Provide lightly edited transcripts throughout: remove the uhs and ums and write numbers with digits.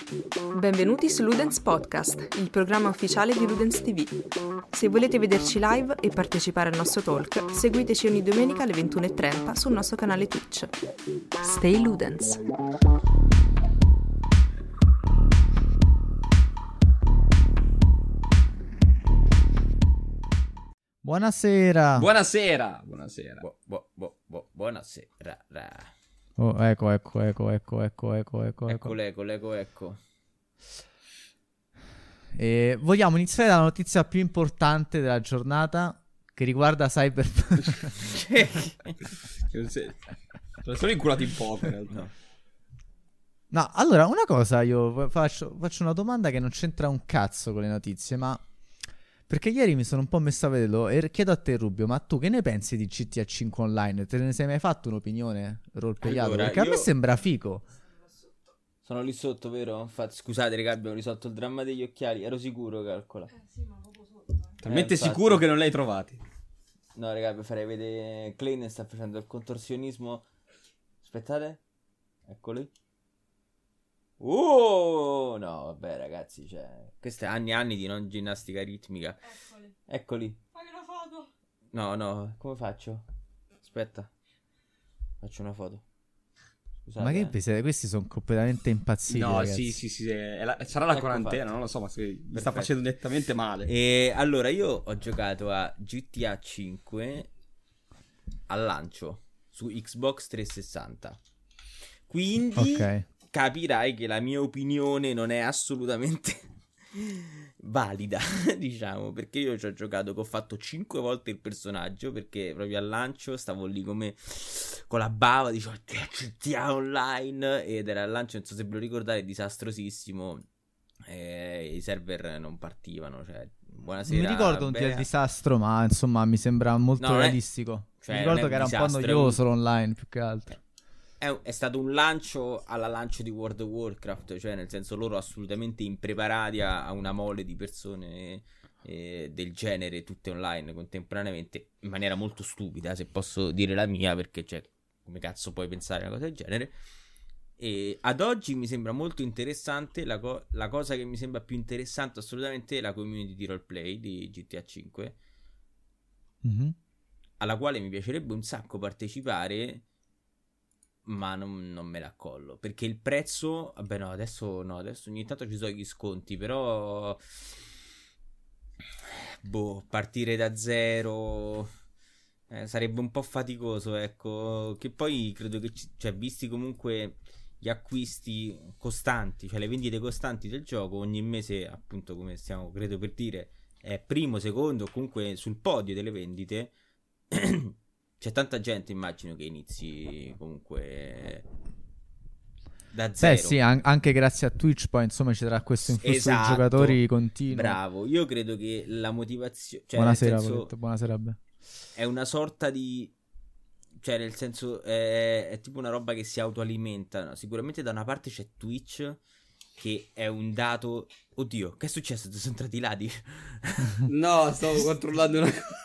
Benvenuti su Ludens Podcast, il programma ufficiale di Ludens TV. Se volete vederci live e partecipare al nostro talk, seguiteci ogni domenica alle 21:30 sul nostro canale Twitch. Stay Ludens! Buonasera. Buonasera. Buonasera. Oh, ecco. Ecco. E vogliamo iniziare dalla notizia più importante della giornata che riguarda Cyberpunk. Sono solo inculati in poco in realtà. No, allora, una cosa, io faccio una domanda che non c'entra un cazzo con le notizie, ma perché ieri mi sono un po' messo a vederlo e chiedo a te, Rubio, ma tu che ne pensi di GTA 5 Online? Te ne sei mai fatto un'opinione roleplayato? Allora, Perché a me sembra figo. Sono lì sotto, vero? Scusate, raga, abbiamo risolto il dramma degli occhiali. Ero sicuro, calcola. Sì, ma proprio sotto. Talmente infatti. sicuro che non li hai trovati. No, raga, vi farei vedere. Klein sta facendo il contorsionismo. Aspettate. Eccoli. No, vabbè, ragazzi, cioè, questo è anni e anni di non ginnastica ritmica. Eccoli. Fai una foto. No, come faccio? Aspetta. Faccio una foto. Scusate, Ma che siete? Questi sono completamente impazziti, No, ragazzi. sì. Sarà la Ecco quarantena, fatto. non lo so, ma mi sta Perfetto. facendo nettamente male. E allora io ho giocato a GTA 5 al lancio su Xbox 360. Quindi Ok. capirai che la mia opinione non è assolutamente valida, diciamo, perché io ci ho giocato che ho fatto 5 volte il personaggio, perché proprio al lancio stavo lì come con la bava, dicevo GTA Online, ed era al lancio, non so se ve lo ricordate, disastrosissimo. I server non partivano, cioè, buonasera. Non mi ricordo un bene. disastro, ma insomma mi sembra molto No, non è- realistico. cioè, Mi non ricordo è che era un po' disastro, è noioso l'online più che altro. È stato un lancio alla lancio di World of Warcraft, cioè nel senso loro assolutamente impreparati a una mole di persone del genere, tutte online contemporaneamente, in maniera molto stupida, se posso dire la mia, perché cioè, come cazzo puoi pensare a una cosa del genere? E ad oggi mi sembra molto interessante, la cosa che mi sembra più interessante assolutamente è la community di roleplay di GTA 5, Mhm. alla quale mi piacerebbe un sacco partecipare, ma non me la collo, perché il prezzo, vabbè, adesso ogni tanto ci sono gli sconti, però partire da zero sarebbe un po' faticoso, ecco, che poi credo che cioè, visti comunque gli acquisti costanti, cioè le vendite costanti del gioco ogni mese, appunto, come stiamo credo per dire, è primo, secondo, comunque sul podio delle vendite. C'è tanta gente, immagino, che inizi comunque da zero. Beh sì, anche grazie a Twitch poi insomma ci sarà questo influsso Esatto. di giocatori continuo. Bravo, io credo che la motivazione, cioè Buonasera, nel senso, Paletto, buonasera. Beh. è una sorta di, cioè nel senso è tipo una roba che si autoalimenta, no? Sicuramente da una parte c'è Twitch, che è un dato. Oddio, che è successo? Sono entrati i lati? No, stavo controllando una cosa.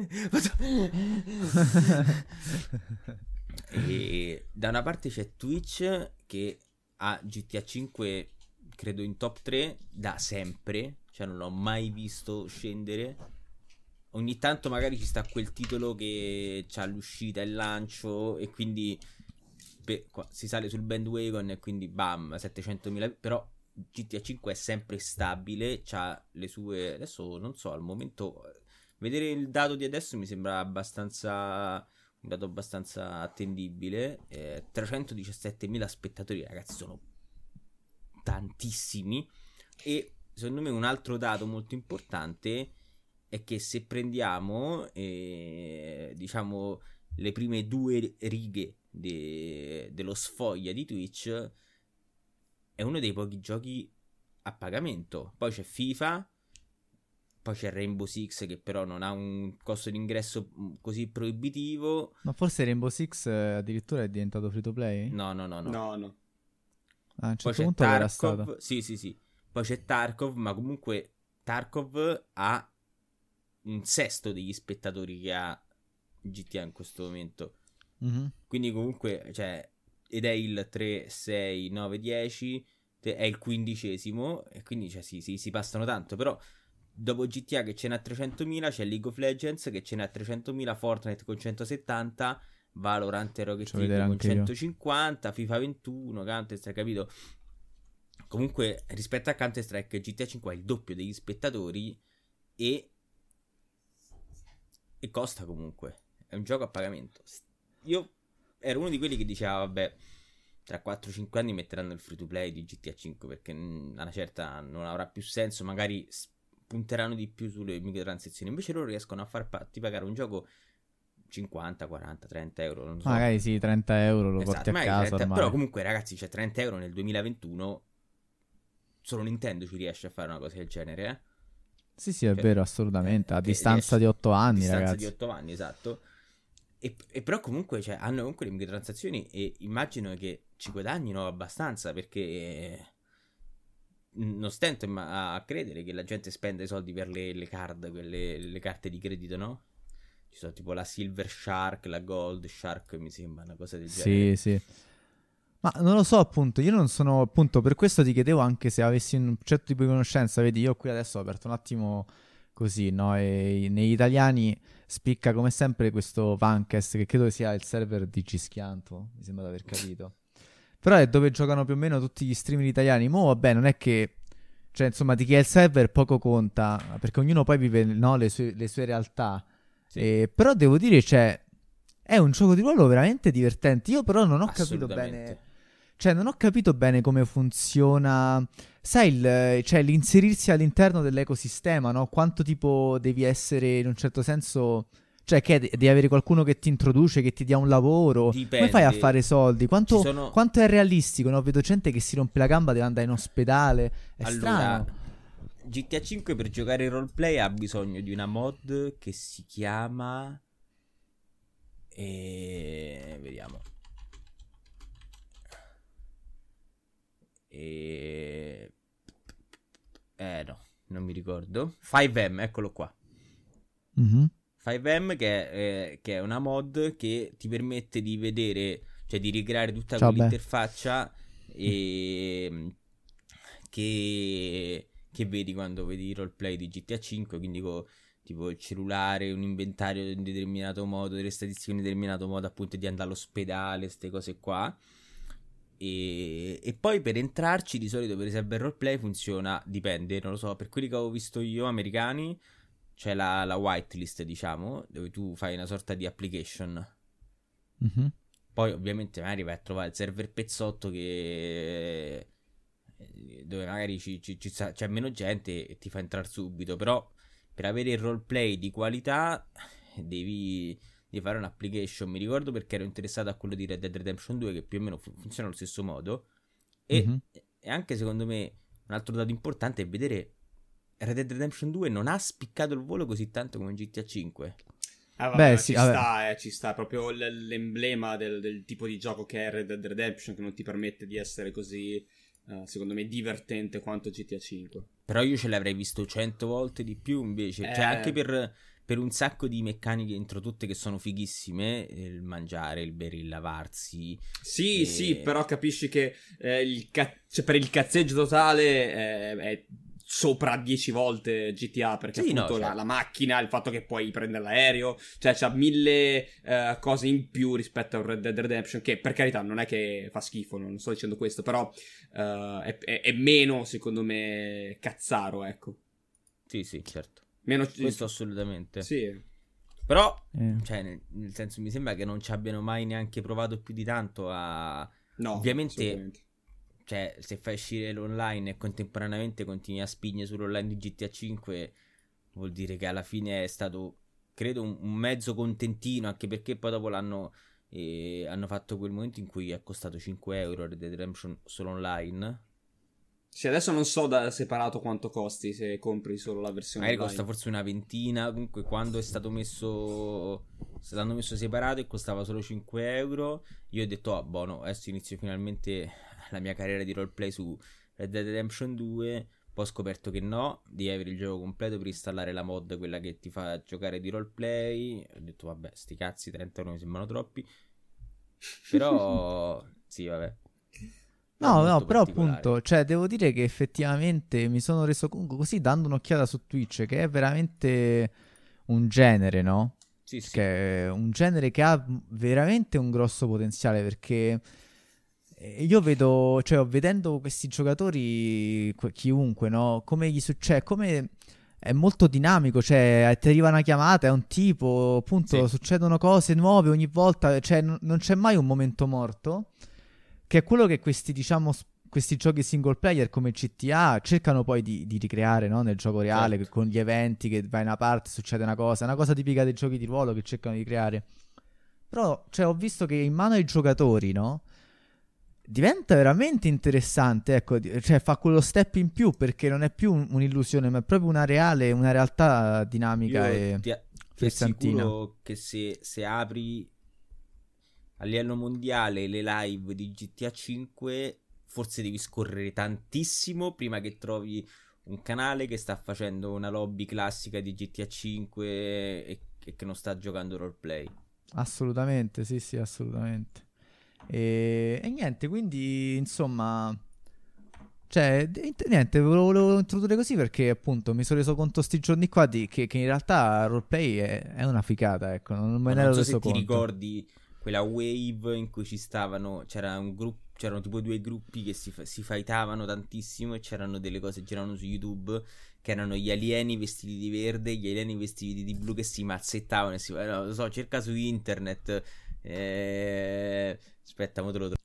E da una parte c'è Twitch, che ha GTA 5 credo in top 3 da sempre, cioè non l'ho mai visto scendere. Ogni tanto magari ci sta quel titolo che c'ha l'uscita e il lancio e quindi si sale sul bandwagon e quindi bam, 700.000, però GTA 5 è sempre stabile, c'ha le sue, adesso non so, al momento vedere il dato di adesso mi sembra un dato abbastanza attendibile. 317.000 spettatori, ragazzi, sono tantissimi. E secondo me un altro dato molto importante è che se prendiamo diciamo le prime 2 righe dello sfoglia di Twitch, è uno dei pochi giochi a pagamento. Poi c'è FIFA, poi c'è Rainbow Six, che però non ha un costo d'ingresso così proibitivo. Ma forse Rainbow Six addirittura è diventato free to play? No. No. Ah, a un Poi certo c'è punto era Tarkov. stato. Sì. Poi c'è Tarkov, ma comunque Tarkov ha un sesto degli spettatori che ha GTA in questo momento. Mhm. Quindi comunque, cioè, ed è il 3, 6, 9, 10. è il 15°, e quindi cioè, si passano tanto, però dopo GTA che ce n'ha 300.000, c'è League of Legends che ce n'ha 300.000, Fortnite con 170, Valorant e Rocket League con 150, FIFA 21, Counter-Strike, capito? Comunque rispetto a Counter-Strike GTA 5 ha il doppio degli spettatori e costa comunque, è un gioco a pagamento. Io ero uno di quelli che diceva vabbè, tra 4-5 anni metteranno il free to play di GTA 5 perché a una certa non avrà più senso, magari punteranno di più sulle microtransazioni, invece loro riescono a farti pagare un gioco 50, 40, 30 euro, non so. Magari sì, 30 euro lo porti a casa 30, però comunque ragazzi, c'è 30 euro nel 2021, solo Nintendo ci riesce a fare una cosa del genere, eh? Sì, è vero, assolutamente, a distanza di 8 anni, ragazzi. A distanza di 8 anni, esatto. E però comunque cioè, hanno comunque le microtransazioni e immagino che ci guadagnino abbastanza, perché non stento a credere che la gente spenda i soldi per le card, le carte di credito, no? Ci sono tipo la Silver Shark, la Gold Shark, mi sembra una cosa del genere. Sì. Ma non lo so, appunto, io non sono, appunto, per questo ti chiedevo anche se avessi un certo tipo di conoscenza. Vedi, io qui adesso ho aperto un attimo così, no? E negli italiani spicca come sempre questo Vancast, che credo sia il server di Cischianto, mi sembra di aver capito. Però è dove giocano più o meno tutti gli streamer italiani. Mo' vabbè, non è che, cioè, insomma, di chi è il server poco conta, perché ognuno poi vive, no, le sue realtà. Sì. Però devo dire, cioè, è un gioco di ruolo veramente divertente. Io però non ho capito bene, cioè non ho capito bene come funziona, sai, cioè l'inserirsi all'interno dell'ecosistema, no? Quanto tipo devi essere in un certo senso, cioè che devi avere qualcuno che ti introduce, che ti dia un lavoro. Dipende. Come fai a fare soldi? Quanto è realistico, no? Vedo gente che si rompe la gamba, deve andare in ospedale, è strano. GTA 5 per giocare in roleplay ha bisogno di una mod che si chiama vediamo. No, non mi ricordo. 5M, eccolo qua. 5M che è una mod che ti permette di vedere, cioè di ricreare tutta quell'interfaccia che vedi quando vedi il roleplay di GTA 5, quindi tipo il cellulare, un inventario in determinato modo, delle statistiche in determinato modo, appunto di andare all'ospedale, queste cose qua. E poi per entrarci di solito per esempio il roleplay funziona, dipende, non lo so, per quelli che avevo visto io americani c'è la whitelist, diciamo, dove tu fai una sorta di application. Poi ovviamente magari vai a trovare il server pezzotto dove magari c'è meno gente e ti fa entrare subito, però per avere il roleplay di qualità devi fare un'application. Mi ricordo perché ero interessato a quello di Red Dead Redemption 2, che più o meno funziona allo stesso modo. E anche secondo me un altro dato importante è vedere Red Dead Redemption 2 non ha spiccato il volo così tanto come GTA 5. Vabbè, sì, ci sta proprio l'emblema del tipo di gioco che è Red Dead Redemption, che non ti permette di essere così, secondo me, divertente quanto GTA 5. Però io ce l'avrei visto 100 volte di più invece, cioè anche per un sacco di meccaniche introdotte che sono fighissime, il mangiare, il bere, il lavarsi. Sì, però capisci che cioè per il cazzeggio totale è sopra 10 volte GTA, perché appunto la macchina, il fatto che puoi prendere l'aereo, cioè c'ha 1000 cose in più rispetto a Red Dead Redemption, che per carità non è che fa schifo, non sto dicendo questo, però è meno, secondo me, cazzaro, ecco. Sì, certo. Questo assolutamente. Sì. Però, cioè, nel senso, mi sembra che non ci abbiano mai neanche provato più di tanto a... No, ovviamente, cioè, se fai uscire l'online e contemporaneamente continui a spingere sull'online di GTA 5, vuol dire che alla fine è stato, credo, un mezzo contentino, anche perché poi dopo hanno fatto quel momento in cui è costato 5 euro Red Dead Redemption solo online. Sì, adesso non so da separato quanto costi se compri solo la versione magari online. Costa forse una ventina. Comunque quando è stato messo, se l'hanno messo separato e costava solo 5 euro, io ho detto buono, adesso inizio finalmente la mia carriera di roleplay su Red Dead Redemption 2. Poi ho scoperto che no, devi avere il gioco completo per installare la mod, quella che ti fa giocare di roleplay. Ho detto vabbè, sti cazzi, 30 euro mi sembrano troppi. Però sì, vabbè. No, però appunto, cioè, devo dire che effettivamente mi sono reso conto così, dando un'occhiata su Twitch, che è veramente un genere, no? Sì, sì. Che è un genere che ha veramente un grosso potenziale, perché io vedo, cioè, vedendo questi giocatori, chiunque, no? Come gli succede, come è molto dinamico, cioè, ti arriva una chiamata, è un tipo, appunto, Sì. succedono cose nuove ogni volta, cioè, non c'è mai un momento morto. Che è quello che questi, diciamo, questi giochi single player come GTA cercano poi di ricreare, no? Nel gioco reale, Certo. con gli eventi che vai in una parte, succede una cosa tipica dei giochi di ruolo che cercano di creare. Però, cioè, ho visto che in mano ai giocatori, no? Diventa veramente interessante, ecco, cioè fa quello step in più, perché non è più un'illusione, ma è proprio una realtà dinamica Io e ti frizzantina. assicuro che se apri a livello mondiale le live di GTA 5, forse devi scorrere tantissimo prima che trovi un canale che sta facendo una lobby classica di GTA 5 e che non sta giocando roleplay. Assolutamente, sì, assolutamente. E niente, quindi insomma, cioè, niente, volevo introdurre così perché appunto mi sono reso conto sti giorni qua che in realtà roleplay è una figata, ecco, non me Ma ne non ero so reso se ti conto. ricordi quella wave in cui ci stavano, c'era un gruppo, c'erano tipo due gruppi che si fightavano tantissimo e c'erano delle cose che giravano su YouTube che erano gli alieni vestiti di verde, gli alieni vestiti di blu che si mazzettavano e no, lo so, cerca su internet. Aspetta, mo te lo trovo.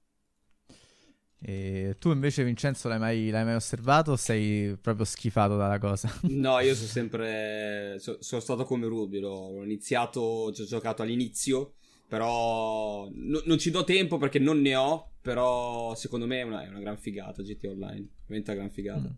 E tu invece, Vincenzo, l'hai mai osservato o sei proprio schifato dalla cosa? No, io sono sempre. Sono stato come Ruby. L'ho iniziato. Ci ho giocato all'inizio. Però. Non ci do tempo perché non ne ho. Però secondo me è una gran figata. GTA Online. Veramente una gran figata.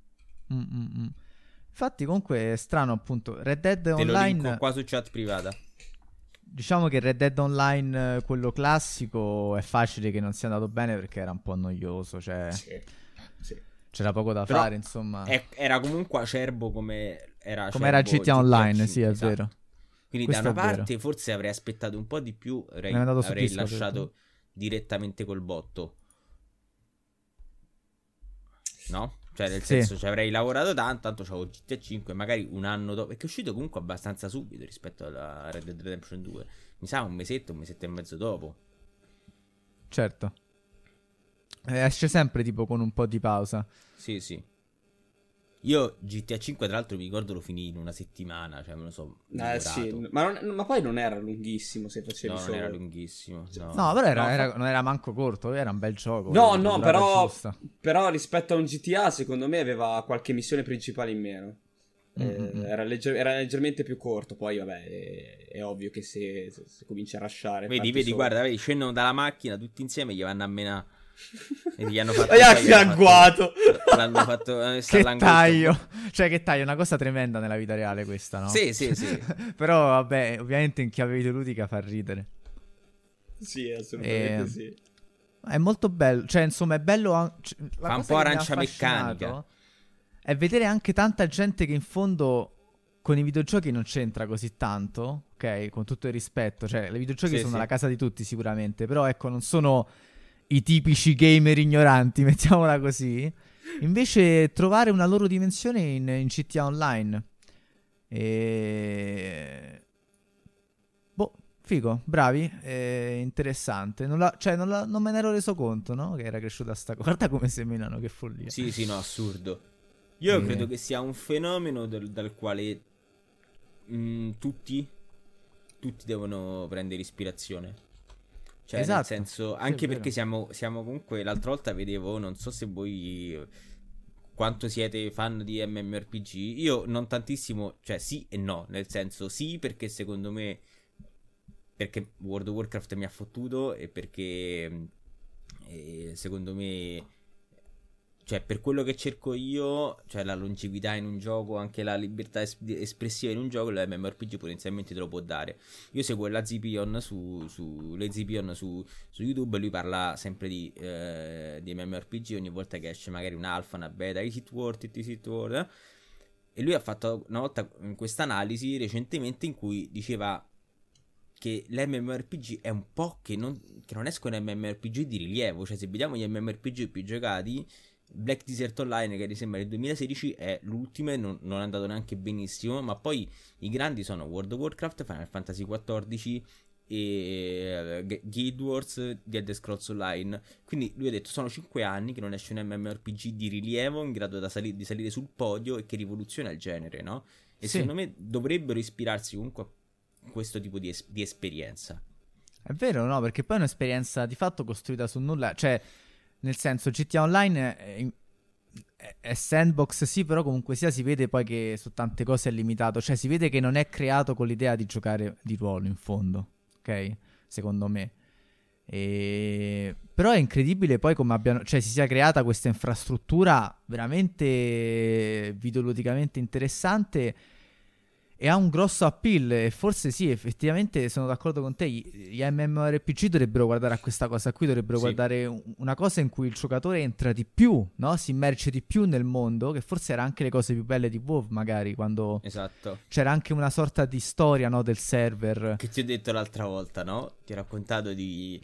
Infatti, comunque è strano, appunto. Red Dead Te lo Online. linko qua su chat privata. Diciamo che Red Dead Online, quello classico, è facile che non sia andato bene perché era un po' noioso, cioè Sì. c'era poco da Però fare, insomma. Era comunque acerbo come era Come era acerbo GTA Online, 5, sì, è esatto. vero. Quindi Questo da è una vero. parte forse avrei aspettato un po' di più, Ne è andato su avrei Discord, lasciato direttamente col botto. No? Cioè nel Sì. senso ci avrei lavorato tanto c'avevo GTA 5 magari un anno dopo, perché è uscito comunque abbastanza subito rispetto alla Red Dead Redemption 2. Mi sa un mesetto e mezzo dopo. Certo. Esce sempre tipo con un po' di pausa. Sì, sì. Io GTA 5 tra l'altro mi ricordo lo finì in una settimana, cioè me lo so Sì, ma poi non era lunghissimo se facevi no, solo. non era lunghissimo. No, però non era manco corto, era un bel gioco. No, però rispetto a un GTA secondo me aveva qualche missione principale in meno. Era leggermente più corto. Poi vabbè è ovvio che se cominci a rushare Vedi, guarda, scendono dalla macchina tutti insieme e gli vanno a menare. E gli hanno fatto agguato. L'hanno fatto che taglio. Cioè che taglio, una cosa tremenda nella vita reale questa, no? Sì. Però vabbè, ovviamente in chiave videoludica fa ridere. Sì, assolutamente sì. È molto bello, cioè insomma è bello fa un po' arancia meccanica. È vedere anche tanta gente che in fondo con i videogiochi non c'entra così tanto, ok? Con tutto il rispetto, cioè i videogiochi sono la casa di tutti sicuramente, però ecco non sono i tipici gamer ignoranti, mettiamola così. Invece trovare una loro dimensione in GTA Online. Figo, bravi, interessante. Non me ne ero reso conto, no? Che era cresciuta sta cosa. Guarda come seminano, che follia. Sì, no, assurdo. Io credo che sia un fenomeno dal quale tutti devono prendere ispirazione. Cioè, esatto, nel senso, anche perché siamo comunque, l'altra volta vedevo, non so se voi quanto siete fan di MMORPG. Io non tantissimo, cioè sì e no, nel senso sì perché secondo me, perché World of Warcraft mi ha fottuto e perché secondo me, cioè per quello che cerco io, cioè la longevità in un gioco, anche la libertà espressiva in un gioco, l'MMORPG potenzialmente te lo può dare. Io seguo la Zipion su YouTube, lui parla sempre di MMORPG ogni volta che esce magari un'alfa, una beta, is it worth it? E lui ha fatto una volta questa analisi recentemente in cui diceva che l'MMORPG è un po' che non escono MMORPG di rilievo. Cioè, se vediamo gli MMORPG più giocati, Black Desert Online, che mi sembra del 2016, è l'ultimo e non è andato neanche benissimo. Ma poi i grandi sono World of Warcraft, Final Fantasy XIV e Guild Wars, The Elder Scrolls Online. Quindi lui ha detto sono 5 anni che non esce un MMORPG di rilievo in grado di salire sul podio e che rivoluziona il genere, no? E secondo me dovrebbero ispirarsi comunque a questo tipo di esperienza. È vero, no? Perché poi è un'esperienza di fatto costruita su nulla. Cioè, nel senso, GTA Online è sandbox, sì, però comunque sia si vede poi che su tante cose è limitato. Cioè, si vede che non è creato con l'idea di giocare di ruolo, in fondo. Ok? Secondo me. Però è incredibile poi come si sia creata questa infrastruttura veramente videoludicamente interessante e ha un grosso appeal. E forse sì, effettivamente sono d'accordo con te, gli MMORPG dovrebbero guardare a questa cosa qui, dovrebbero guardare una cosa in cui il giocatore entra di più, no? Si immerge di più nel mondo, che forse era anche le cose più belle di WoW, magari, quando c'era anche una sorta di storia, no, del server. Che ti ho detto l'altra volta, no? Ti ho raccontato di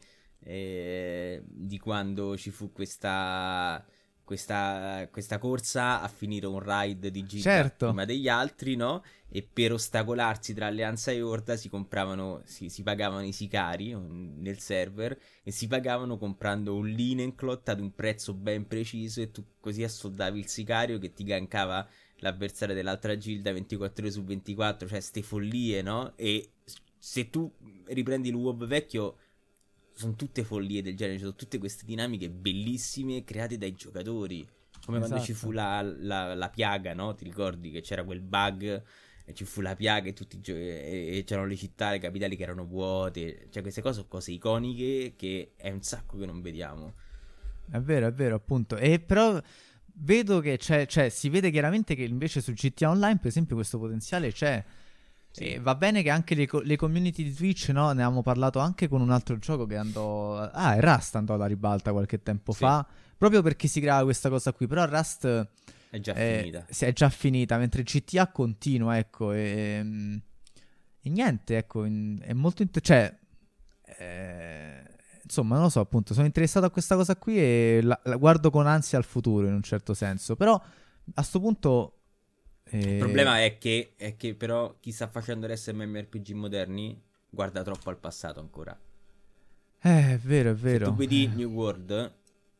quando ci fu questa corsa a finire un raid di Giga prima degli altri, no? E per ostacolarsi tra Alleanza e Horda si pagavano i sicari nel server e si pagavano comprando un Linenklot ad un prezzo ben preciso, e tu così assoldavi il sicario che ti gankava l'avversario dell'altra gilda 24 ore su 24. Cioè, ste follie, no? E se tu riprendi il WoW vecchio, sono tutte follie del genere, sono tutte queste dinamiche bellissime create dai giocatori, come quando ci fu la piaga, no? Ti ricordi che c'era quel bug e ci fu la piaga e e c'erano le città, le capitali che erano vuote. Cioè, queste cose sono cose iconiche che è un sacco che non vediamo. È vero, appunto. E però vedo che si vede chiaramente che invece su GTA Online, per esempio, questo potenziale c'è. Sì. Va bene che anche le community di Twitch, no? Ne avevamo parlato anche con un altro gioco che andò... Rust andò alla ribalta qualche tempo fa, proprio perché si creava questa cosa qui. Però Rust è già finita. È già finita, mentre GTA continua, ecco. E niente, ecco, è molto... insomma, non lo so, appunto, sono interessato a questa cosa qui e la guardo con ansia al futuro, in un certo senso. Però, a sto punto... Il problema è che però chi sta facendo l'SMMRPG moderni guarda troppo al passato ancora. È vero. Se tu vedi New World,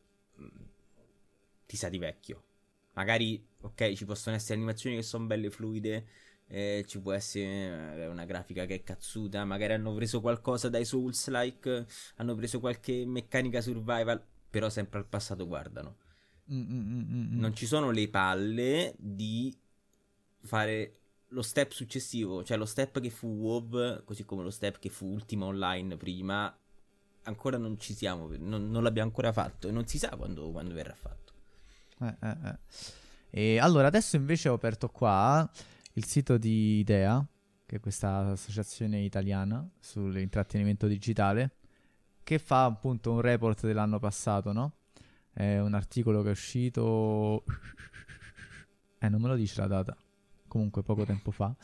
ti sa di vecchio. Magari, ok, ci possono essere animazioni che sono belle fluide, ci può essere una grafica che è cazzuta, magari hanno preso qualcosa dai Souls-like, hanno preso qualche meccanica survival, però sempre al passato guardano. Non ci sono le palle di fare lo step successivo, cioè lo step che fu WoW, così come lo step che fu Ultima Online prima. Ancora non ci siamo, non l'abbiamo ancora fatto e non si sa quando verrà fatto. E allora adesso invece ho aperto qua il sito di Idea, che è questa associazione italiana sull'intrattenimento digitale, che fa appunto un report dell'anno passato, no? È un articolo che è uscito non me lo dice la data, comunque poco tempo fa.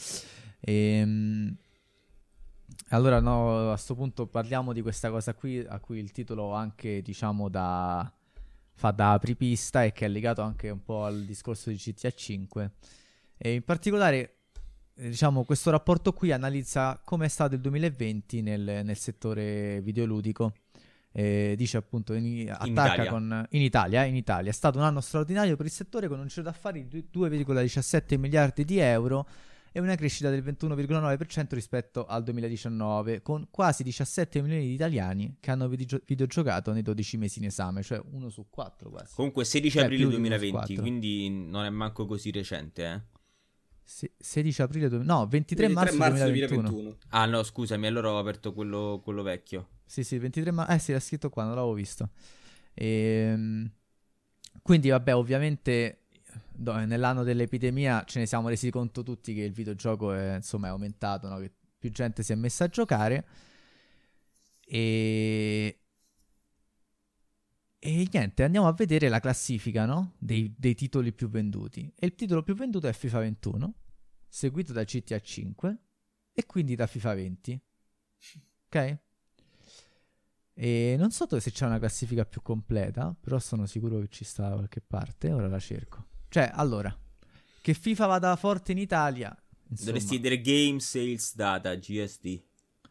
Allora no, a sto punto parliamo di questa cosa qui, a cui il titolo anche, diciamo, fa da apripista, e che è legato anche un po' al discorso di GTA 5. E in particolare, diciamo, questo rapporto qui analizza come è stato il 2020 nel settore videoludico. Dice appunto in Italia è stato un anno straordinario per il settore, con un giro d'affari di 2,17 miliardi di euro e una crescita del 21,9% rispetto al 2019, con quasi 17 milioni di italiani che hanno videogiocato nei 12 mesi in esame, cioè 1 su 4 quasi. Comunque 16 aprile 2020, quindi non è manco così recente, 16 aprile 23 marzo 2021. Ah no, scusami, allora ho aperto quello vecchio. Sì, 23 marzo. Sì, era scritto qua, non l'avevo visto. Quindi vabbè, ovviamente nell'anno dell'epidemia ce ne siamo resi conto tutti che il videogioco è aumentato, no? Che più gente si è messa a giocare. E niente, andiamo a vedere la classifica, no? dei titoli più venduti. E il titolo più venduto è FIFA 21, seguito da GTA 5 e quindi da FIFA 20. Ok? E non so se c'è una classifica più completa, però sono sicuro che ci sta da qualche parte. Ora la cerco. Cioè, allora, che FIFA vada forte in Italia, insomma. Dovresti vedere Game Sales Data, GSD.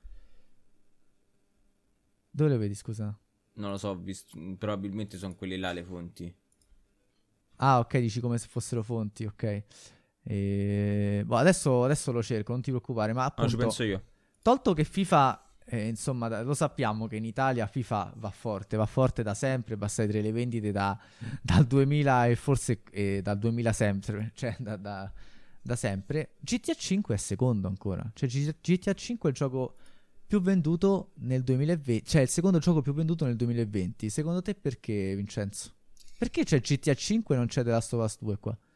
Dove lo vedi, scusa? Non lo so, probabilmente sono quelle là le fonti. Ah, ok, dici come se fossero fonti, ok. Adesso lo cerco, non ti preoccupare, ma appunto... No, ci penso io. Tolto che FIFA... insomma, lo sappiamo che in Italia FIFA va forte da sempre, basta vedere le vendite dal 2000 e forse dal 2000 sempre, cioè da sempre. GTA 5 è secondo ancora, cioè GTA 5 è il gioco più venduto nel 2020, cioè il secondo gioco più venduto nel 2020. Secondo te perché, Vincenzo? Perché c'è GTA 5 e non c'è The Last of Us 2 qua?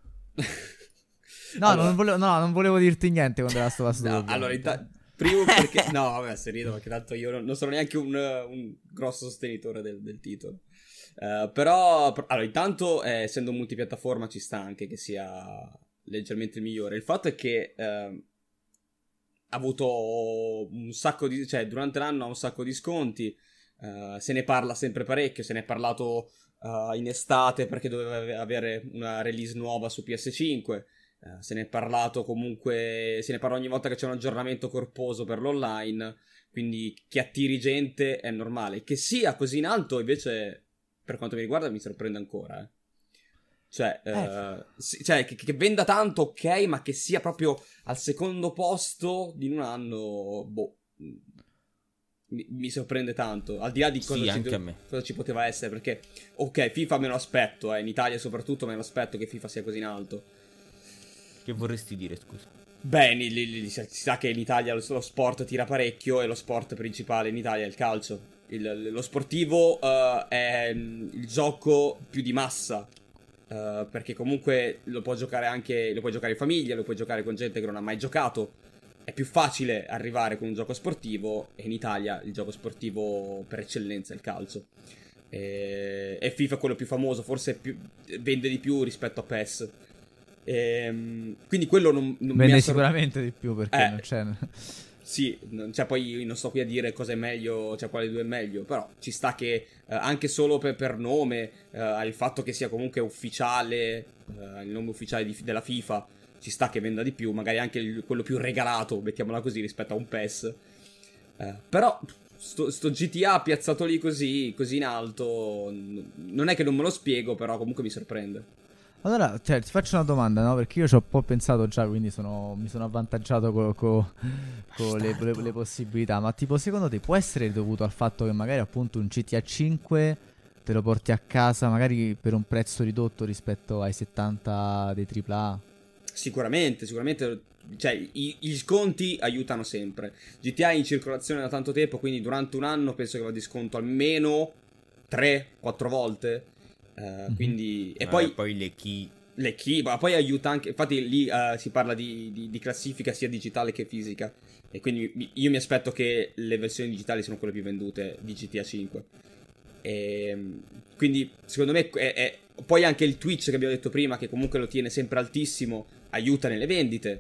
No, allora... non volevo dirti niente con The Last of Us 2. No, allora, primo perché... No, vabbè, se rido, perché tanto io non sono neanche un grosso sostenitore del titolo. Però, allora, intanto, essendo multipiattaforma, ci sta anche che sia leggermente il migliore. Il fatto è che ha avuto un sacco di... Cioè, durante l'anno ha un sacco di sconti. Se ne parla sempre parecchio. Se ne è parlato in estate perché doveva avere una release nuova su PS5. Se ne è parlato comunque, se ne parla ogni volta che c'è un aggiornamento corposo per l'online, quindi che attiri gente è normale. Che sia così in alto invece, per quanto mi riguarda, mi sorprende ancora. Cioè, che venda tanto, ok, ma che sia proprio al secondo posto in un anno, boh, mi sorprende tanto. Al di là di cosa ci poteva essere, perché, ok, FIFA me lo aspetto, in Italia soprattutto me lo aspetto che FIFA sia così in alto. Che vorresti dire, scusa? Beh, si sa che in Italia lo sport tira parecchio e lo sport principale in Italia è il calcio. Lo sportivo è il gioco più di massa, perché comunque lo puoi giocare in famiglia, lo puoi giocare con gente che non ha mai giocato. È più facile arrivare con un gioco sportivo e in Italia il gioco sportivo per eccellenza è il calcio. E FIFA è quello più famoso, forse vende di più rispetto a PES. Quindi quello non vende sicuramente di più perché non c'è. Sì, cioè poi non sto qui a dire cosa è meglio, cioè quale due è meglio, però ci sta che anche solo per nome, il fatto che sia comunque ufficiale, il nome ufficiale della FIFA, ci sta che venda di più, magari anche quello più regalato, mettiamola così, rispetto a un PES. Però sto GTA piazzato lì così in alto, non è che non me lo spiego, però comunque mi sorprende. Allora, ti faccio una domanda, no? Perché io ci ho un po' pensato già, quindi mi sono avvantaggiato con le possibilità. Ma tipo, secondo te può essere dovuto al fatto che magari appunto un GTA 5 te lo porti a casa magari per un prezzo ridotto rispetto ai 70 dei AAA? Sicuramente, cioè gli sconti aiutano sempre. GTA è in circolazione da tanto tempo, quindi durante un anno penso che va di sconto almeno 3-4 volte. Quindi e poi le key, ma poi aiuta anche, infatti lì si parla di classifica sia digitale che fisica, e quindi io mi aspetto che le versioni digitali siano quelle più vendute di GTA 5, e quindi secondo me poi anche il Twitch che abbiamo detto prima, che comunque lo tiene sempre altissimo, aiuta nelle vendite,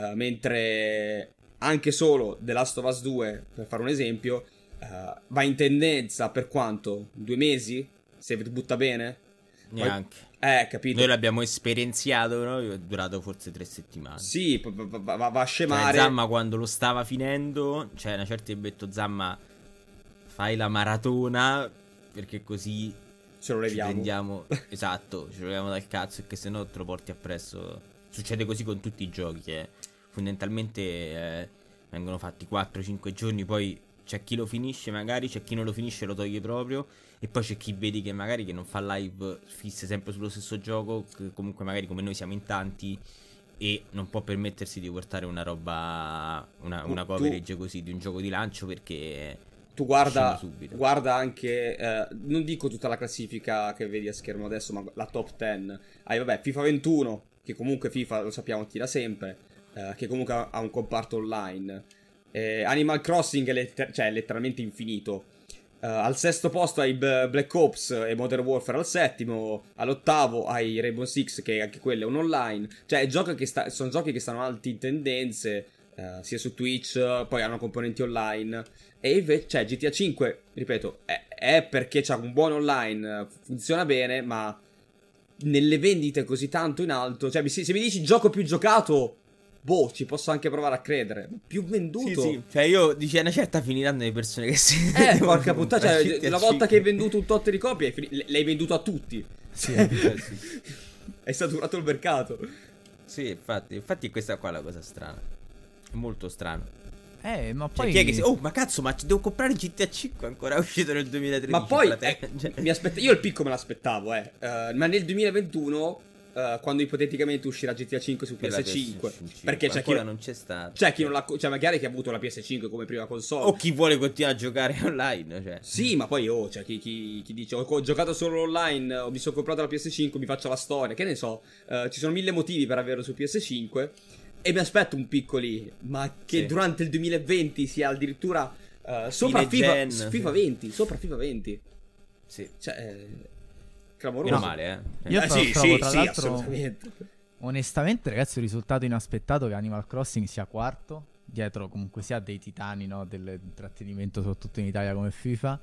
mentre anche solo The Last of Us 2, per fare un esempio, va in tendenza per quanto? 2 mesi? Se butta bene? Neanche. Capito. Noi l'abbiamo esperienziato, no? È durato forse 3 settimane. Sì, va a scemare. Cioè, Zamma quando lo stava finendo, cioè una certa ha detto: Zamma, fai la maratona, perché così ce lo leviamo. Ci prendiamo, esatto, ce lo leviamo dal cazzo, e che se no te lo porti appresso. Succede così con tutti i giochi, fondamentalmente vengono fatti 4-5 giorni, poi c'è chi lo finisce magari, c'è chi non lo finisce e lo toglie proprio, e poi c'è chi vedi che magari che non fa live fisse sempre sullo stesso gioco, che comunque magari come noi siamo in tanti e non può permettersi di portare una roba, una coverage così di un gioco di lancio, perché tu guarda anche, non dico tutta la classifica che vedi a schermo adesso, ma la top 10. Vabbè, FIFA 21, che comunque FIFA lo sappiamo tira sempre, che comunque ha un comparto online. Animal Crossing è letteralmente infinito. Al sesto posto hai Black Ops e Modern Warfare al settimo. All'ottavo hai Rainbow Six, che anche quello è un online. Cioè sono giochi che stanno alti in tendenze. sia su Twitch, poi hanno componenti online. E invece, cioè, GTA 5, ripeto, è perché c'ha un buon online, funziona bene, ma nelle vendite così tanto in alto, cioè se mi dici gioco più giocato, boh, ci posso anche provare a credere. Più venduto, sì. Cioè io dice una certa finiranno le persone che si porca puttana, cioè una volta che hai venduto un tot di copie l'hai venduto a tutti. Sì. È saturato il mercato. Sì, infatti questa qua è la cosa strana. È molto strano. Ma poi chi è che ma cazzo, ma devo comprare GTA 5 ancora, è uscito nel 2013. Ma poi io il picco me l'aspettavo, ma nel 2021 quando ipoteticamente uscirà GTA 5 su PS5, perché c'è chi non c'è stato. C'è chi non l'ha, cioè magari chi ha avuto la PS5 come prima console, o chi vuole continuare a giocare online, cioè. Sì, ma poi c'è chi dice ho giocato solo online, o mi sono comprato la PS5, mi faccio la storia, che ne so, ci sono 1000 motivi per averlo su PS5. E mi aspetto un picco lì, ma che durante il 2020 sia addirittura sopra FIFA 20, sopra FIFA 20. Sì. Cioè, clamoroso. Meno male, Io trovo, tra l'altro, assolutamente. Onestamente, ragazzi, un risultato inaspettato che Animal Crossing sia quarto, dietro comunque sia dei titani, no, del intrattenimento, soprattutto in Italia come FIFA.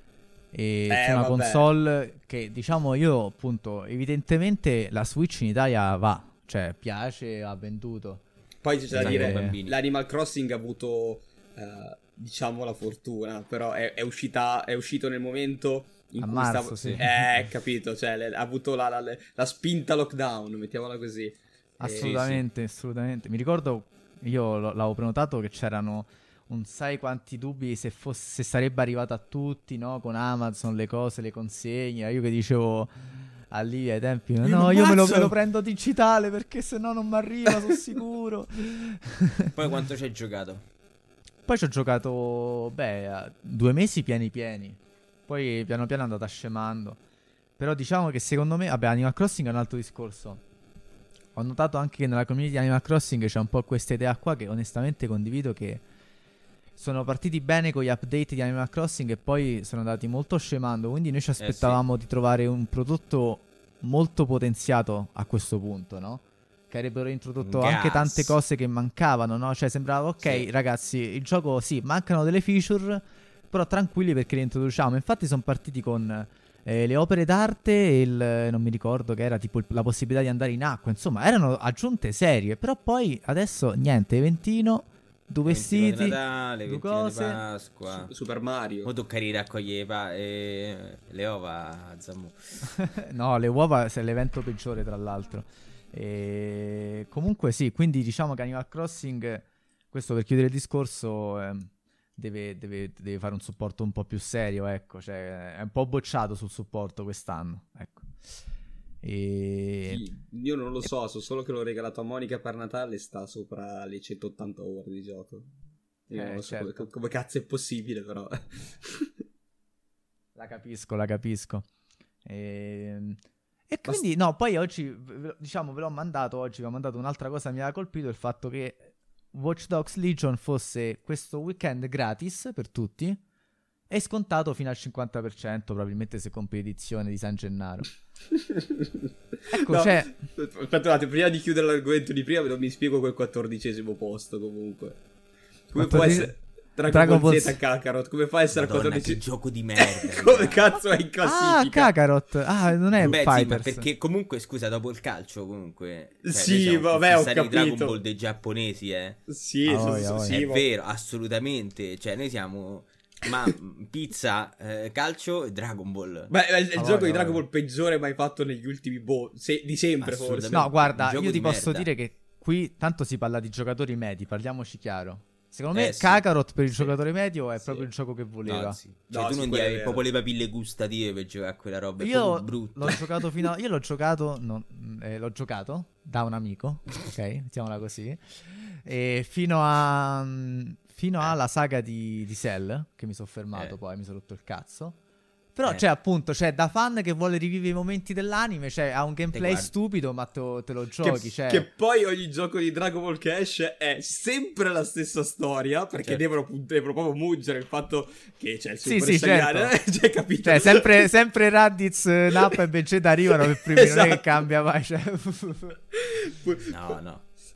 E c'è una console che, diciamo, io appunto, evidentemente la Switch in Italia va, cioè piace, ha venduto. Poi c'è da dire, l'Animal Crossing ha avuto, diciamo, la fortuna, però è uscito nel momento in a cui marzo, sì. Capito, cioè ha avuto la spinta lockdown, mettiamola così. Assolutamente, assolutamente. Mi ricordo, io l'avevo prenotato, che c'erano un sai quanti dubbi se sarebbe arrivata a tutti, no? Con Amazon, le cose, le consegne. Io che dicevo lì ai tempi, no, io me lo prendo digitale perché sennò non mi arriva, sono sicuro. Poi quanto ci hai giocato? Poi ci ho giocato 2 mesi pieni. Poi piano piano è andata scemando. Però diciamo che secondo me, Animal Crossing è un altro discorso. Ho notato anche che nella community di Animal Crossing c'è un po' questa idea qua, che onestamente condivido, che sono partiti bene con gli update di Animal Crossing e poi sono andati molto scemando. Quindi noi ci aspettavamo di trovare un prodotto molto potenziato a questo punto, no? Che avrebbero introdotto anche tante cose che mancavano, no? Cioè sembrava, ok, ragazzi, il gioco, sì, mancano delle feature, però tranquilli perché le introduciamo. Infatti sono partiti con le opere d'arte e non mi ricordo che era tipo la possibilità di andare in acqua. Insomma, erano aggiunte serie. Però poi adesso niente, eventino, 2 vestiti, Natale, 2 cose, di Pasqua, Super Mario. O tocca raccogliere le uova a Zammu. No, le uova è l'evento peggiore, tra l'altro. E comunque sì, quindi diciamo che Animal Crossing, questo per chiudere il discorso, deve fare un supporto un po' più serio, ecco, cioè è un po' bocciato sul supporto quest'anno, ecco. Sì, io non lo so solo che l'ho regalato a Monica per Natale, sta sopra le 180 ore di gioco. Io non lo so come cazzo è possibile, però. La capisco. E quindi, no, poi oggi, diciamo, vi ho mandato un'altra cosa che mi aveva colpito, il fatto che Watch Dogs Legion fosse questo weekend gratis per tutti e scontato fino al 50%, probabilmente se compri edizione di San Gennaro. Ecco, no, cioè... Aspetta un attimo, prima di chiudere l'argomento di prima, mi spiego quel 14° posto comunque. Come può essere... Dragon Ball Z Kakarot, come fa a essere al 14? Che gioco di merda. Come cazzo è in classifica? Kakarot. Non è Fighters. Sì, ma perché comunque, scusa, dopo il calcio comunque, cioè, sì, vabbè, ho capito. Dragon Ball dei giapponesi, Sì, sì, è vero, assolutamente. Cioè, noi siamo pizza, calcio e Dragon Ball. Beh, è il gioco di Dragon Ball peggiore mai fatto negli ultimi di sempre, forse. No, guarda, io ti posso dire che qui tanto si parla di giocatori medi, parliamoci chiaro. Secondo me Kakarot per il giocatore medio è proprio il gioco che voleva. No, sì. Cioè, tu non hai proprio le papille gustative per giocare a quella roba. Io l'ho giocato l'ho giocato da un amico, ok, mettiamola così, e fino alla saga di Cell, che mi sono fermato, poi mi sono rotto il cazzo. Però c'è appunto, da fan che vuole rivivere i momenti dell'anime, ha un gameplay stupido, ma te lo giochi. Che poi ogni gioco di Dragon Ball che esce è sempre la stessa storia, perché devono proprio muggere il fatto che c'è il Super Saiyan, certo. Capito? Sempre Raditz, Nappa e Vegeta arrivano per primi, non è che cambia mai, No.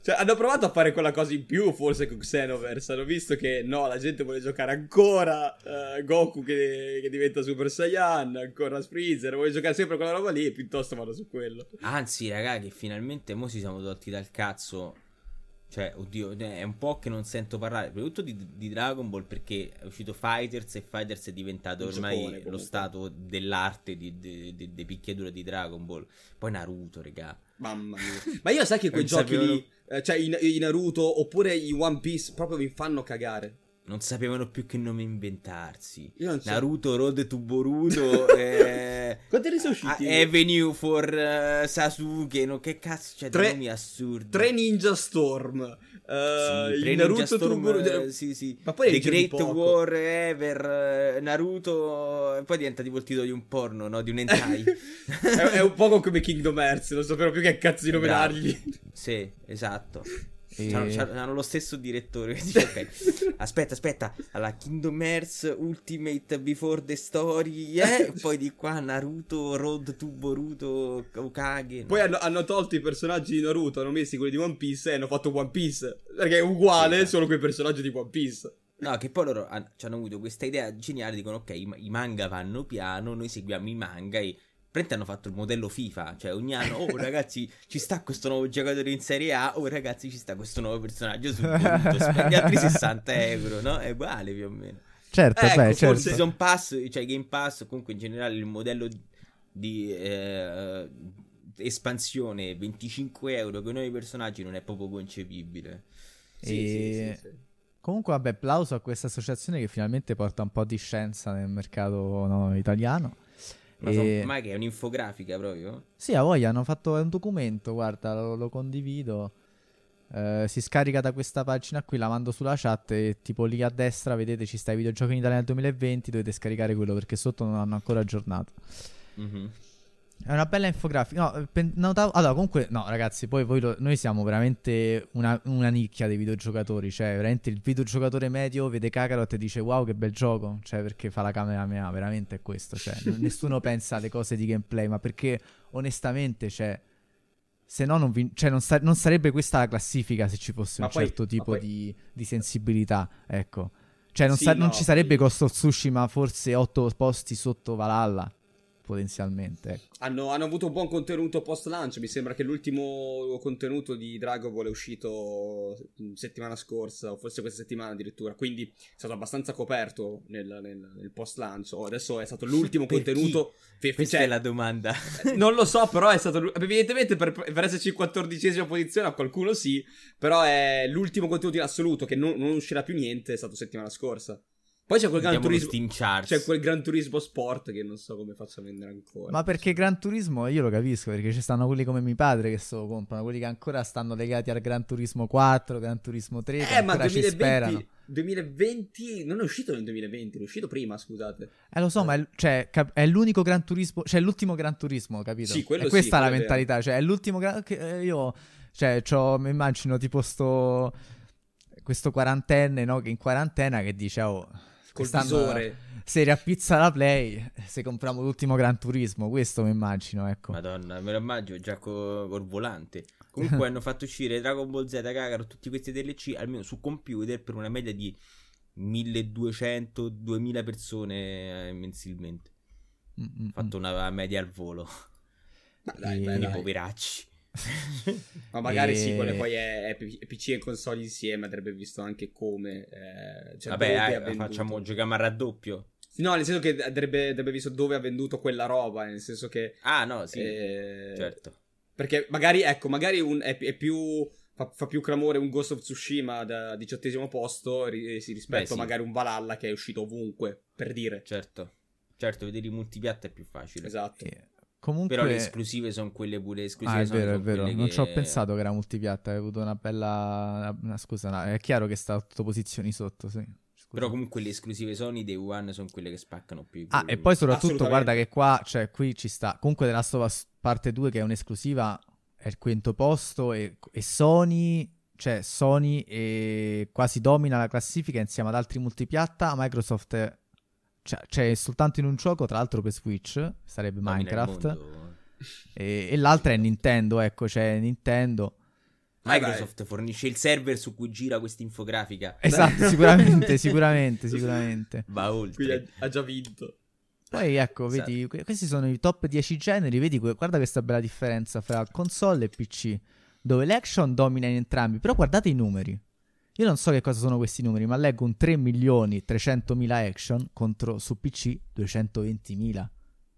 Cioè, hanno provato a fare quella cosa in più, forse, con Xenoverse. Hanno visto che, no, la gente vuole giocare ancora Goku che diventa Super Saiyan, ancora Freezer, vuole giocare sempre quella roba lì, e piuttosto vanno su quello. Anzi, raga, che finalmente mo ci siamo tolti dal cazzo. Cioè, oddio, è un po' che non sento parlare, soprattutto di Dragon Ball, perché è uscito Fighters e Fighters è diventato ormai lo stato dell'arte di picchiadura di Dragon Ball. Poi Naruto, regà. Mamma mia. Ma io sai che quei giochi lì, cioè i Naruto oppure i One Piece, proprio mi fanno cagare. Non sapevano più che nome inventarsi. Io Naruto, Road to Boruto, quanti ne sono usciti? Avenue for Sasuke, no? Che cazzo c'è di nomi assurdi? 3 Ninja Storm. Sì, Naruto Storm, Boruto, sì. Ma poi The Great War Ever, Naruto, e poi diventa tipo il titolo di un porno, no? Di un hentai. è un po' come Kingdom Hearts, non sapevo più che cazzo di nominargli. Sì, esatto. Hanno lo stesso direttore che dice ok, aspetta, alla Kingdom Hearts Ultimate Before the Story, e poi di qua Naruto, Road to Boruto, Hokage, no? Poi hanno tolto i personaggi di Naruto, hanno messi quelli di One Piece e hanno fatto One Piece, perché è uguale, solo quei personaggi di One Piece. No, che poi loro hanno avuto questa idea geniale, dicono ok, i manga vanno piano, noi seguiamo i manga e hanno fatto il modello FIFA, cioè ogni anno, oh ragazzi, ci sta questo nuovo giocatore in Serie A, oh ragazzi, ci sta questo nuovo personaggio sul Boruto, spendi altri 60 euro, no? È uguale più o meno. Certo, ecco, certo. Season Pass, cioè Game Pass, comunque in generale il modello di espansione 25 euro con nuovi personaggi non è proprio concepibile. Sì. Comunque, vabbè, applauso a questa associazione che finalmente porta un po' di scienza nel mercato italiano. Ma che è un'infografica proprio? Sì, a voglia, hanno fatto un documento, guarda, lo condivido. Si scarica da questa pagina qui, la mando sulla chat e tipo lì a destra vedete ci sta i videogiochi in Italia nel 2020, dovete scaricare quello perché sotto non hanno ancora aggiornato. È una bella infografica. Allora, comunque, no, ragazzi, poi noi siamo veramente una nicchia dei videogiocatori. Cioè, veramente il videogiocatore medio vede Kakarot e dice wow, che bel gioco. Cioè, perché fa la camera mia, veramente è questo. Cioè, nessuno pensa alle cose di gameplay, ma perché onestamente, cioè, se no non sarebbe questa la classifica se ci fosse un certo tipo di sensibilità, ecco. Cioè, non ci sarebbe Ghost of Tsushima forse 8 posti sotto Valhalla. Potenzialmente, ecco. Hanno avuto un buon contenuto post launch. Mi sembra che l'ultimo contenuto di Dragon Ball è uscito settimana scorsa, o forse questa settimana addirittura. Quindi è stato abbastanza coperto nel post launch. Adesso è stato l'ultimo contenuto. Questa è la domanda. Non lo so, però è stato evidentemente per esserci in 14ª posizione a qualcuno sì. Però è l'ultimo contenuto in assoluto che non uscirà più niente. È stato settimana scorsa. Poi c'è quel Gran Turismo Sport che non so come faccia a vendere ancora. Ma perché Gran Turismo io lo capisco, perché ci stanno quelli come mio padre che se lo comprano, quelli che ancora stanno legati al Gran Turismo 4, Gran Turismo 3, che ancora ci sperano. 2020 non è uscito nel 2020, è uscito prima, scusate. Lo so, ma è l'unico Gran Turismo, cioè l'ultimo Gran Turismo, capito? Sì, quello e questa è la vero. mentalità, cioè è l'ultimo io cioè mi immagino tipo questo quarantenne, no, che in quarantena che dice col visore se riappizza la Play, se compriamo l'ultimo Gran Turismo, questo mi immagino, ecco. Madonna, me lo immagino già col volante. Comunque hanno fatto uscire Dragon Ball Z, Kakarot, tutti questi DLC almeno su computer per una media di 1200-2000 persone mensilmente. Fatto una media al volo. Ma dai. Poveracci. Ma magari sì, quello poi è PC e console insieme, avrebbe visto anche come giochiamo a raddoppio. No, nel senso che avrebbe visto dove ha venduto quella roba, nel senso che certo. Perché magari è più fa più clamore un Ghost of Tsushima da 18° posto rispetto a magari un Valhalla che è uscito ovunque, per dire. Certo, vedere i multipiatta è più facile. Esatto. Comunque... Però le esclusive sono quelle pure esclusive. È vero. Non ci ho pensato che era multipiatta. Hai avuto una bella... Scusa, è chiaro che sta a 8 posizioni sotto, sì. Scusa. Però comunque le esclusive Sony Day One sono quelle che spaccano più. E poi soprattutto guarda che qua, cioè qui ci sta. Comunque The Last of Us parte 2 che è un'esclusiva è il 5° posto e Sony... Cioè Sony quasi domina la classifica insieme ad altri multipiatta. Microsoft... C'è soltanto in un gioco, tra l'altro per Switch, sarebbe Minecraft, e l'altra è Nintendo, ecco, c'è Nintendo, Microsoft fornisce il server su cui gira questa infografica. Esatto, sicuramente. Va oltre. Quindi ha già vinto. Poi ecco, vedi, questi sono i top 10 generi, vedi, guarda questa bella differenza fra console e PC, dove l'action domina in entrambi, però guardate i numeri. Io non so che cosa sono questi numeri, ma leggo un 3.300.000 action contro su PC 220.000.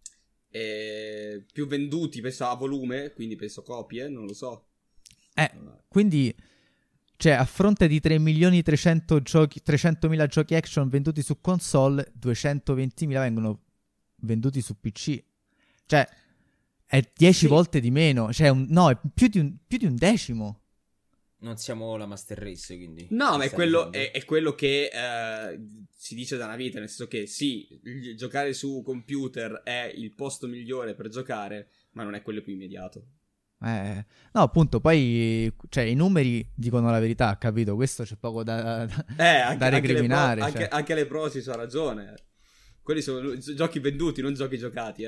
Più venduti, penso a volume, quindi penso copie, non lo so. Quindi, cioè, a fronte di 3.300.000 giochi action venduti su console, 220.000 vengono venduti su PC. Cioè, è 10 volte di meno. Cioè, è più di un decimo. Non siamo la Master Race, quindi. No, ma è quello che si dice da una vita, nel senso che sì, giocare su computer è il posto migliore per giocare, ma non è quello più immediato. No, appunto, poi, cioè, i numeri dicono la verità, capito? Questo c'è poco da recriminare. Anche le pro ci sono ragione. Quelli sono giochi venduti, non giochi giocati,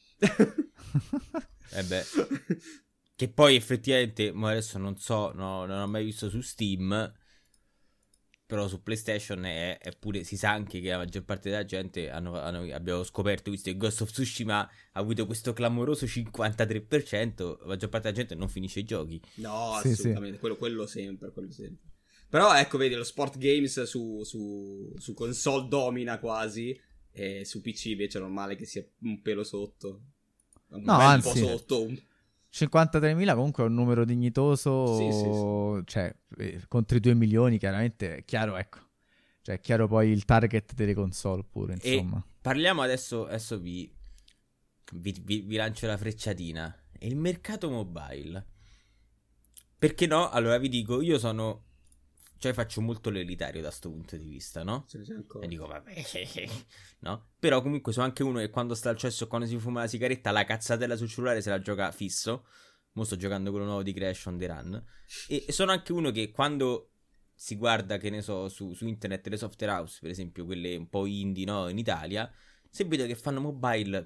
beh. Che poi effettivamente, ma adesso non so, non ho mai visto su Steam, però su PlayStation è pure, si sa anche che la maggior parte della gente abbiamo scoperto, visto che Ghost of Tsushima ha avuto questo clamoroso 53%, la maggior parte della gente non finisce i giochi. No, assolutamente, sì. Quello sempre. Però ecco, vedi, lo sport games su console domina quasi, e su PC invece è normale che sia un pelo sotto. Un po' sotto. 53.000 comunque è un numero dignitoso, sì. Cioè, contro i 2 milioni chiaramente è chiaro, ecco. Cioè è chiaro poi il target delle console pure, insomma. E parliamo adesso vi lancio la frecciatina. Il mercato mobile. Perché no? Allora vi dico, io faccio molto l'elitario da sto punto di vista, no? E dico, vabbè, no? Però comunque sono anche uno che quando sta al cesso e quando si fuma la sigaretta, la cazzatella sul cellulare se la gioca fisso. Mo sto giocando quello nuovo di Crash on the Run. E sono anche uno che quando si guarda, che ne so, su internet, le software house, per esempio, quelle un po' indie, no? In Italia, se vedo che fanno mobile,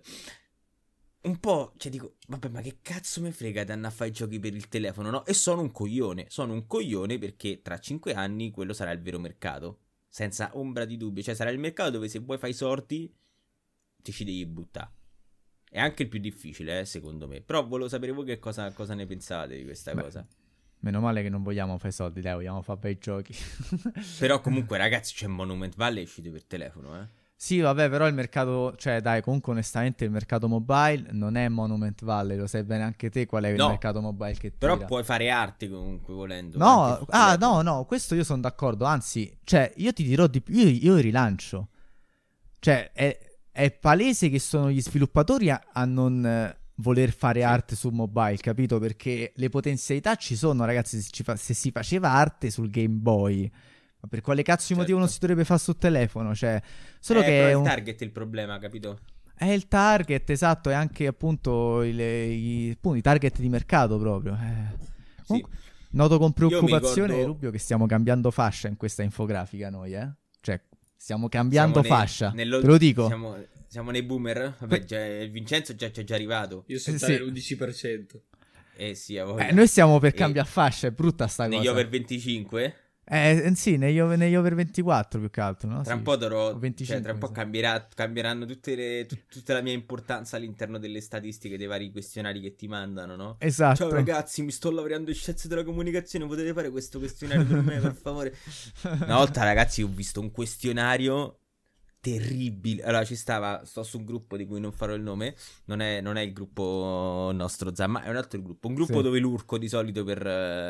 un po', cioè dico, vabbè, ma che cazzo me frega di andare a fare i giochi per il telefono, no? E sono un coglione perché tra 5 anni quello sarà il vero mercato, senza ombra di dubbio. Cioè sarà il mercato dove se vuoi fare i sorti ti ci devi buttare. È anche il più difficile, secondo me. Però volevo sapere voi che cosa ne pensate di questa cosa. Meno male che non vogliamo fare soldi, dai, vogliamo fare bei giochi. Però comunque, ragazzi, c'è Monument Valley, è uscito per telefono, Sì, vabbè, però il mercato, cioè dai, comunque onestamente il mercato mobile non è Monument Valley, lo sai bene anche te qual è il mercato mobile che tira. Però puoi fare arte comunque volendo. No, no, questo io sono d'accordo, anzi, cioè io ti dirò di più, io rilancio. Cioè è palese che sono gli sviluppatori a non voler fare arte su mobile, capito? Perché le potenzialità ci sono, ragazzi, se si faceva arte sul Game Boy... Ma per quale cazzo di motivo non si dovrebbe fare sul telefono? Cioè, solo che però il target è il problema, capito? È il target, esatto, e anche appunto i target di mercato proprio. Sì. Noto con preoccupazione, Rubio, che stiamo cambiando fascia in questa infografica noi, Cioè, stiamo cambiando fascia, te lo dico. Siamo nei boomer? Vabbè, il Vincenzo già c'è già arrivato. Io sono all'11%. Sì, noi stiamo per cambiare fascia, è brutta sta cosa. Negli over 25? Sì, negli over 24 più che altro, no? Tra un po' tra un po' cambieranno tutta la mia importanza all'interno delle statistiche dei vari questionari che ti mandano, no? Esatto. Ciao ragazzi, mi sto laureando in scienze della comunicazione, potete fare questo questionario per me, per favore? Una volta, ragazzi, ho visto un questionario terribile. Allora sto su un gruppo di cui non farò il nome, non è il gruppo nostro Zamma, è un altro gruppo, dove l'urco di solito per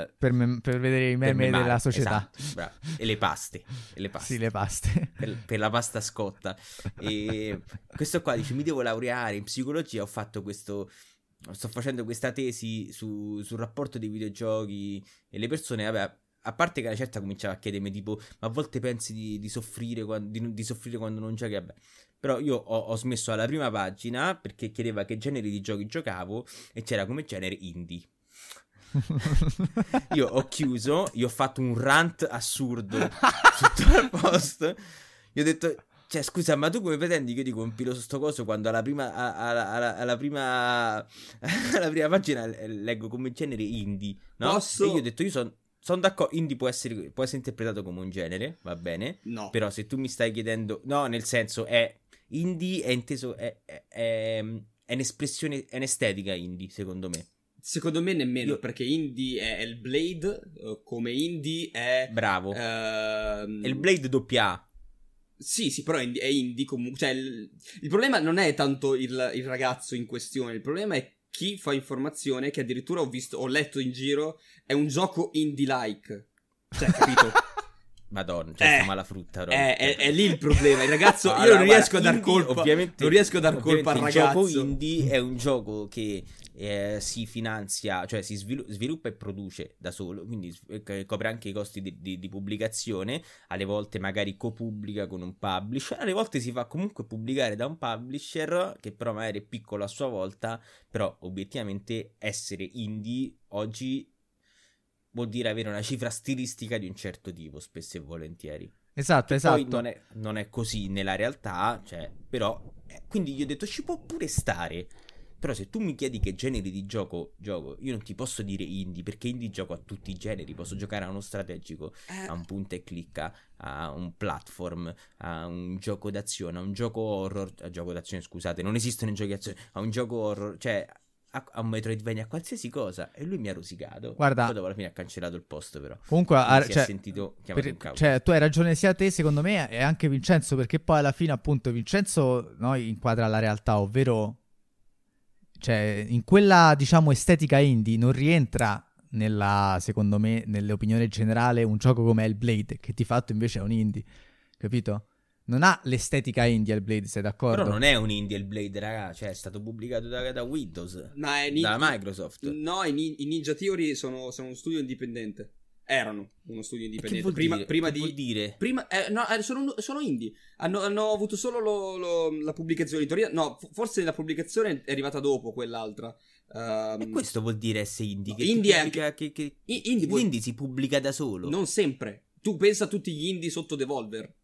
vedere i meme della società, esatto, bravo. E le paste sì, le paste per la pasta scotta. E questo qua dice: mi devo laureare in psicologia, sto facendo questa tesi sul rapporto dei videogiochi e le persone. Vabbè, a parte che una certa cominciava a chiedermi tipo, ma a volte pensi di soffrire quando non giochi? Vabbè. Però io ho smesso alla prima pagina perché chiedeva che generi di giochi giocavo e c'era come genere indie. Io ho chiuso, io ho fatto un rant assurdo su tutto il post. Io ho detto, Cioè, scusa, ma tu come pretendi che io ti compilo su sto coso quando alla prima alla prima pagina leggo come genere indie, no? Posso? E io ho detto, io sono d'accordo, indie può essere interpretato come un genere, va bene? No. Però se tu mi stai chiedendo, no, nel senso indie è inteso, è un'espressione, è un'estetica indie, secondo me. Secondo me nemmeno, perché indie è il Blade, come indie è... Bravo. È il Blade AA. Sì, però è indie comunque. Cioè, il problema non è tanto il ragazzo in questione, il problema è chi fa informazione, che addirittura ho letto in giro, è un gioco indie-like. Cioè, capito? Madonna, cioè stiamo alla frutta. È lì il problema. Il ragazzo, io non riesco a dar colpa. Ovviamente, non riesco a dar colpa al ragazzo. Il gioco indie è un gioco che si finanzia, cioè si sviluppa e produce da solo, quindi copre anche i costi di pubblicazione. Alle volte magari copubblica con un publisher, alle volte si fa comunque pubblicare da un publisher che però magari è piccolo a sua volta. Però obiettivamente essere indie oggi vuol dire avere una cifra stilistica di un certo tipo, spesso e volentieri. Esatto. Poi non è così nella realtà, cioè, però quindi io ho detto ci può pure stare. Però se tu mi chiedi che generi di gioco, io non ti posso dire indie, perché indie gioco a tutti i generi. Posso giocare a uno strategico, a un punta e clicca, a un platform, a un gioco d'azione, a un gioco horror, a gioco d'azione scusate, non esistono i giochi d'azione, a un gioco horror, cioè a un Metroidvania, a qualsiasi cosa. E lui mi ha rosicato. Guarda, poi dopo alla fine ha cancellato il post, però comunque si è sentito chiamato in causa. Cioè, tu hai ragione sia te, secondo me, e anche Vincenzo, perché poi alla fine appunto Vincenzo inquadra la realtà, ovvero cioè in quella diciamo estetica indie non rientra secondo me nell'opinione generale un gioco come Hellblade, che di fatto invece è un indie, capito? Non ha l'estetica indie Hellblade, sei d'accordo? Però non è un indie Hellblade, raga, cioè è stato pubblicato da Windows, da Microsoft. No, i Ninja Theory sono uno studio indipendente. Erano uno studio indipendente. Che vuol dire? Sono indie. Hanno avuto solo la pubblicazione editoriale. No, forse la pubblicazione è arrivata dopo quell'altra. E questo vuol dire essere indie? Che indie l'indie si pubblica da solo. Non sempre. Tu pensa a tutti gli indie sotto Devolver.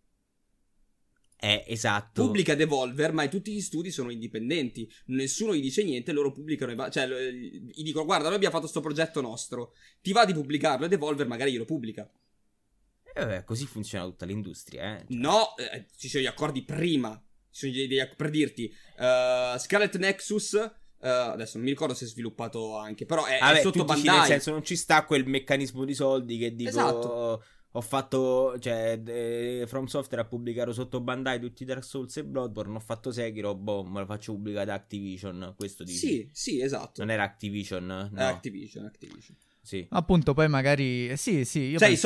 Esatto. Pubblica Devolver, ma tutti gli studi sono indipendenti. Nessuno gli dice niente, loro pubblicano. Cioè, gli dicono: guarda, noi abbiamo fatto sto progetto nostro. Ti va di pubblicarlo? E Devolver magari glielo pubblica. Così funziona tutta l'industria, Cioè. No, ci sono gli accordi prima. Ci sono per dirti, Scarlet Nexus. Adesso non mi ricordo se è sviluppato anche. Però è sotto Bandai. Nel senso, non ci sta quel meccanismo di soldi che dico. Esatto. Ho fatto, cioè, From Software ha pubblicato sotto Bandai tutti Dark Souls e Bloodborne. Ho fatto Sekiro, me lo faccio pubblicare da Activision. Questo dici? Sì, esatto. Non era Activision? No. Activision. Sì. Appunto, poi magari sì, io cioè,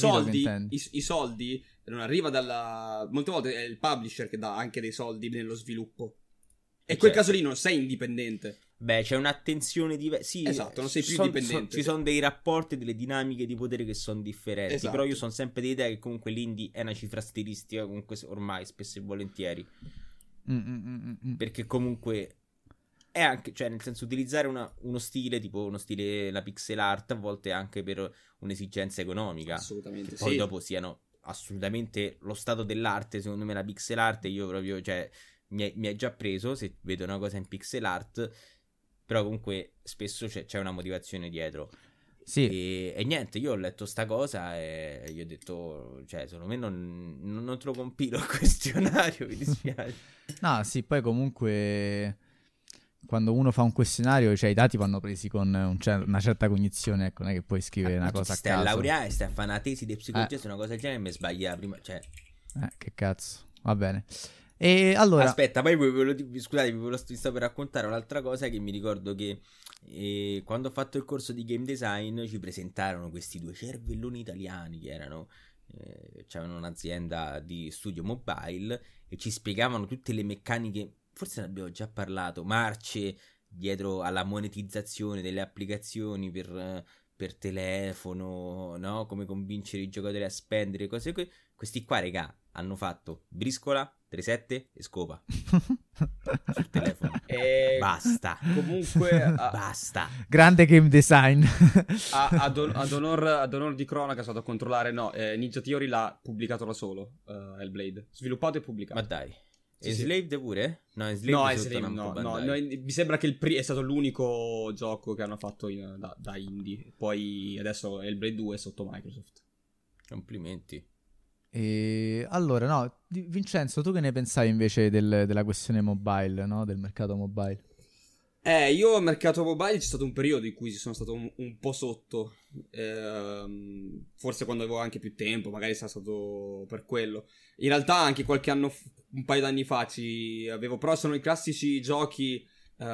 i soldi non arriva dalla. Molte volte è il publisher che dà anche dei soldi nello sviluppo. E in quel caso lì non sei indipendente. Beh, c'è un'attenzione diversa. Sì, esatto, non sei più indipendente. Ci sono dei rapporti, delle dinamiche di potere che sono differenti. Esatto. Però io sono sempre dell'idea che comunque l'indie è una cifra stilistica, comunque ormai spesso e volentieri. Perché comunque è anche, cioè nel senso, utilizzare uno stile, tipo uno stile, la pixel art, a volte anche per un'esigenza economica. Assolutamente che poi dopo siano assolutamente lo stato dell'arte. Secondo me la pixel art, io proprio, cioè, mi è già preso se vedo una cosa in pixel art. Però comunque spesso c'è una motivazione dietro. Sì. E niente, io ho letto sta cosa e gli ho detto, cioè, secondo me non te lo compilo il questionario, mi dispiace. No, sì, poi comunque quando uno fa un questionario, cioè i dati vanno presi con una certa cognizione, ecco, non è che puoi scrivere una cosa a caso. Stai a laureare, stai a fare una tesi di psicologia su una cosa del genere e mi sbaglia prima, cioè. Che cazzo, va bene. E allora, aspetta, poi scusate, vi sto per raccontare un'altra cosa che mi ricordo che quando ho fatto il corso di game design ci presentarono questi due cervelloni italiani che erano c'avevano un'azienda di studio mobile e ci spiegavano tutte le meccaniche, forse ne abbiamo già parlato, marce dietro alla monetizzazione delle applicazioni per per telefono, no? Come convincere i giocatori a spendere, cose questi qua, regà, hanno fatto briscola, 3-7 e scopa sul telefono. Basta. Comunque basta. Grande game design. ad onor di cronaca sono andato a controllare. No, Ninja Theory l'ha pubblicato da solo, Hellblade, sviluppato e pubblicato. Ma dai. Sì, Enslaved pure? No, Enslaved no, mi sembra che è stato l'unico gioco che hanno fatto da indie. Poi adesso Hellblade 2 è sotto Microsoft. Complimenti. E allora, no, Vincenzo, tu che ne pensavi invece della questione mobile, no? Del mercato mobile? Io al mercato mobile c'è stato un periodo in cui sono stato un po' sotto. Forse quando avevo anche più tempo, magari sarà stato per quello. In realtà anche qualche anno, un paio d'anni fa avevo, però sono i classici giochi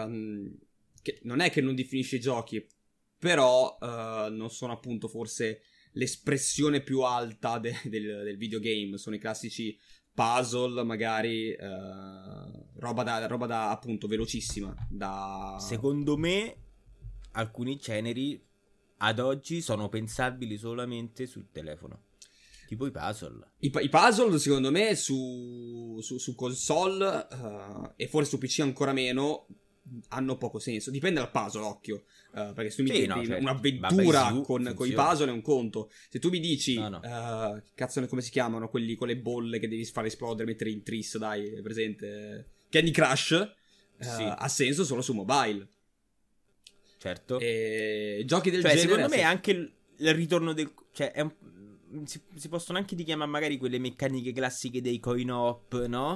che non è che non definisce i giochi, però non sono appunto forse l'espressione più alta del videogame. Sono i classici puzzle, magari roba da appunto velocissima. Secondo me alcuni generi ad oggi sono pensabili solamente sul telefono, tipo i puzzle. I puzzle secondo me su console e forse su PC ancora meno hanno poco senso. Dipende dal puzzle, occhio. Perché se tu mi dici un'avventura con i puzzle è un conto. Se tu mi dici cazzo, come si chiamano quelli con le bolle che devi fare esplodere, mettere in tris, dai, è presente? Candy Crush, ha senso solo su mobile. Certo. E giochi del genere, secondo me anche il ritorno del, cioè si possono anche richiamare magari quelle meccaniche classiche dei coin op, no?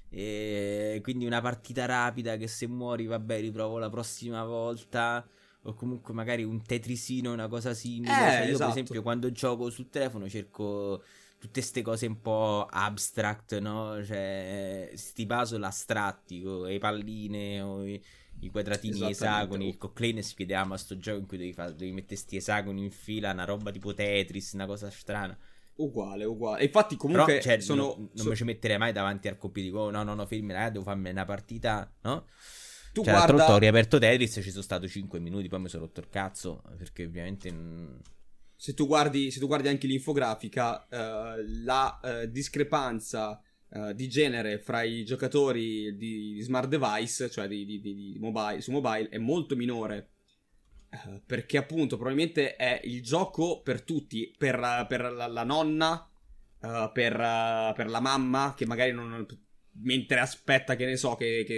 E quindi una partita rapida che se muori vabbè riprovo la prossima volta, o comunque magari un tetrisino, una cosa simile. Io esatto. Per esempio quando gioco sul telefono cerco tutte ste cose un po' abstract, no? Cioè sti puzzle astratti con le palline o i quadratini, gli esagoni. Il Cochlane si chiedeva a sto gioco in cui devi mettere sti esagoni in fila, una roba tipo Tetris, una cosa strana. Uguale. E infatti comunque però, non mi ci metterei mai davanti al computer. No, fermi, devo farmi una partita, no? Tu l'altro volta ho riaperto Tetris, ci sono stato 5 minuti, poi mi sono rotto il cazzo, perché ovviamente se tu guardi anche l'infografica, la discrepanza di genere fra i giocatori di smart device, cioè di mobile, su mobile, è molto minore. Perché appunto probabilmente è il gioco per tutti, per la nonna, per la mamma che magari non, mentre aspetta, che ne so,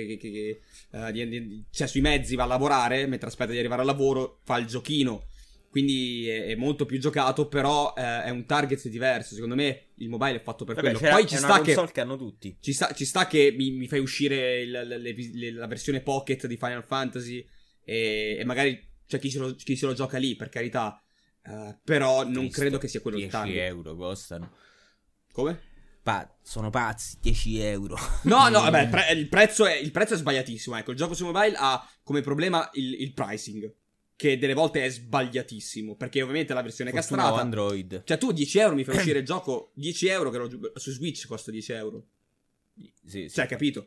cioè sui mezzi va a lavorare, mentre aspetta di arrivare al lavoro fa il giochino, quindi è molto più giocato, però è un target diverso. Secondo me il mobile è fatto per quello. Poi ci sta che hanno tutti. Ci sta che mi fai uscire la versione Pocket di Final Fantasy e magari c'è chi se lo gioca lì, per carità, però non credo che sia quello il target. 10 euro costano. Come? Sono pazzi, 10 euro. No, vabbè, il prezzo è sbagliatissimo. Ecco, il gioco su mobile ha come problema il pricing, che delle volte è sbagliatissimo, perché ovviamente la versione castrata Android. Cioè tu 10 euro mi fai uscire il gioco 10 euro che su Switch costa 10 euro. Sì. Cioè, capito?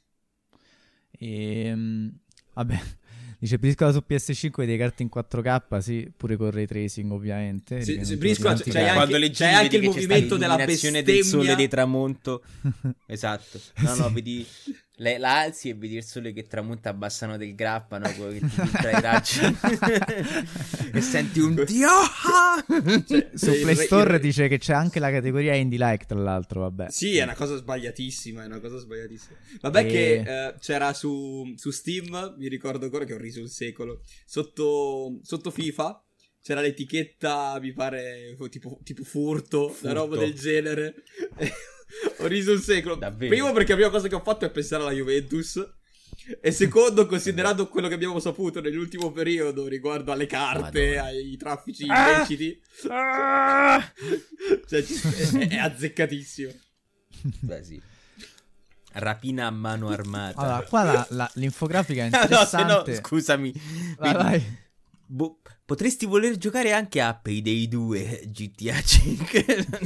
Vabbè, dice Briscola su PS5 dei carte in 4K, sì, pure con ray tracing ovviamente. Sì, Briscola c'è anche il movimento della bestemmia del sole di tramonto. Esatto. No, vedi la alzi e vedi il sole che tramonta, abbassano del grappa, no? Quello che ti filtra i raggi e senti un Dio. Su Play Store dice che c'è anche la categoria indie like, tra l'altro, vabbè. Sì, è una cosa sbagliatissima, Vabbè che c'era su Steam, mi ricordo ancora che ho riso un secolo, sotto FIFA c'era l'etichetta, mi pare, tipo furto, una roba del genere. Ho riso un secolo. Davvero? Primo perché la prima cosa che ho fatto è pensare alla Juventus, e secondo, considerato quello che abbiamo saputo nell'ultimo periodo riguardo alle carte, ai traffici illeciti, cioè è azzeccatissimo. Beh, sì. Rapina a mano armata. Allora, qua l'infografica è interessante. No, scusami. Vai. Potresti voler giocare anche a Payday 2 GTA 5.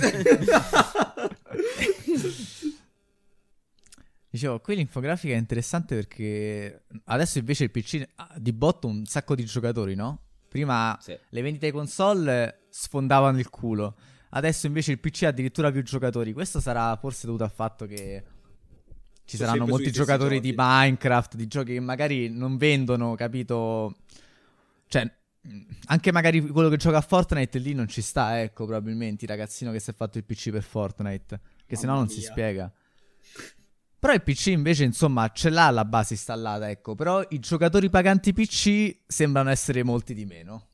Dicevo, qui l'infografica è interessante perché adesso invece il PC di botto un sacco di giocatori, no? Prima le vendite console sfondavano il culo. Adesso invece il PC ha addirittura più giocatori. Questo sarà forse dovuto al fatto che ci saranno molti giocatori di Minecraft, di giochi che magari non vendono, capito? Cioè, anche magari quello che gioca a Fortnite lì non ci sta, ecco, probabilmente il ragazzino che si è fatto il PC per Fortnite, che sennò non si spiega. Però il PC invece, insomma, ce l'ha la base installata, ecco. Però i giocatori paganti PC sembrano essere molti di meno.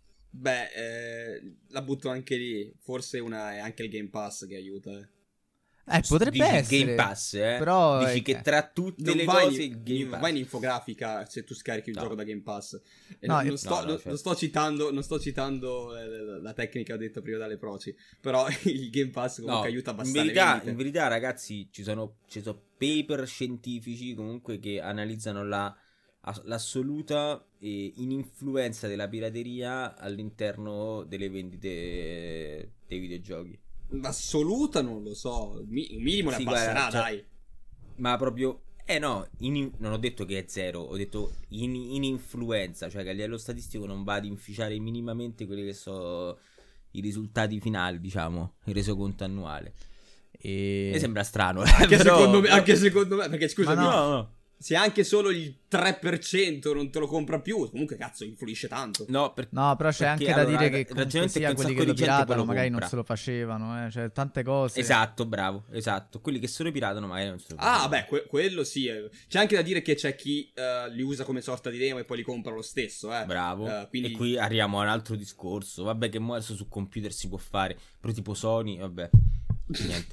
La butto anche lì. Forse è anche il Game Pass che aiuta. Potrebbe essere. Il Game Pass, Però dici che tra tutte le cose il Game Pass. Vai in infografica se tu scarichi un gioco da Game Pass. Non sto citando la tecnica detta prima dalle proci. Però il Game Pass comunque aiuta abbastanza. In verità, ragazzi, ci sono paper scientifici comunque che analizzano l'assoluta ininfluenza della pirateria all'interno delle vendite dei videogiochi. L'assoluta non lo so, minimo ne abbasserà, dai. Ma proprio non ho detto che è zero, ho detto in influenza, cioè che a livello statistico non va ad inficiare minimamente quelli che sono i risultati finali, diciamo, il resoconto annuale. Mi sembra strano, anche secondo me, perché scusami, no. Se anche solo il 3% non te lo compra più, comunque cazzo influisce tanto. No, però c'è anche da dire che sia quelli che lo piratano magari non se lo facevano, cioè tante cose. Esatto, bravo, esatto. Quelli che se lo piratano magari non se lo facevano. Quello sì. C'è anche da dire che c'è chi li usa come sorta di demo e poi li compra lo stesso, Bravo. Quindi... E qui arriviamo a un altro discorso. Vabbè, che adesso su computer si può fare, però tipo Sony, vabbè. Niente.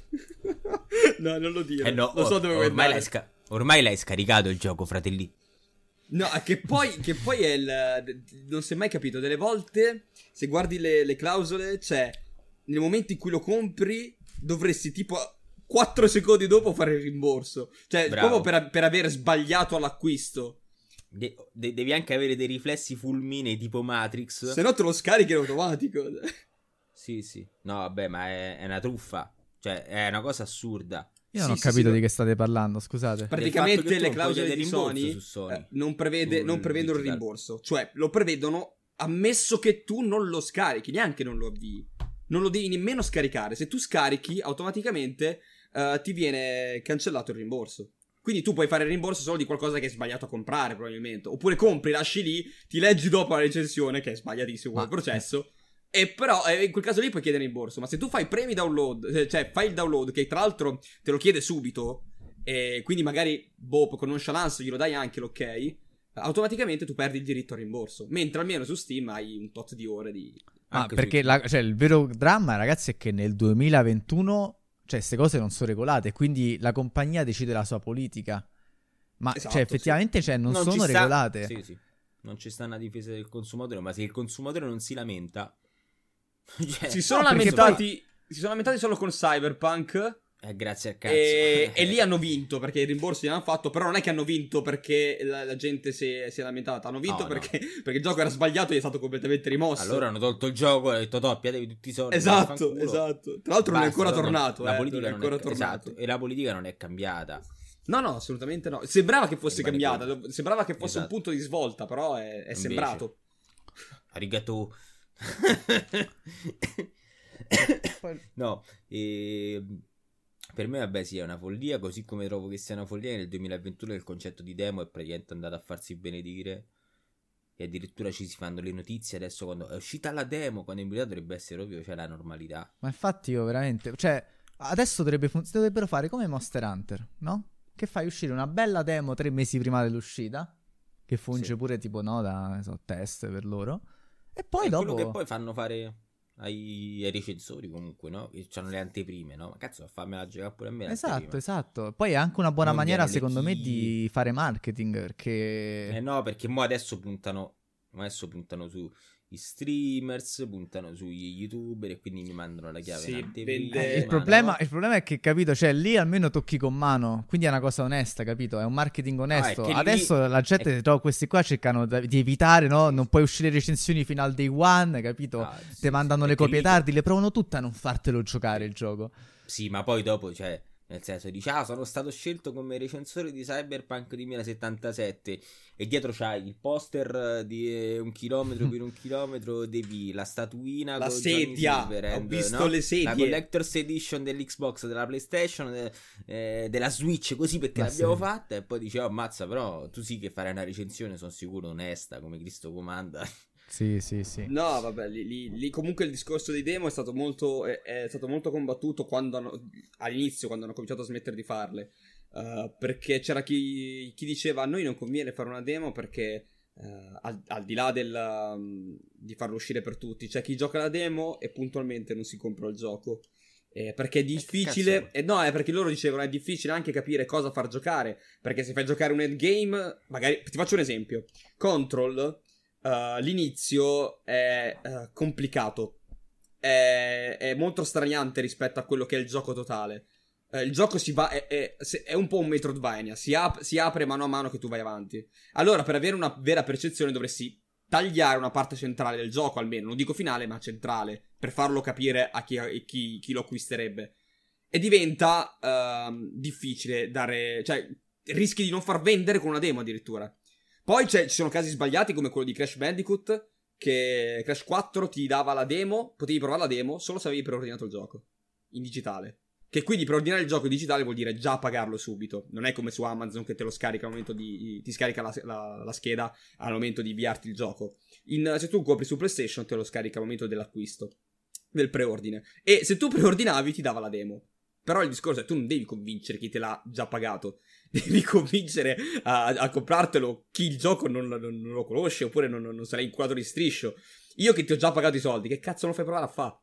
No, non lo dire. No, lo so dove vuoi andare. Ormai l'hai scaricato il gioco, fratelli. No, che poi è non si è mai capito. Delle volte, se guardi le clausole, c'è nel momento in cui lo compri, dovresti tipo 4 secondi dopo fare il rimborso. Cioè, bravo, proprio per aver sbagliato all'acquisto. Devi anche avere dei riflessi fulminei tipo Matrix. Se no te lo scarichi in automatico. Sì. No, vabbè, ma è una truffa. Cioè, è una cosa assurda. Io non ho capito di che state parlando, scusate. Praticamente le clausole di Sony non prevedono il rimborso. Cioè, lo prevedono ammesso che tu non lo scarichi, neanche non lo avvii. Non lo devi nemmeno scaricare. Se tu scarichi, automaticamente ti viene cancellato il rimborso. Quindi tu puoi fare il rimborso solo di qualcosa che hai sbagliato a comprare, probabilmente. Oppure compri, lasci lì, ti leggi dopo la recensione, che è sbagliatissimo il processo. E però in quel caso lì puoi chiedere rimborso. Ma se tu fai premi download, cioè fai il download, che tra l'altro te lo chiede subito, e quindi magari con nonchalance glielo dai anche l'ok, automaticamente tu perdi il diritto al rimborso. Mentre almeno su Steam hai un tot di ore di... perché il vero dramma, ragazzi, è che nel 2021 queste cose non sono regolate, quindi la compagnia decide la sua politica. Ma esatto, effettivamente non sono regolate. Sì. Non ci sta una difesa del consumatore, ma se il consumatore non si lamenta... Si sono lamentati solo con Cyberpunk. Grazie al cazzo. E lì hanno vinto perché i rimborsi li hanno fatto. Però non è che hanno vinto perché la gente si è lamentata. Hanno vinto perché il gioco era sbagliato e è stato completamente rimosso. Allora hanno tolto il gioco e hanno detto piatevi tutti i soldi. Esatto. Tra l'altro non è ancora tornato. La politica non è tornato. Esatto. E la politica non è cambiata. No, assolutamente no. Sembrava che fosse cambiata. Sembrava che fosse un punto di svolta. Però è sembrato. Arigato. No, per me vabbè sì, è una follia, così come trovo che sia una follia che nel 2021 il concetto di demo è praticamente andato a farsi benedire e addirittura ci si fanno le notizie adesso quando è uscita la demo, quando in verità dovrebbe essere proprio la normalità. Ma infatti io veramente, adesso dovrebbero fare come Monster Hunter, no? Che fai uscire una bella demo 3 mesi prima dell'uscita, che funge pure tipo da test per loro. E poi dopo... quello che poi fanno fare ai recensori comunque, no? Che hanno le anteprime, no? Ma cazzo, fammela giocare pure a me. Esatto. Poi è anche una buona maniera, secondo me, di fare marketing, perché... no, perché mo adesso puntano su i streamers, puntano sugli youtuber e quindi mi mandano la chiave in anteprima. Il problema è che, capito, lì almeno tocchi con mano, quindi è una cosa onesta, capito? È un marketing onesto. Adesso la gente, questi qua cercano di evitare, no? Non puoi uscire recensioni fino al day one, capito? Te mandano le copie tardi, le provano tutte a non fartelo giocare il gioco. Sì, ma poi dopo, Nel senso, dice, sono stato scelto come recensore di Cyberpunk 2077 e dietro c'hai il poster di 1 chilometro per 1 chilometro, devi la statuina, la sedia, ho visto, no? Le sedie, la Collector's Edition dell'Xbox, della PlayStation, della Switch, così perché l'abbiamo fatta, e poi dice, ammazza, però tu sì che farai una recensione, sono sicuro, onesta, come Cristo comanda. Sì. No, vabbè, lì comunque il discorso dei demo è stato molto combattuto all'inizio, quando hanno cominciato a smettere di farle. Perché c'era chi diceva: a noi non conviene fare una demo perché al di là di farlo uscire per tutti, c'è chi gioca la demo e puntualmente non si compra il gioco. Perché è difficile, no, è perché loro dicevano è difficile anche capire cosa far giocare. Perché se fai giocare un endgame, magari ti faccio un esempio: Control. L'inizio è complicato, è molto straniante rispetto a quello che è il gioco totale. Il gioco è un po' un Metroidvania, si apre mano a mano che tu vai avanti. Allora, per avere una vera percezione dovresti tagliare una parte centrale del gioco, almeno, non dico finale ma centrale, per farlo capire a chi lo acquisterebbe. E diventa difficile dare, cioè rischi di non far vendere con una demo addirittura. Poi ci sono casi sbagliati come quello di Crash Bandicoot, che Crash 4 ti dava la demo, potevi provare la demo solo se avevi preordinato il gioco in digitale. Che quindi preordinare il gioco in digitale vuol dire già pagarlo subito. Non è come su Amazon che te lo scarica al momento ti scarica la scheda al momento di inviarti il gioco. Se tu compri su PlayStation te lo scarica al momento dell'acquisto, del preordine. E se tu preordinavi ti dava la demo. Però il discorso è tu non devi convincere chi te l'ha già pagato. Devi convincere a comprartelo chi il gioco non lo conosce, oppure non sarà in quadro di striscio. Io che ti ho già pagato i soldi, che cazzo lo fai provare a fa'?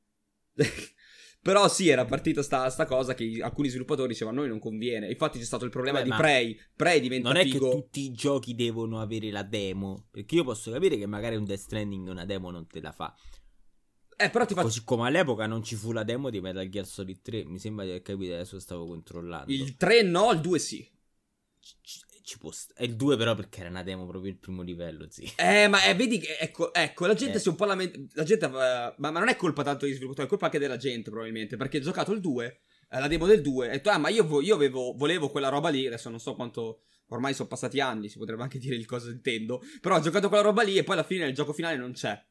Però sì, era partita sta cosa che alcuni sviluppatori dicevano a noi non conviene. Infatti c'è stato il problema di Prey diventa figo. Non è che tutti i giochi devono avere la demo, perché io posso capire che magari un Death Stranding una demo non te la fa. Però così come all'epoca non ci fu la demo di Metal Gear Solid 3. Mi sembra di aver capito, adesso stavo controllando. Il 3 no, il 2 sì. Il 2 però perché era una demo proprio il primo livello, sì. Ma vedi che ecco la gente si è un po' la gente ma non è colpa tanto degli sviluppatori, è colpa anche della gente probabilmente, perché ho giocato il 2, la demo del 2, e ho detto ma io volevo quella roba lì, adesso non so quanto, ormai sono passati anni, si potrebbe anche dire il cosa intendo, però ho giocato quella roba lì e poi alla fine il gioco finale non c'è.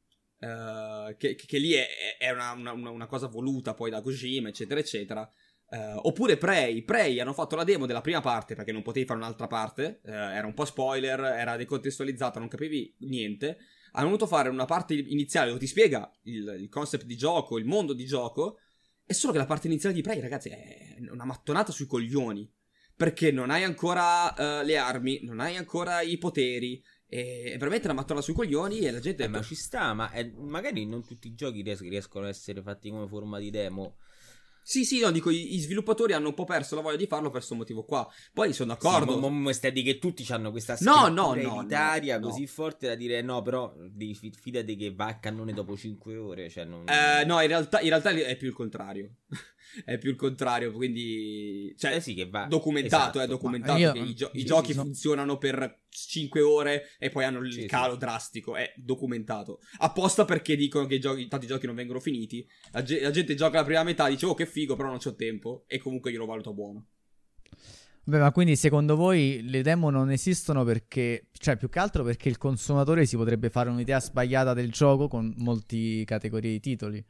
Che lì è una cosa voluta poi da Kojima, eccetera eccetera. Oppure Prey hanno fatto la demo della prima parte perché non potevi fare un'altra parte, era un po' spoiler, era decontestualizzata, non capivi niente. Hanno voluto fare una parte iniziale dove ti spiega il concept di gioco, il mondo di gioco, e solo che la parte iniziale di Prey, ragazzi, è una mattonata sui coglioni, perché non hai ancora le armi, non hai ancora i poteri. È veramente una mattonata sui coglioni e la gente... ma ci sta, ma magari non tutti i giochi riescono a essere fatti come forma di demo. Sì, no, dico, gli sviluppatori hanno un po' perso la voglia di farlo per questo motivo qua. Poi sono d'accordo. Sì, stai di che tutti hanno questa scrittura elitaria così forte da dire no, però fidati che va a cannone dopo 5 ore. Cioè non... No, in realtà è più il contrario. È più il contrario, quindi... Cioè, sì, che va... documentato, esatto, è documentato che i giochi funzionano per 5 ore e poi hanno il calo drastico, è documentato. Apposta perché dicono che tanti giochi non vengono finiti, la gente gioca la prima metà, dice oh che figo, però non c'ho tempo, e comunque io lo valuto buono. Beh, ma quindi secondo voi le demo non esistono perché, cioè più che altro perché il consumatore si potrebbe fare un'idea sbagliata del gioco con molti categorie di titoli?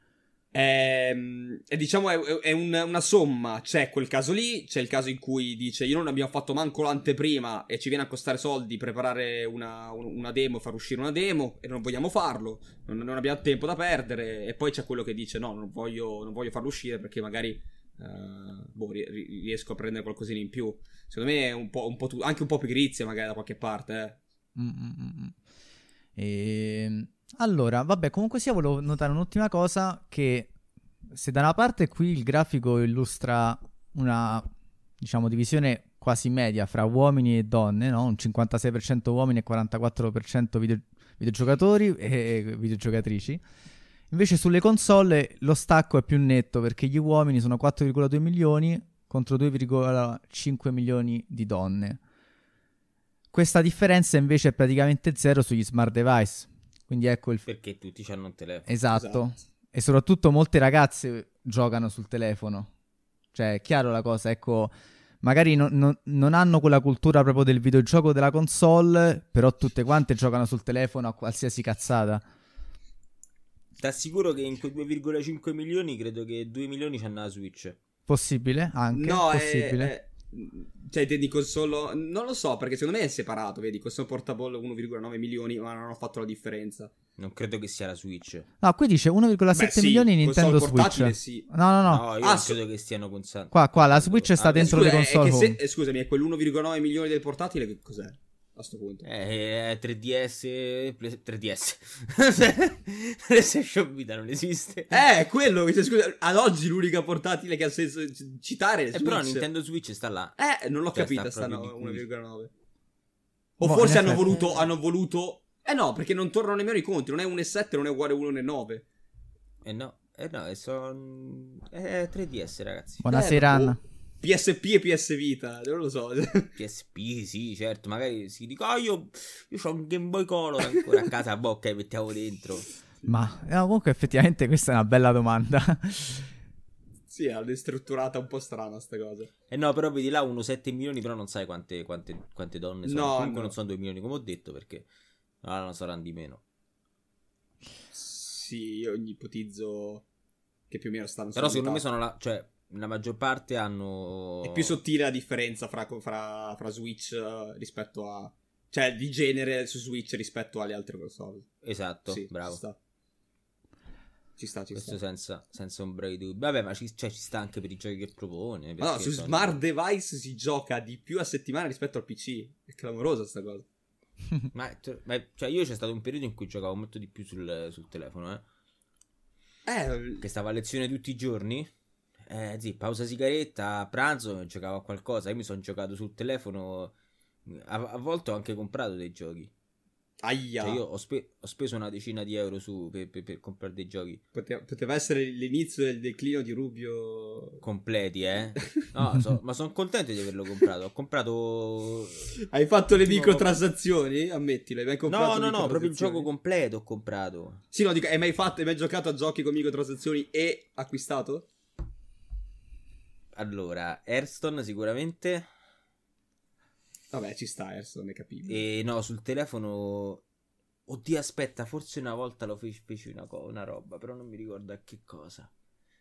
Diciamo è una somma. C'è quel caso lì, c'è il caso in cui dice io non abbiamo fatto manco l'anteprima e ci viene a costare soldi preparare una demo, far uscire una demo, e non vogliamo farlo, non abbiamo tempo da perdere. E poi c'è quello che dice no, non voglio farlo uscire perché magari riesco a prendere qualcosina in più. Secondo me è anche un po' pigrizia magari da qualche parte. Allora, vabbè, comunque sia, volevo notare un'ultima cosa, che se da una parte qui il grafico illustra una, diciamo, divisione quasi media fra uomini e donne, no? Un 56% uomini e 44% videogiocatori e videogiocatrici. Invece sulle console lo stacco è più netto, perché gli uomini sono 4,2 milioni contro 2,5 milioni di donne. Questa differenza invece è praticamente zero sugli smart device. Quindi ecco perché tutti hanno un telefono. Esatto. E soprattutto molte ragazze giocano sul telefono. Cioè, è chiaro la cosa, ecco, magari non hanno quella cultura proprio del videogioco della console, però tutte quante giocano sul telefono a qualsiasi cazzata. Ti assicuro che in quei 2,5 milioni credo che 2 milioni c'hanno la Switch. Possibile, anche, no, possibile. Cioè, intendi console... Non lo so, perché secondo me è separato, vedi, console portable 1,9 milioni, ma non hanno fatto la differenza. Non credo che sia la Switch. No, qui dice 1,7 milioni Nintendo Switch. Sì. No. Io non credo che stiano console. Qua, la Switch sta dentro le console home. Scusami, è quell'1,9 milioni del portatile, che cos'è? A sto punto 3DS PlayStation Vita non esiste. Quello che scusa, ad oggi l'unica portatile che ha senso citare è Switch. Però Nintendo Switch sta là. Non l'ho capita, sta 1,9. O Boh, forse hanno voluto no, perché non tornano nemmeno i conti, non è 1,7, non è uguale a 1,9. No, è 3DS, ragazzi. Buonasera Anna. PSP e PS Vita, non lo so. PSP, sì, certo. Magari si dico, io ho un Game Boy Color ancora a casa, bocca e mettiamo dentro. Ma comunque effettivamente questa è una bella domanda. Sì, è destrutturata un po' strana sta cosa. No, però vedi là 1,7 milioni, però non sai quante donne sono. No, comunque non sono 2 milioni, come ho detto, perché non saranno di meno. Sì, io ipotizzo che più o meno stanno. Però secondo me sono cioè la maggior parte hanno... È più sottile la differenza fra Switch rispetto a... Cioè, di genere su Switch rispetto alle altre console. Esatto, sì, bravo. Ci sta. Questo senza ombra di dubbio. Vabbè, ma ci sta anche per i giochi che propone. No, su smart device si gioca di più a settimana rispetto al PC. È clamorosa sta cosa. ma cioè io c'è stato un periodo in cui giocavo molto di più sul telefono, che stavo a lezione tutti i giorni. Pausa sigaretta, pranzo, giocavo a qualcosa. Io mi sono giocato sul telefono. A volte ho anche comprato dei giochi. Aia. Cioè io ho speso una decina di euro per comprare dei giochi. Poteva essere l'inizio del declino di Rubio. Completi, No, ma sono contento di averlo comprato. Ho comprato. Hai fatto le microtransazioni? Ammettilo, hai mai comprato? No, proprio il gioco completo ho comprato. Sì, no, dico, hai mai giocato a giochi con microtransazioni e acquistato? Allora, Hearthstone sicuramente. Vabbè, ci sta, Hearthstone, è capibile. E no, sul telefono... Oddio, aspetta, forse una volta lo feci una roba, però non mi ricordo a che cosa.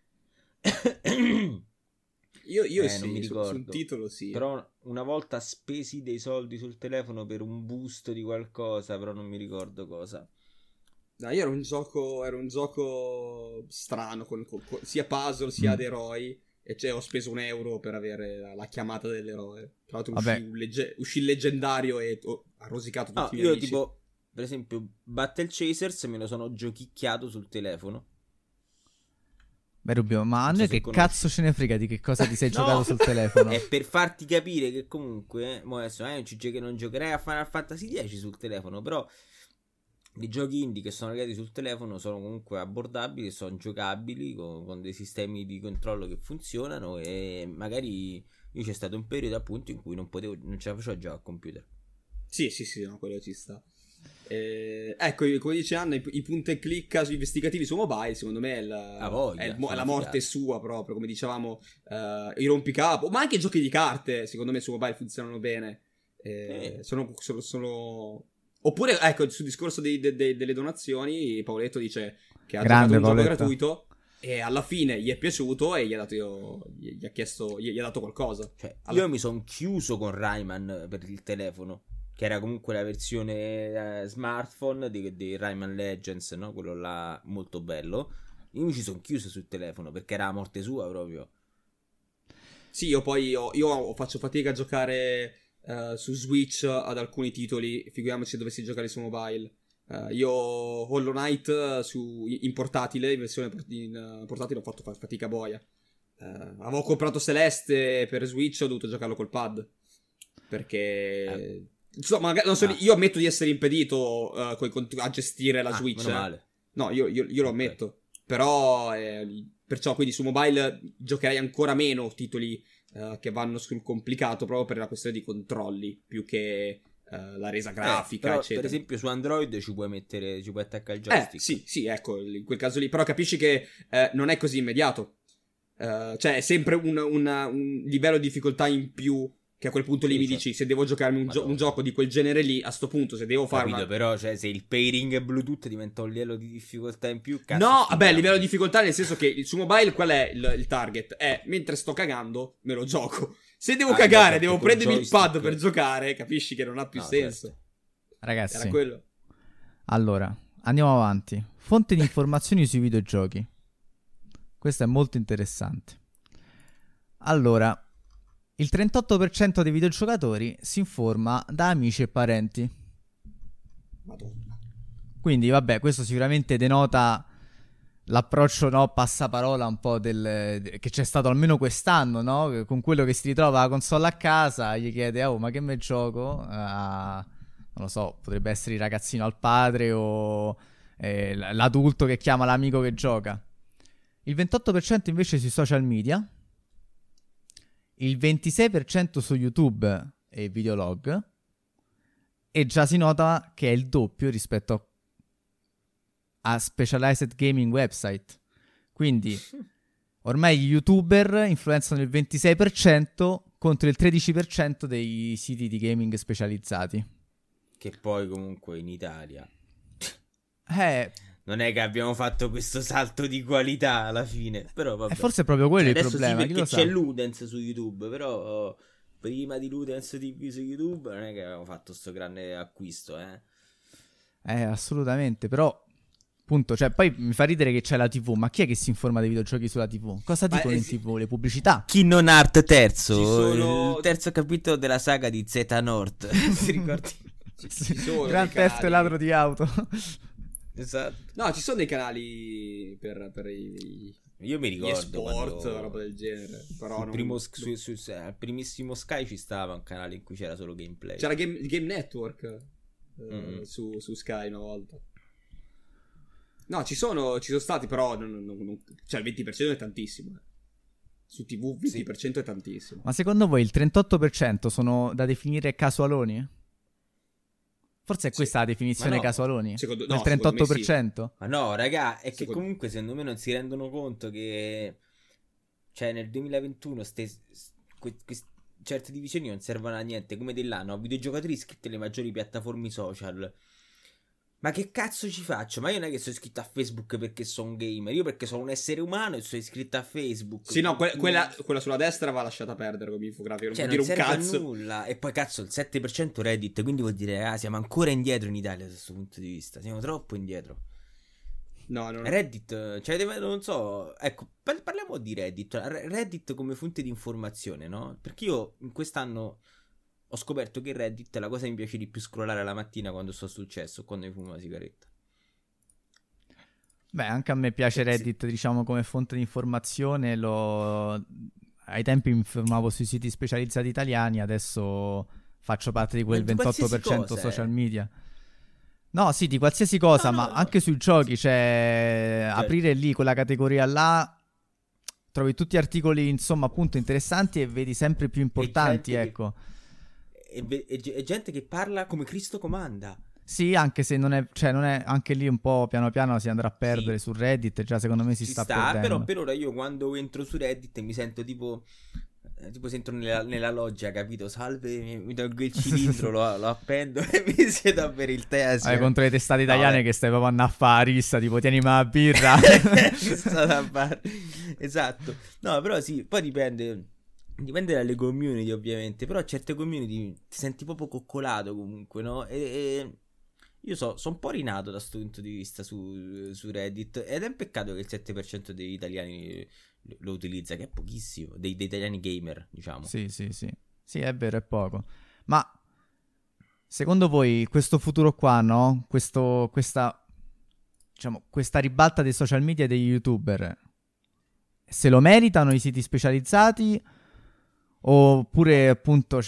Io sì, non mi ricordo. Sul titolo sì. Però una volta spesi dei soldi sul telefono per un boost di qualcosa, però non mi ricordo cosa. No, io era un gioco strano, con sia puzzle sia ad eroi. E cioè ho speso €1 per avere la chiamata dell'eroe. Tra l'altro uscì il leggendario e ha rosicato tutti i miei amici. Tipo, per esempio, Battle Chasers me lo sono giochicchiato sul telefono. Beh, Rubio, ma a noi che cazzo ce ne frega di che cosa ti sei giocato sul telefono? È per farti capire che comunque adesso non giocherei a Final Fantasy X sul telefono, però i giochi indie che sono legati sul telefono sono comunque abbordabili, sono giocabili con dei sistemi di controllo che funzionano. E magari io c'è stato un periodo appunto in cui non ce la facevo a giocare al computer. Sì, no, quello ci sta. Ecco, come dice Anna, i punta e clicca sui investigativi su mobile, secondo me è la morte sua proprio, come dicevamo, i rompicapo, ma anche i giochi di carte, secondo me su mobile funzionano bene. Sono... Oppure, ecco, sul discorso delle donazioni, Paoletto dice che ha giocato un gioco gratuito e alla fine gli è piaciuto e gli ha dato qualcosa. Cioè, io mi sono chiuso con Rayman per il telefono, che era comunque la versione smartphone di Rayman Legends, no? Quello là molto bello. Io mi ci sono chiuso sul telefono perché era la morte sua proprio. Sì, io faccio fatica a giocare su Switch ad alcuni titoli, figuriamoci se dovessi giocare su mobile. Io Hollow Knight in portatile, in versione portatile ho fatto fatica boia. Avevo comprato Celeste per Switch, ho dovuto giocarlo col pad perché insomma, io ammetto di essere impedito a gestire la Switch. Meno male. No, io lo ammetto. Però perciò quindi su mobile giocherei ancora meno titoli che vanno sul complicato, proprio per la questione di controlli più che la resa grafica, però, eccetera. Per esempio su Android ci puoi attaccare il joystick. Sì, ecco, in quel caso lì. Però capisci che non è così immediato. Cioè è sempre un livello di difficoltà in più, che a quel punto lì mi dici, se devo giocarmi un gioco di quel genere lì, a sto punto se devo fare però, cioè, se il pairing è Bluetooth diventa un livello di difficoltà in più, cazzo. No, vabbè, livello di difficoltà nel senso che su mobile qual è il target? Mentre sto cagando me lo gioco. Se devo cagare, devo prendermi il pad per giocare, capisci che non ha più senso. Certo. Ragazzi, era quello. Allora, andiamo avanti. Fonte di informazioni sui videogiochi. Questo è molto interessante. Allora, il 38% dei videogiocatori si informa da amici e parenti. Madonna. Quindi, vabbè, questo sicuramente denota l'approccio, no, passaparola un po' che c'è stato almeno quest'anno, no? Con quello che si ritrova la console a casa, gli chiede, oh, ma che me gioco? Non lo so, potrebbe essere il ragazzino al padre o l'adulto che chiama l'amico che gioca. Il 28% invece sui social media, il 26% su YouTube e videolog, e già si nota che è il doppio rispetto a specialized gaming website. Quindi ormai gli YouTuber influenzano il 26% contro il 13% dei siti di gaming specializzati. Che poi comunque in Italia non è che abbiamo fatto questo salto di qualità alla fine, però vabbè. Forse è proprio quello il problema. Sì, perché c'è Ludens su YouTube, però prima di Ludens TV su YouTube non è che avevamo fatto sto grande acquisto, assolutamente, però appunto, cioè poi mi fa ridere che c'è la TV, ma chi è che si informa dei videogiochi sulla TV? Cosa dicono in TV? Le pubblicità? Kingdom Hearts terzo, il terzo capitolo della saga di Xehanort. Si ricordi? Ci sono Grand Theft e ladro di auto. Esatto. No, ci sono dei canali per io mi ricordo sport, roba del genere. Però al primissimo Sky ci stava un canale in cui c'era solo gameplay. C'era Game Network su Sky una volta. No, ci sono stati, però cioè il 20% è tantissimo. Su TV 20% è tantissimo. Ma secondo voi il 38% sono da definire casualoni? Forse è questa la definizione casualoni? Il 38%? Sì. Ma no, raga, è che comunque secondo me non si rendono conto che cioè nel 2021 certe divisioni non servono a niente, come dell'anno, videogiocatori iscritti alle maggiori piattaforme social. Ma che cazzo ci faccio? Ma io non è che sono iscritto a Facebook perché sono un gamer, io perché sono un essere umano e sono iscritto a Facebook. Sì, no, quella sulla destra va lasciata perdere come infografica, non vuol dire un cazzo. Nulla. E poi cazzo il 7% Reddit, quindi vuol dire siamo ancora indietro in Italia da questo punto di vista, siamo troppo indietro. No. Reddit, cioè non so, ecco, parliamo di Reddit. Reddit come fonte di informazione, no? Perché io in quest'anno ho scoperto che Reddit è la cosa che mi piace di più scrollare la mattina quando sto sul cesso, quando mi fumo una sigaretta. Beh, anche a me piace Reddit, diciamo, come fonte di informazione. Ai tempi mi informavo sui siti specializzati italiani, adesso faccio parte di quel 28% social media. No, sì, di qualsiasi cosa, ma anche sui giochi, cioè aprire lì quella categoria là, trovi tutti articoli, insomma, appunto interessanti e vedi sempre più importanti, ecco. E gente che parla come Cristo comanda. Sì, anche se non è anche lì un po' piano piano si andrà a perdere su Reddit, già secondo me si sta perdendo. Però per ora io quando entro su Reddit mi sento tipo sento nella loggia, capito? Salve, mi tolgo il cilindro, lo appendo e mi siedo a bere il tè. Contro le testate italiane che stai proprio a fare la rissa, tipo tienimi la birra. Esatto. No, però sì, poi dipende dalle community ovviamente, però certe community ti senti proprio coccolato comunque, no? E io sono un po' rinato da questo punto di vista su Reddit, ed è un peccato che il 7% degli italiani lo utilizza, che è pochissimo, dei italiani gamer, diciamo. Sì, è vero, è poco. Ma secondo voi questo futuro qua, no? Questa ribalta dei social media e degli YouTuber, se lo meritano i siti specializzati? Oppure appunto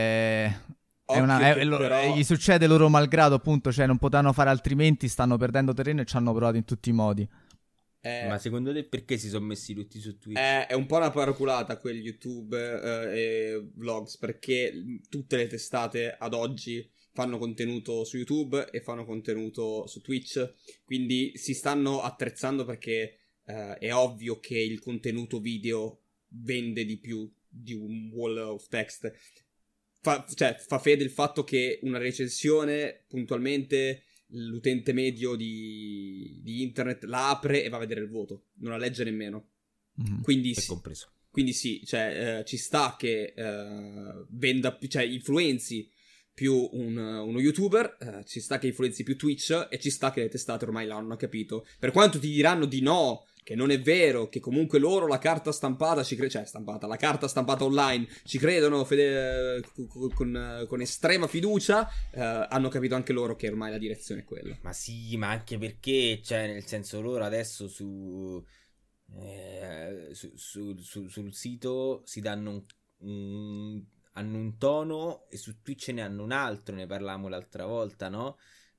gli succede loro malgrado, appunto, cioè non potranno fare altrimenti, stanno perdendo terreno e ci hanno provato in tutti i modi. Ma secondo te perché si sono messi tutti su Twitch? È un po' una paraculata quel YouTube e vlogs, perché tutte le testate ad oggi fanno contenuto su YouTube e fanno contenuto su Twitch, quindi si stanno attrezzando perché è ovvio che il contenuto video vende di più di un wall of text. Fa fede il fatto che una recensione puntualmente l'utente medio di internet la apre e va a vedere il voto, non la legge nemmeno. Quindi è compreso. Quindi sì, ci sta che venda, influenzi più uno YouTuber, ci sta che influenzi più Twitch, e ci sta che le testate ormai l'hanno capito. Per quanto ti diranno di no, che non è vero, che comunque loro la carta stampata la carta stampata online ci credono con estrema fiducia, hanno capito anche loro che ormai la direzione è quella. Ma sì, ma anche perché, nel senso, loro adesso sul sito si danno hanno un tono, e su Twitch ne hanno un altro. Ne parlavamo l'altra volta, no?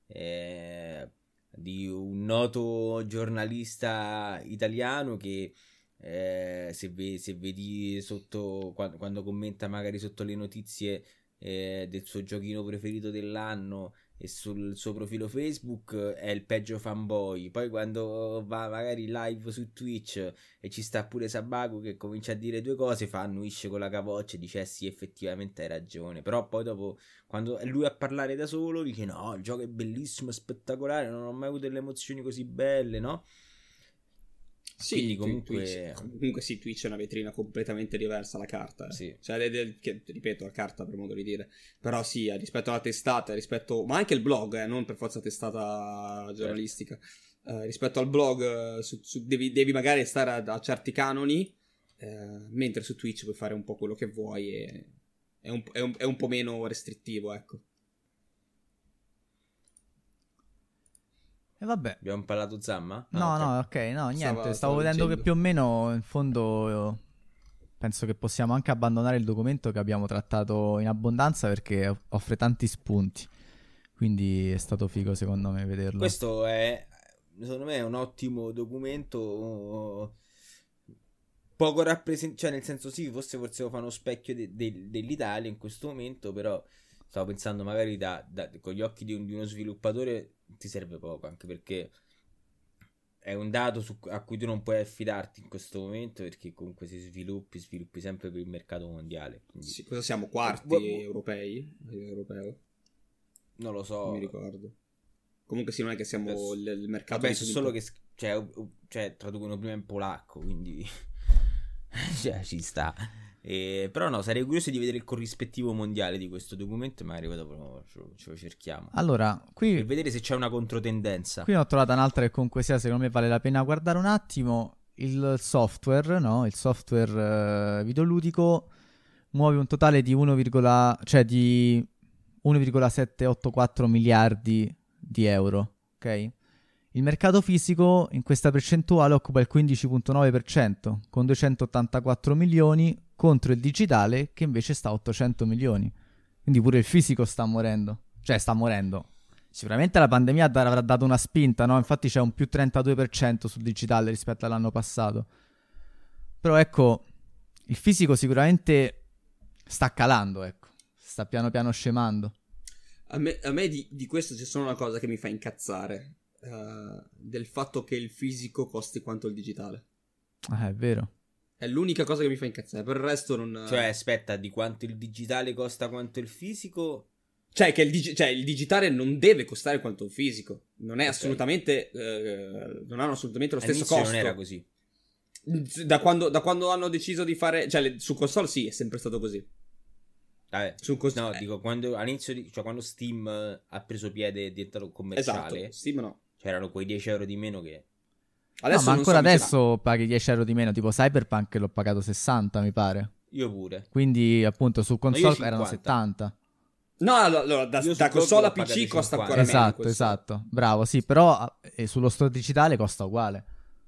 Di un noto giornalista italiano che se vedi sotto, quando commenta magari sotto le notizie del suo giochino preferito dell'anno e sul suo profilo Facebook, è il peggio fanboy. Poi quando va magari live su Twitch e ci sta pure Sabaku che comincia a dire due cose, annuisce con la capoccia e dice sì, effettivamente hai ragione. Però poi dopo, quando è lui a parlare da solo, dice no, il gioco è bellissimo, è spettacolare, non ho mai avuto delle emozioni così belle, no? Sì, quindi comunque sì, Twitch è una vetrina completamente diversa alla carta. Sì. Ripeto, la carta per modo di dire. Però sì, rispetto alla testata, ma anche il blog, non per forza testata giornalistica. Rispetto al blog devi magari stare a certi canoni, mentre su Twitch puoi fare un po' quello che vuoi e è un po' meno restrittivo, ecco. E vabbè. Abbiamo parlato Zamma? No, ok, no, niente. Stavo vedendo che più o meno, in fondo, penso che possiamo anche abbandonare il documento che abbiamo trattato in abbondanza, perché offre tanti spunti. Quindi è stato figo, secondo me, vederlo. Questo è, secondo me, è un ottimo documento, poco rappresentativo, nel senso sì, forse fa uno specchio dell'Italia in questo momento, però stavo pensando magari con gli occhi di uno sviluppatore ti serve poco, anche perché è un dato a cui tu non puoi affidarti in questo momento, perché comunque si sviluppi sempre per il mercato mondiale. Quindi... Sì, cosa siamo, quarti europei? Europeo? Non lo so. Non mi ricordo. Comunque sì, non è che siamo il mercato... Vabbè, solo che traducono prima in polacco, quindi ci sta. Però no, sarei curioso di vedere il corrispettivo mondiale di questo documento, e magari poi dopo ce lo cerchiamo. Allora, qui per vedere se c'è una controtendenza. Qui ho trovato un'altra che comunque sia, secondo me vale la pena guardare un attimo. Il software, no? Il software videoludico muove un totale di 1,784 miliardi di euro, ok? Il mercato fisico in questa percentuale occupa il 15,9%, con 284 milioni, contro il digitale che invece sta a 800 milioni. Quindi pure il fisico sta morendo. Sicuramente la pandemia avrà dato una spinta, no? Infatti c'è un più 32% sul digitale rispetto all'anno passato. Però ecco, il fisico sicuramente sta calando, ecco. Sta piano piano scemando. A me di questo c'è solo una cosa che mi fa incazzare. Del fatto che il fisico costi quanto il digitale. È vero. È l'unica cosa che mi fa incazzare. Per il resto non... Cioè, aspetta, di quanto il digitale costa quanto il fisico? Cioè, che il digitale non deve costare quanto il fisico. Non è assolutamente... non hanno assolutamente lo stesso costo. Non era così. Da quando hanno deciso di fare... Cioè, su console sì, è sempre stato così. Vabbè, dico, quando all'inizio, cioè quando Steam ha preso piede e è diventato commerciale... Esatto, Steam no. C'erano quei 10 euro di meno che... Adesso no, ma ancora adesso paghi 10 euro di meno. Tipo Cyberpunk l'ho pagato 60, mi pare. Io pure. Quindi appunto su console erano 70. No, allora da console a PC costa ancora meno. Esatto. Bravo, sì, però sullo store digitale costa uguale.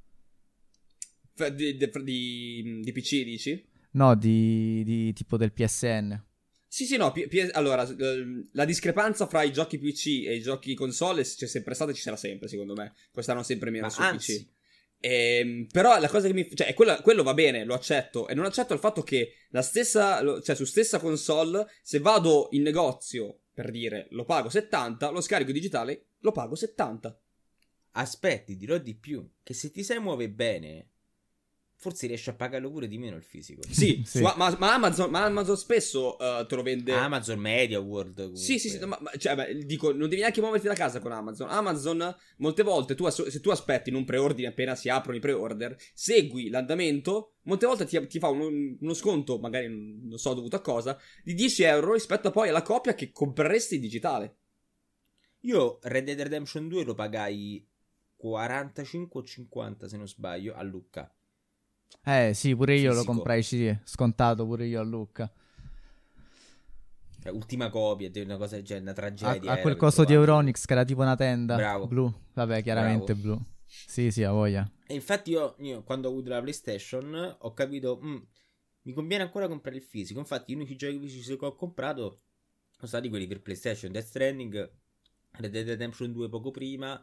Di PC dici? No, di tipo del PSN. Sì, no, allora, la discrepanza fra i giochi PC e i giochi console c'è sempre stata e ci sarà sempre, secondo me. Costeranno sempre meno su PC. Però la cosa che cioè, quello va bene, lo accetto. E non accetto il fatto che la stessa, cioè su stessa console, se vado in negozio, per dire, lo pago 70, lo scarico digitale, lo pago 70. aspetti, dirò di più, che se ti sai muove bene, forse riesci a pagarlo pure di meno il fisico. Sì, sì. Ma Amazon spesso te lo vende. Amazon Media World. Comunque. Sì, dico, non devi neanche muoverti da casa con Amazon. Amazon, molte volte, se tu aspetti in un preordine appena si aprono i pre-order, segui l'andamento, molte volte ti fa uno sconto, magari non so dovuto a cosa, di 10 euro rispetto a poi alla copia che compreresti in digitale. Io Red Dead Redemption 2 lo pagai 45 o 50 se non sbaglio a Lucca. Sì, pure io lo comprai scontato pure io a Lucca. Cioè, ultima copia, una cosa del genere, una tragedia. A quel coso di Euronics che era tipo una tenda. Bravo. Blu. Vabbè, chiaramente blu. Sì, a voglia. E infatti io quando ho avuto la PlayStation ho capito, mi conviene ancora comprare il fisico. Infatti gli unici giochi fisici che ho comprato sono stati quelli per PlayStation: Death Stranding, Red Dead Redemption 2 poco prima,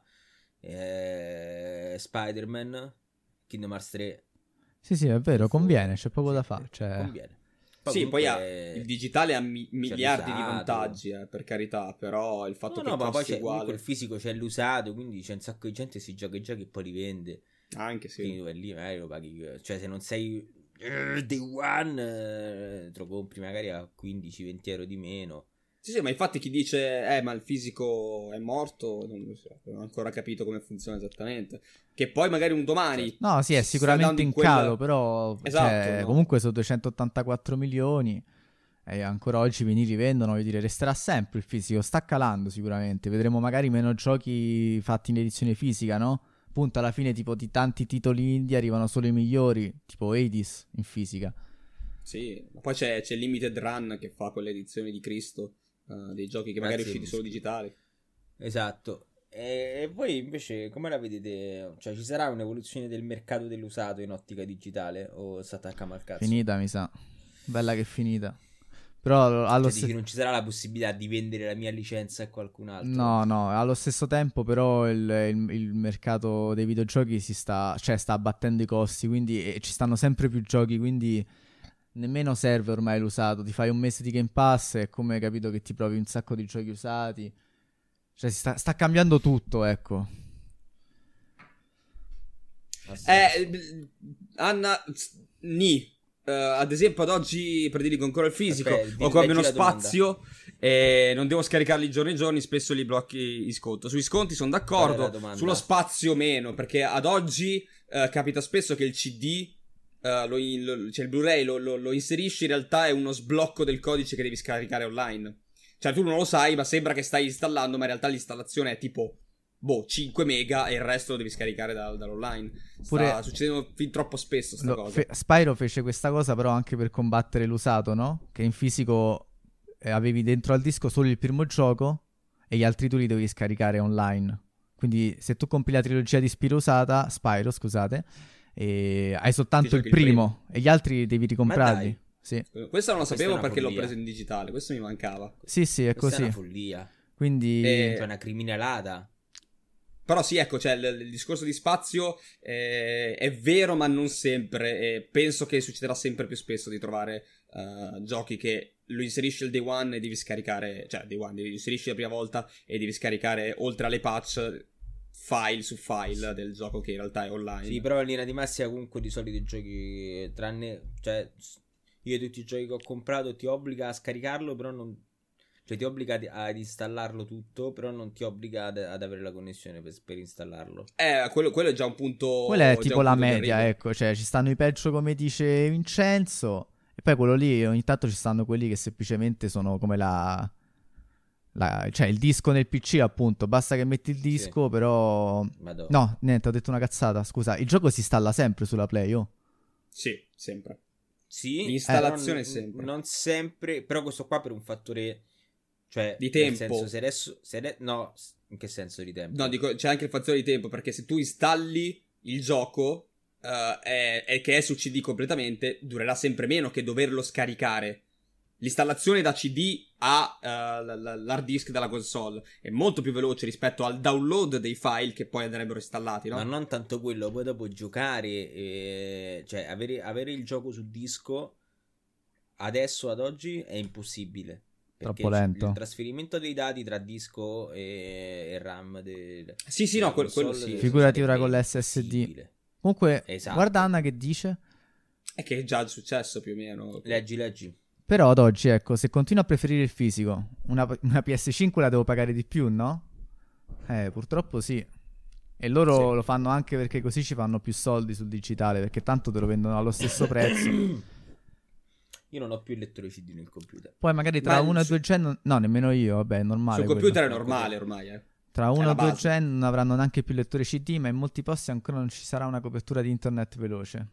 Spider-Man, Kingdom Hearts 3. Sì, è vero, conviene, c'è poco da fare. Cioè... Conviene. Sì, poi il digitale ha miliardi di vantaggi, per carità, però il fatto che ma poi c'è uguale. Il fisico c'è l'usato, quindi c'è un sacco di gente si gioca i giochi e poi li vende. Anche sì. Quindi lì magari lo paghi, cioè se non sei day one te lo compri magari a 15-20 euro di meno. Sì, ma infatti chi dice ma il fisico è morto, non ho ancora capito come funziona esattamente. Che poi magari un domani... No, sì, è sicuramente in calo, però esatto, no. Comunque sono 284 milioni e ancora oggi vinili vendono, voglio dire, resterà sempre il fisico, sta calando sicuramente. Vedremo magari meno giochi fatti in edizione fisica, no? Appunto alla fine tipo di tanti titoli indie arrivano solo i migliori, tipo Hades in fisica. Sì, ma poi c'è Limited Run che fa quelle edizioni di Cristo. Dei giochi che magari usciti solo digitali. Esatto. E voi invece come la vedete? Cioè ci sarà un'evoluzione del mercato dell'usato in ottica digitale o si attacca al cazzo? Finita mi sa. Bella che è finita. Però allo stesso non ci sarà la possibilità di vendere la mia licenza a qualcun altro. No, allo stesso tempo però il mercato dei videogiochi sta abbattendo i costi, quindi ci stanno sempre più giochi, quindi nemmeno serve ormai l'usato. Ti fai un mese di Game Pass e come hai capito che ti provi un sacco di giochi usati. Cioè sta cambiando tutto, ecco. Anna ad esempio ad oggi prediligo ancora il fisico. Ho qua meno spazio e non devo scaricarli giorni e giorni, spesso li blocchi in sconto. Sui sconti sono d'accordo, sullo spazio meno, perché ad oggi capita spesso che il CD cioè il Blu-ray lo inserisci, in realtà è uno sblocco del codice che devi scaricare online. Cioè tu non lo sai, ma sembra che stai installando, ma in realtà l'installazione è tipo 5 mega e il resto lo devi scaricare dall'online. Sta succedendo fin troppo spesso sta cosa. Spyro fece questa cosa però anche per combattere l'usato, no? Che in fisico avevi dentro al disco solo il primo gioco e gli altri tu li dovevi scaricare online. Quindi se tu compri la trilogia di Spyro, scusate, e hai soltanto il primo e gli altri devi ricomprarli. Sì. Questo non lo sapevo perché l'ho preso in digitale. Questo mi mancava. Sì, è così. Questa è una follia. Quindi è una criminalata. Però sì, ecco, cioè il discorso di spazio è vero, ma non sempre. E penso che succederà sempre più spesso di trovare giochi che lo inserisci il day one e devi scaricare. Cioè, day one, devi inserisci la prima volta e devi scaricare, oltre alle patch, file su file del gioco che in realtà è online. Sì, però in linea di massima comunque di solito i giochi, tranne, cioè io tutti i giochi che ho comprato ti obbliga a scaricarlo, però non, cioè ti obbliga ad installarlo tutto, però non ti obbliga ad avere la connessione per installarlo. Quello è già un punto. Quella è tipo la media, ecco, cioè ci stanno i peggio come dice Vincenzo e poi quello lì ogni tanto ci stanno quelli che semplicemente sono come cioè il disco nel PC, appunto, basta che metti il disco, sì. Però no, niente, ho detto una cazzata, scusa, il gioco si installa sempre sulla Play, Sì, sempre. Sì, l'installazione sempre. Non sempre, però questo qua per un fattore, cioè di tempo. Nel senso, no, in che senso di tempo? No, dico, c'è anche il fattore di tempo, perché se tu installi il gioco che è su CD completamente, durerà sempre meno che doverlo scaricare. L'installazione da CD all'hard disk della console è molto più veloce rispetto al download dei file che poi andrebbero installati, no? Ma non tanto quello, poi dopo giocare, cioè avere il gioco su disco adesso ad oggi è impossibile. troppo lento. Il trasferimento dei dati tra disco e RAM sì, no, quello sì. Figurati ora con l'SSD. Comunque, esatto. Guarda Anna che dice. È che è già successo più o meno. Leggi. Però ad oggi, ecco, se continuo a preferire il fisico, una PS5 la devo pagare di più, no? Purtroppo sì. E loro lo fanno anche perché così ci fanno più soldi sul digitale, perché tanto te lo vendono allo stesso prezzo. Io non ho più il lettore CD nel computer. Poi magari tra 1 e 2 gen... No, nemmeno io, vabbè, è normale. Sul computer è normale ormai, Tra 1 e 2 gen non avranno neanche più lettore CD, ma in molti posti ancora non ci sarà una copertura di internet veloce.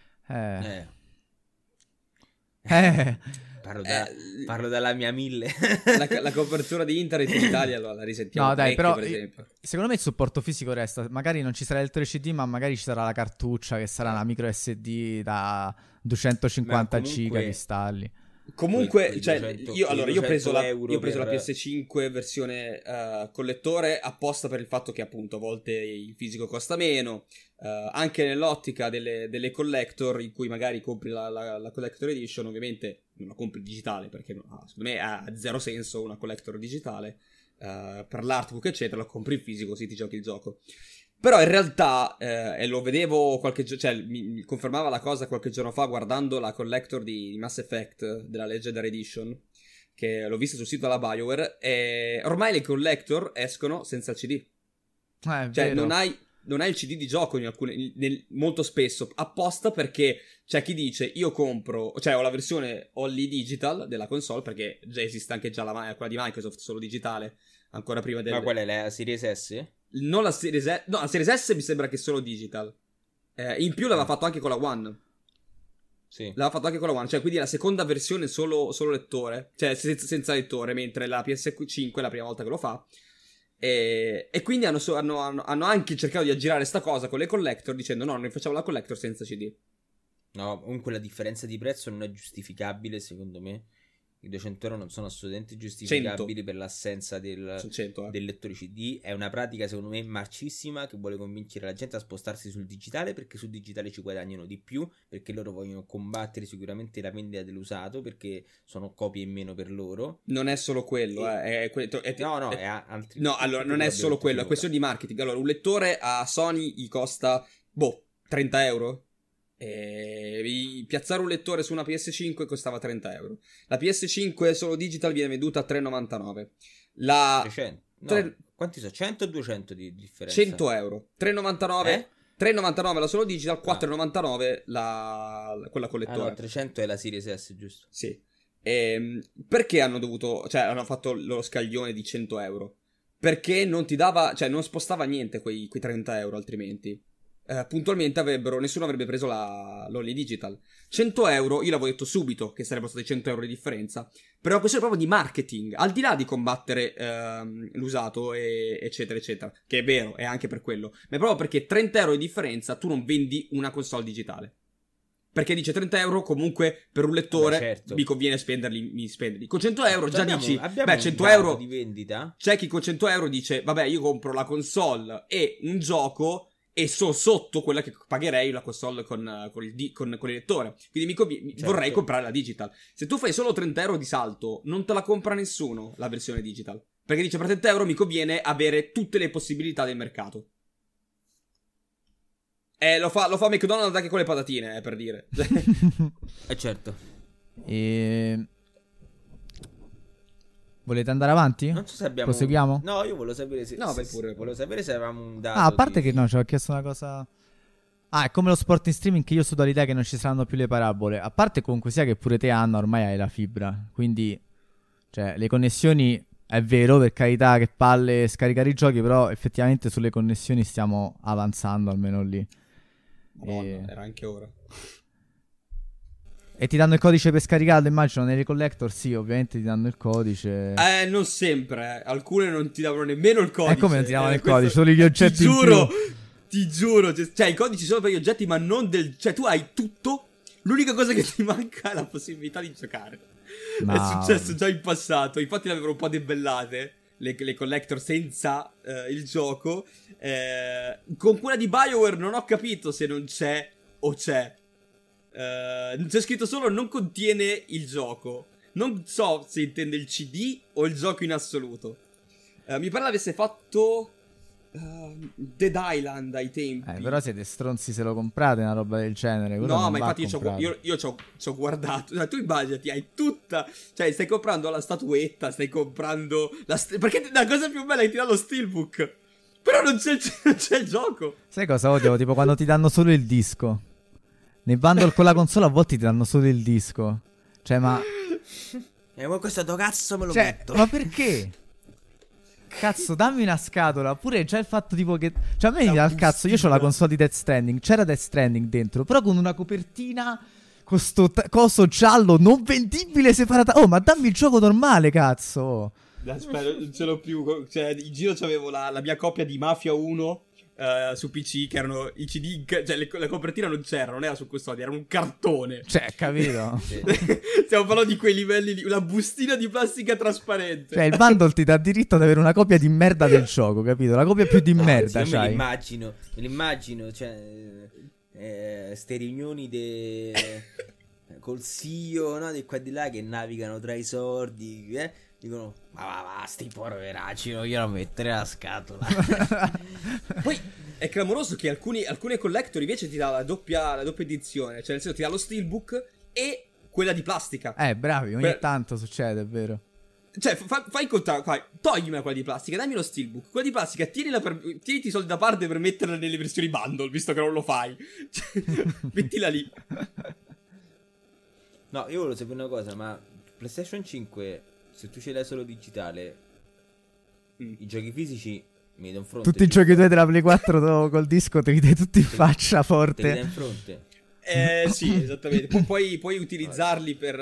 Parlo dalla mia 1000. La copertura di internet in Italia la risentiamo. No, dai, però per esempio. Secondo me il supporto fisico resta. Magari non ci sarà il lettore CD, ma magari ci sarà la cartuccia che sarà una micro SD da 250 giga di stalli. Comunque, cioè, io ho preso la PS5 versione con lettore apposta per il fatto che appunto a volte il fisico costa meno, anche nell'ottica delle collector, in cui magari compri la collector edition, ovviamente non la compri digitale perché secondo me ha zero senso una collector digitale, per l'artbook eccetera, la compri in fisico così ti giochi il gioco. Però in realtà, e lo vedevo cioè mi confermava la cosa qualche giorno fa guardando la collector di Mass Effect della Legendary Edition, che l'ho vista sul sito della BioWare, e ormai le collector escono senza il CD. Cioè non hai il CD di gioco molto spesso, apposta perché c'è chi dice io compro, cioè ho la versione Only Digital della console, perché già esiste anche già quella di Microsoft solo digitale, ancora prima del... Ma qual è la Series S? Non la Series S, no, la Series S mi sembra che è solo digital. In più l'aveva fatto anche con la One. Sì. L'aveva fatto anche con la One, cioè quindi la seconda versione solo lettore, cioè senza lettore, mentre la PS5 è la prima volta che lo fa. E quindi hanno anche cercato di aggirare sta cosa con le collector dicendo no, noi facciamo la collector senza CD. No, comunque la differenza di prezzo non è giustificabile secondo me. I 200 euro non sono assolutamente giustificabili 100. Per l'assenza del lettore CD. È una pratica secondo me marcissima che vuole convincere la gente a spostarsi sul digitale, perché sul digitale ci guadagnano di più, perché loro vogliono combattere sicuramente la vendita dell'usato, perché sono copie in meno per loro. Non è solo quello, No, allora non è solo quello, è questione di marketing. Allora un lettore a Sony gli costa 30 euro. Piazzare un lettore su una PS5 costava 30 euro. La PS5 solo digital viene venduta a 3,99. 300. Quanti sono? 100 o 200 di differenza? 100 euro. 3,99 3,99 la solo digital, 4,99 quella con lettore. No, 300 è la Series S, giusto? Sì. Perché hanno fatto lo scaglione di 100 euro? Perché non ti dava, cioè non spostava niente quei 30 euro altrimenti. Puntualmente nessuno avrebbe preso l'Only Digital. 100 euro, io l'avevo detto subito che sarebbero stati 100 euro di differenza. Però questo è proprio di marketing, al di là di combattere l'usato eccetera eccetera, che è vero, è anche per quello, ma è proprio perché 30 euro di differenza tu non vendi una console digitale. Perché dice 30 euro comunque per un lettore certo. Mi conviene spenderli. Con 100 euro già dici 100 euro di vendita. C'è chi con 100 euro dice vabbè, io compro la console e un gioco e sotto quella che pagherei la console con il lettore. Quindi vorrei comprare la digital. Se tu fai solo 30 euro di salto, non te la compra nessuno la versione digital. Perché dice per 30 euro mi conviene avere tutte le possibilità del mercato. Lo fa McDonald's anche con le patatine, per dire. Certo. Volete andare avanti? Non so se abbiamo... Proseguiamo? No, io volevo sapere se... No, vai pure. Volevo sapere se avevamo un dato... a parte che no, ci ho chiesto una cosa... è come lo sport in streaming, che io sto dall'idea che non ci saranno più le parabole. A parte comunque sia che pure te, Anna, ormai hai la fibra. Quindi, cioè, le connessioni... È vero, per carità, che palle scaricare i giochi, però effettivamente sulle connessioni stiamo avanzando, almeno lì. Madonna, era anche ora. E ti danno il codice per scaricarlo, immagino, nelle collector? Sì, ovviamente ti danno il codice. Non sempre, alcune non ti davano nemmeno il codice. E come non ti davano il codice? Solo gli oggetti Ti giuro, cioè i codici sono per gli oggetti, ma non cioè tu hai tutto, l'unica cosa che ti manca è la possibilità di giocare. No. È successo già in passato, infatti l'avevano un po' debellate le collector senza il gioco. Con quella di BioWare non ho capito se non c'è o c'è. C'è scritto solo non contiene il gioco. Non so se intende il CD o il gioco in assoluto. Mi pare l'avesse fatto Dead Island ai tempi. Però siete stronzi se lo comprate una roba del genere. No, ma infatti io ci ho guardato. Cioè, tu immaginati, hai tutta... Cioè, stai comprando la statuetta, stai comprando... Perché la cosa più bella è che ti dà lo steelbook. Però non c'è il gioco. Sai cosa odio? Tipo quando ti danno solo il disco. Nei bundle con la console a volte ti danno solo il disco. Cioè, ma... ma questo cazzo me lo metto. Ma perché? Cazzo, dammi una scatola. Pure già il fatto tipo che... Cioè a me mi dà il cazzo. Io ho la console di Death Stranding. C'era Death Stranding dentro, però con una copertina con sto coso giallo non vendibile separata. Oh, ma dammi il gioco normale, cazzo. Aspetta, non ce l'ho più. Cioè, in giro c'avevo la mia copia di Mafia 1 su PC, che erano i CD, cioè la copertina non c'era, non era su custodia, era un cartone. Cioè, capito? Stiamo parlando di quei livelli lì, una bustina di plastica trasparente. Cioè, il bundle ti dà diritto ad avere una copia di merda del gioco, capito? La copia più di merda, sì, c'hai. me l'immagino, cioè, ste riunioni col CEO, no, di qua e di là che navigano tra i sordi, dicono, ma sti poveracci, non glielo mettere la scatola. Poi è clamoroso che alcune collector invece ti dà la doppia edizione, cioè nel senso ti dà lo steelbook e quella di plastica. Bravi, ogni tanto succede, è vero. Cioè fai conto, toglimi quella di plastica, dammi lo steelbook, quella di plastica tieniti i soldi da parte per metterla nelle versioni bundle, visto che non lo fai. Cioè, mettila lì. No, io volevo sapere una cosa, ma PlayStation 5, se tu ce l'hai solo digitale, i giochi fisici mi dai in fronte. Tutti i giochi tuoi della Play 4 col disco te li dai tutti in faccia forte. Te li dai in fronte. Sì, esattamente. Puoi utilizzarli per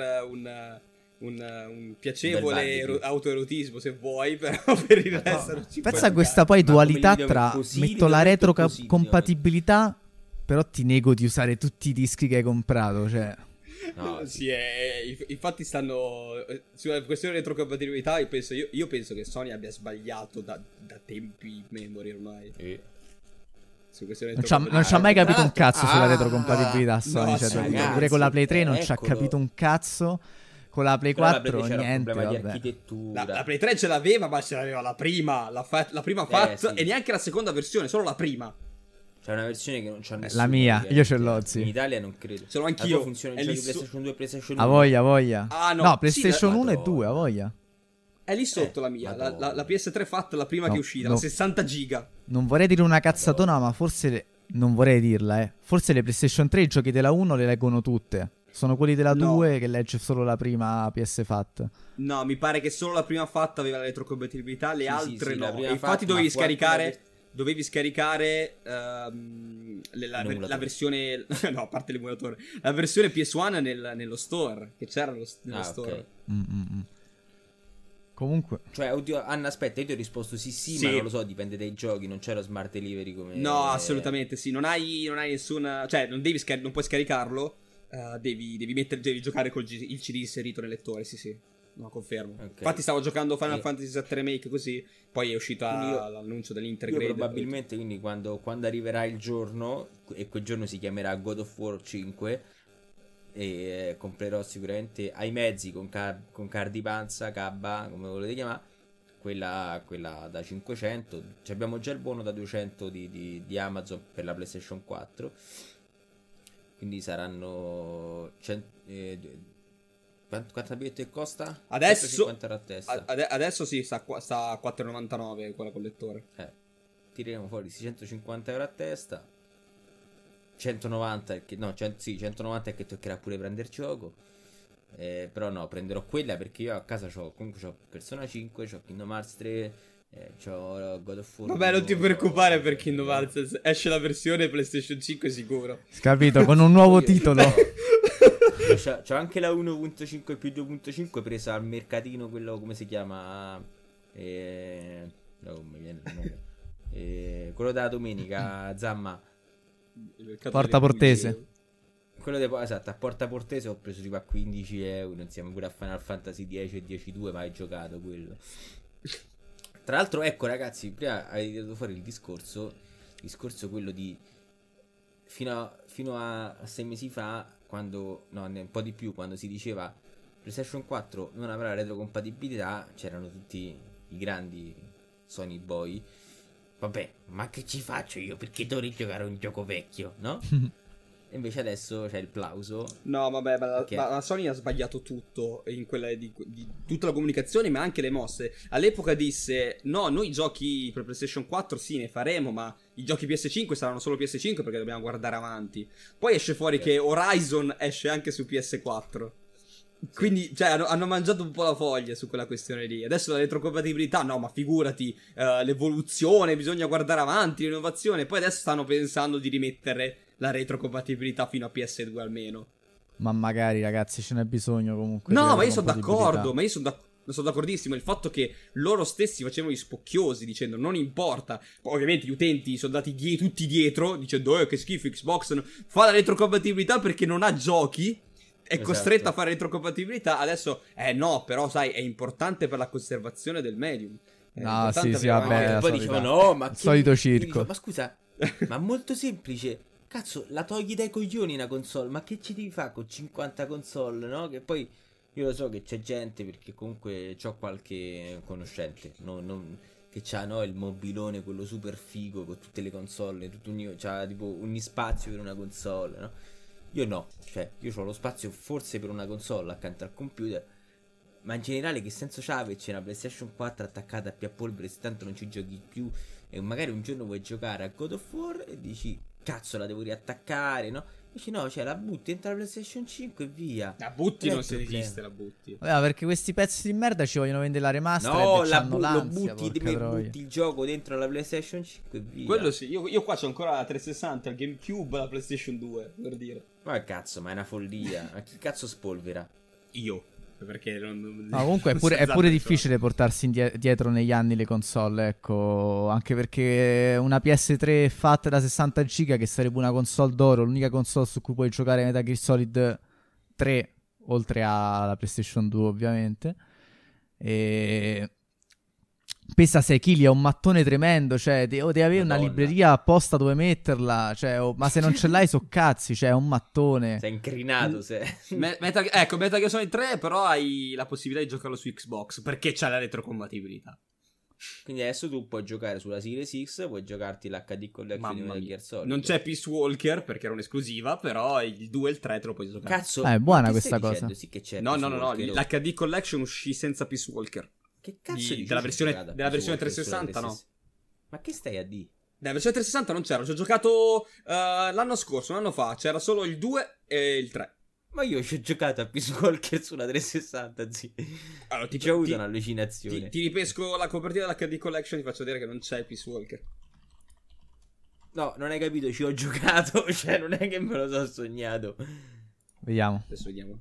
un piacevole autoerotismo se vuoi, però per il resto non ci pensa a questa poi dualità tra metto la retrocompatibilità, però ti nego di usare tutti i dischi che hai comprato, cioè... No, sì, infatti stanno sulla questione retrocompatibilità. Io penso che Sony abbia sbagliato da tempi memory ormai. Su non ci ha mai capito un cazzo sulla retrocompatibilità Sony, no, cioè, ragazzi, pure con la Play 3 non ci ha capito un cazzo. Con la Play 4 la Play niente, c'era un problema vabbè. di architettura. La Play 3 ce l'aveva, ma ce l'aveva la prima FAT, sì. e neanche la seconda versione, solo la prima. C'è una versione che non c'ha nessuno. La mia, io ce l'ho, sì. In Italia non credo. Ce l'ho anch'io. Funziona in giochi PlayStation 2 e PlayStation 1. A voglia. Ah, no, PlayStation 1 e 2, a voglia. È lì sotto la mia, la PS3 FAT, la prima che è uscita, la 60 giga. Non vorrei dire una cazzatona, ma forse... Non vorrei dirla, Forse le PlayStation 3 i giochi della 1 le leggono tutte. Sono quelli della 2 che legge solo la prima PS FAT. No, mi pare che solo la prima FAT aveva la retrocompatibilità, le altre sì, no. E infatti dovevi scaricare la versione... no, a parte l'emulatore. La versione PS1 nello store, che c'era nello store. Okay. Comunque, cioè, oddio, Anna, aspetta, io ti ho risposto sì, ma non lo so, dipende dai giochi, non c'è lo smart delivery come... No, assolutamente sì, non hai nessuna... Cioè, non puoi scaricarlo, devi giocare con il CD inserito nel lettore, sì. No, confermo. Okay. Infatti stavo giocando Final Fantasy VII Remake così, poi è uscito l'annuncio dell'Intergrade. Io probabilmente, quindi, quando arriverà il giorno, e quel giorno si chiamerà God of War 5... e comprerò sicuramente ai mezzi con cardi panza, cabba, come volete chiamare, quella da 500. Abbiamo già il buono da 200 di Amazon per la PlayStation 4, quindi saranno quanta biglietto costa? Adesso 150 euro a testa. Adesso sì, sta a 4,99 quella con lettore. Tireremo fuori 150 euro a testa. 190 190 è che toccherà pure prendere gioco, però no, prenderò quella perché io a casa c'ho Persona 5, c'ho Kingdom Hearts 3, c'ho God of War. Vabbè, non ti preoccupare per Kingdom Hearts, esce la versione PlayStation 5 sicuro. Capito, con un nuovo titolo. C'ho anche la 1.5 più 2.5 presa al mercatino, quello come si chiama, no, come viene il nome, quello della domenica, Zamma. Porta Portese. Quello esatto, a Porta Portese ho preso tipo a 15 euro insieme pure a Final Fantasy 10 e 10-2, ma hai giocato quello. Tra l'altro, ecco ragazzi, prima hai tirato fuori il discorso quello di fino a 6 mesi fa, quando no, un po' di più, quando si diceva PlayStation 4 non avrà retrocompatibilità, c'erano tutti i grandi Sony boy. Vabbè, ma che ci faccio io? Perché dovrei giocare a un gioco vecchio, no? E invece adesso c'è il plauso. No, vabbè, ma la Sony ha sbagliato tutto in quella di tutta la comunicazione, ma anche le mosse. All'epoca disse: no, noi giochi per PlayStation 4 sì, ne faremo, ma i giochi PS5 saranno solo PS5 perché dobbiamo guardare avanti. Poi esce fuori che Horizon esce anche su PS4. Quindi, cioè, hanno mangiato un po' la foglia su quella questione lì. Adesso la retrocompatibilità, no, ma figurati, l'evoluzione, bisogna guardare avanti, l'innovazione. Poi adesso stanno pensando di rimettere la retrocompatibilità fino a PS2 almeno. Ma magari, ragazzi, ce n'è bisogno comunque. No, ma io sono d'accordo, sono d'accordissimo. Il fatto che loro stessi facevano gli spocchiosi dicendo non importa. Ovviamente gli utenti sono andati tutti dietro dicendo che schifo, Xbox fa la retrocompatibilità perché non ha giochi. È costretta a fare retrocompatibilità. Adesso, no, però sai, è importante per la conservazione del medium. No, sì, vabbè. Poi dicevano, no, ma solito circo. Ma scusa, ma molto semplice. Cazzo, la togli dai coglioni una console. Ma che ci devi fare con 50 console, no? Che poi io lo so che c'è gente, perché comunque c'ho qualche conoscente che c'ha, no, il mobilone, quello super figo con tutte le console, c'ha tipo ogni spazio per una console, no? Io no, cioè io ho lo spazio forse per una console accanto al computer, ma in generale che senso c'ha averci una PlayStation 4 attaccata più a polvere se tanto non ci giochi più e magari un giorno vuoi giocare a God of War e dici cazzo la devo riattaccare, no? Dici no, cioè la butti, entra la PlayStation 5 e via. La butti, non si resiste, la butti. Vabbè, perché questi pezzi di merda ci vogliono vendere la remaster. No, lo butti il gioco dentro la PlayStation 5 e via. Quello sì, io qua c'ho ancora la 360, il GameCube, la PlayStation 2, per dire. Ma cazzo, ma è una follia. Ma chi cazzo spolvera? Io. Perché comunque è pure difficile portarsi dietro negli anni le console, ecco, anche perché una PS3 fatta da 60 giga, che sarebbe una console d'oro, l'unica console su cui puoi giocare Metal Gear Solid 3, oltre alla PlayStation 2 ovviamente, e pesa 6 kg, è un mattone tremendo, cioè devi avere una libreria apposta dove metterla, cioè, ma se non ce l'hai so cazzi, cioè è un mattone. Sei incrinato, Metal Gear Solid 3 però hai la possibilità di giocarlo su Xbox, perché c'è la retrocompatibilità. Quindi adesso tu puoi giocare sulla Series X, puoi giocarti l'HD Collection di Metal Gear Solid. Non c'è Peace Walker perché era un'esclusiva, però il 2 e il 3 te lo puoi giocare. Cazzo, è buona questa cosa. Sì che c'è no, l'HD Collection uscì senza Peace Walker. Che cazzo della versione 360 no. Ma che stai a di? Nella versione 360 non c'era. Ci ho giocato l'anno scorso, un anno fa. C'era solo il 2 e il 3. Ma io ci ho giocato a Peace Walker sulla 360, sì. Allora, ti ho avuto un'allucinazione. Ti ripesco la copertina dell'HD Collection. Ti faccio vedere che non c'è Peace Walker. No, non hai capito, ci ho giocato. Cioè, non è che me lo so sognato. Vediamo. Adesso vediamo.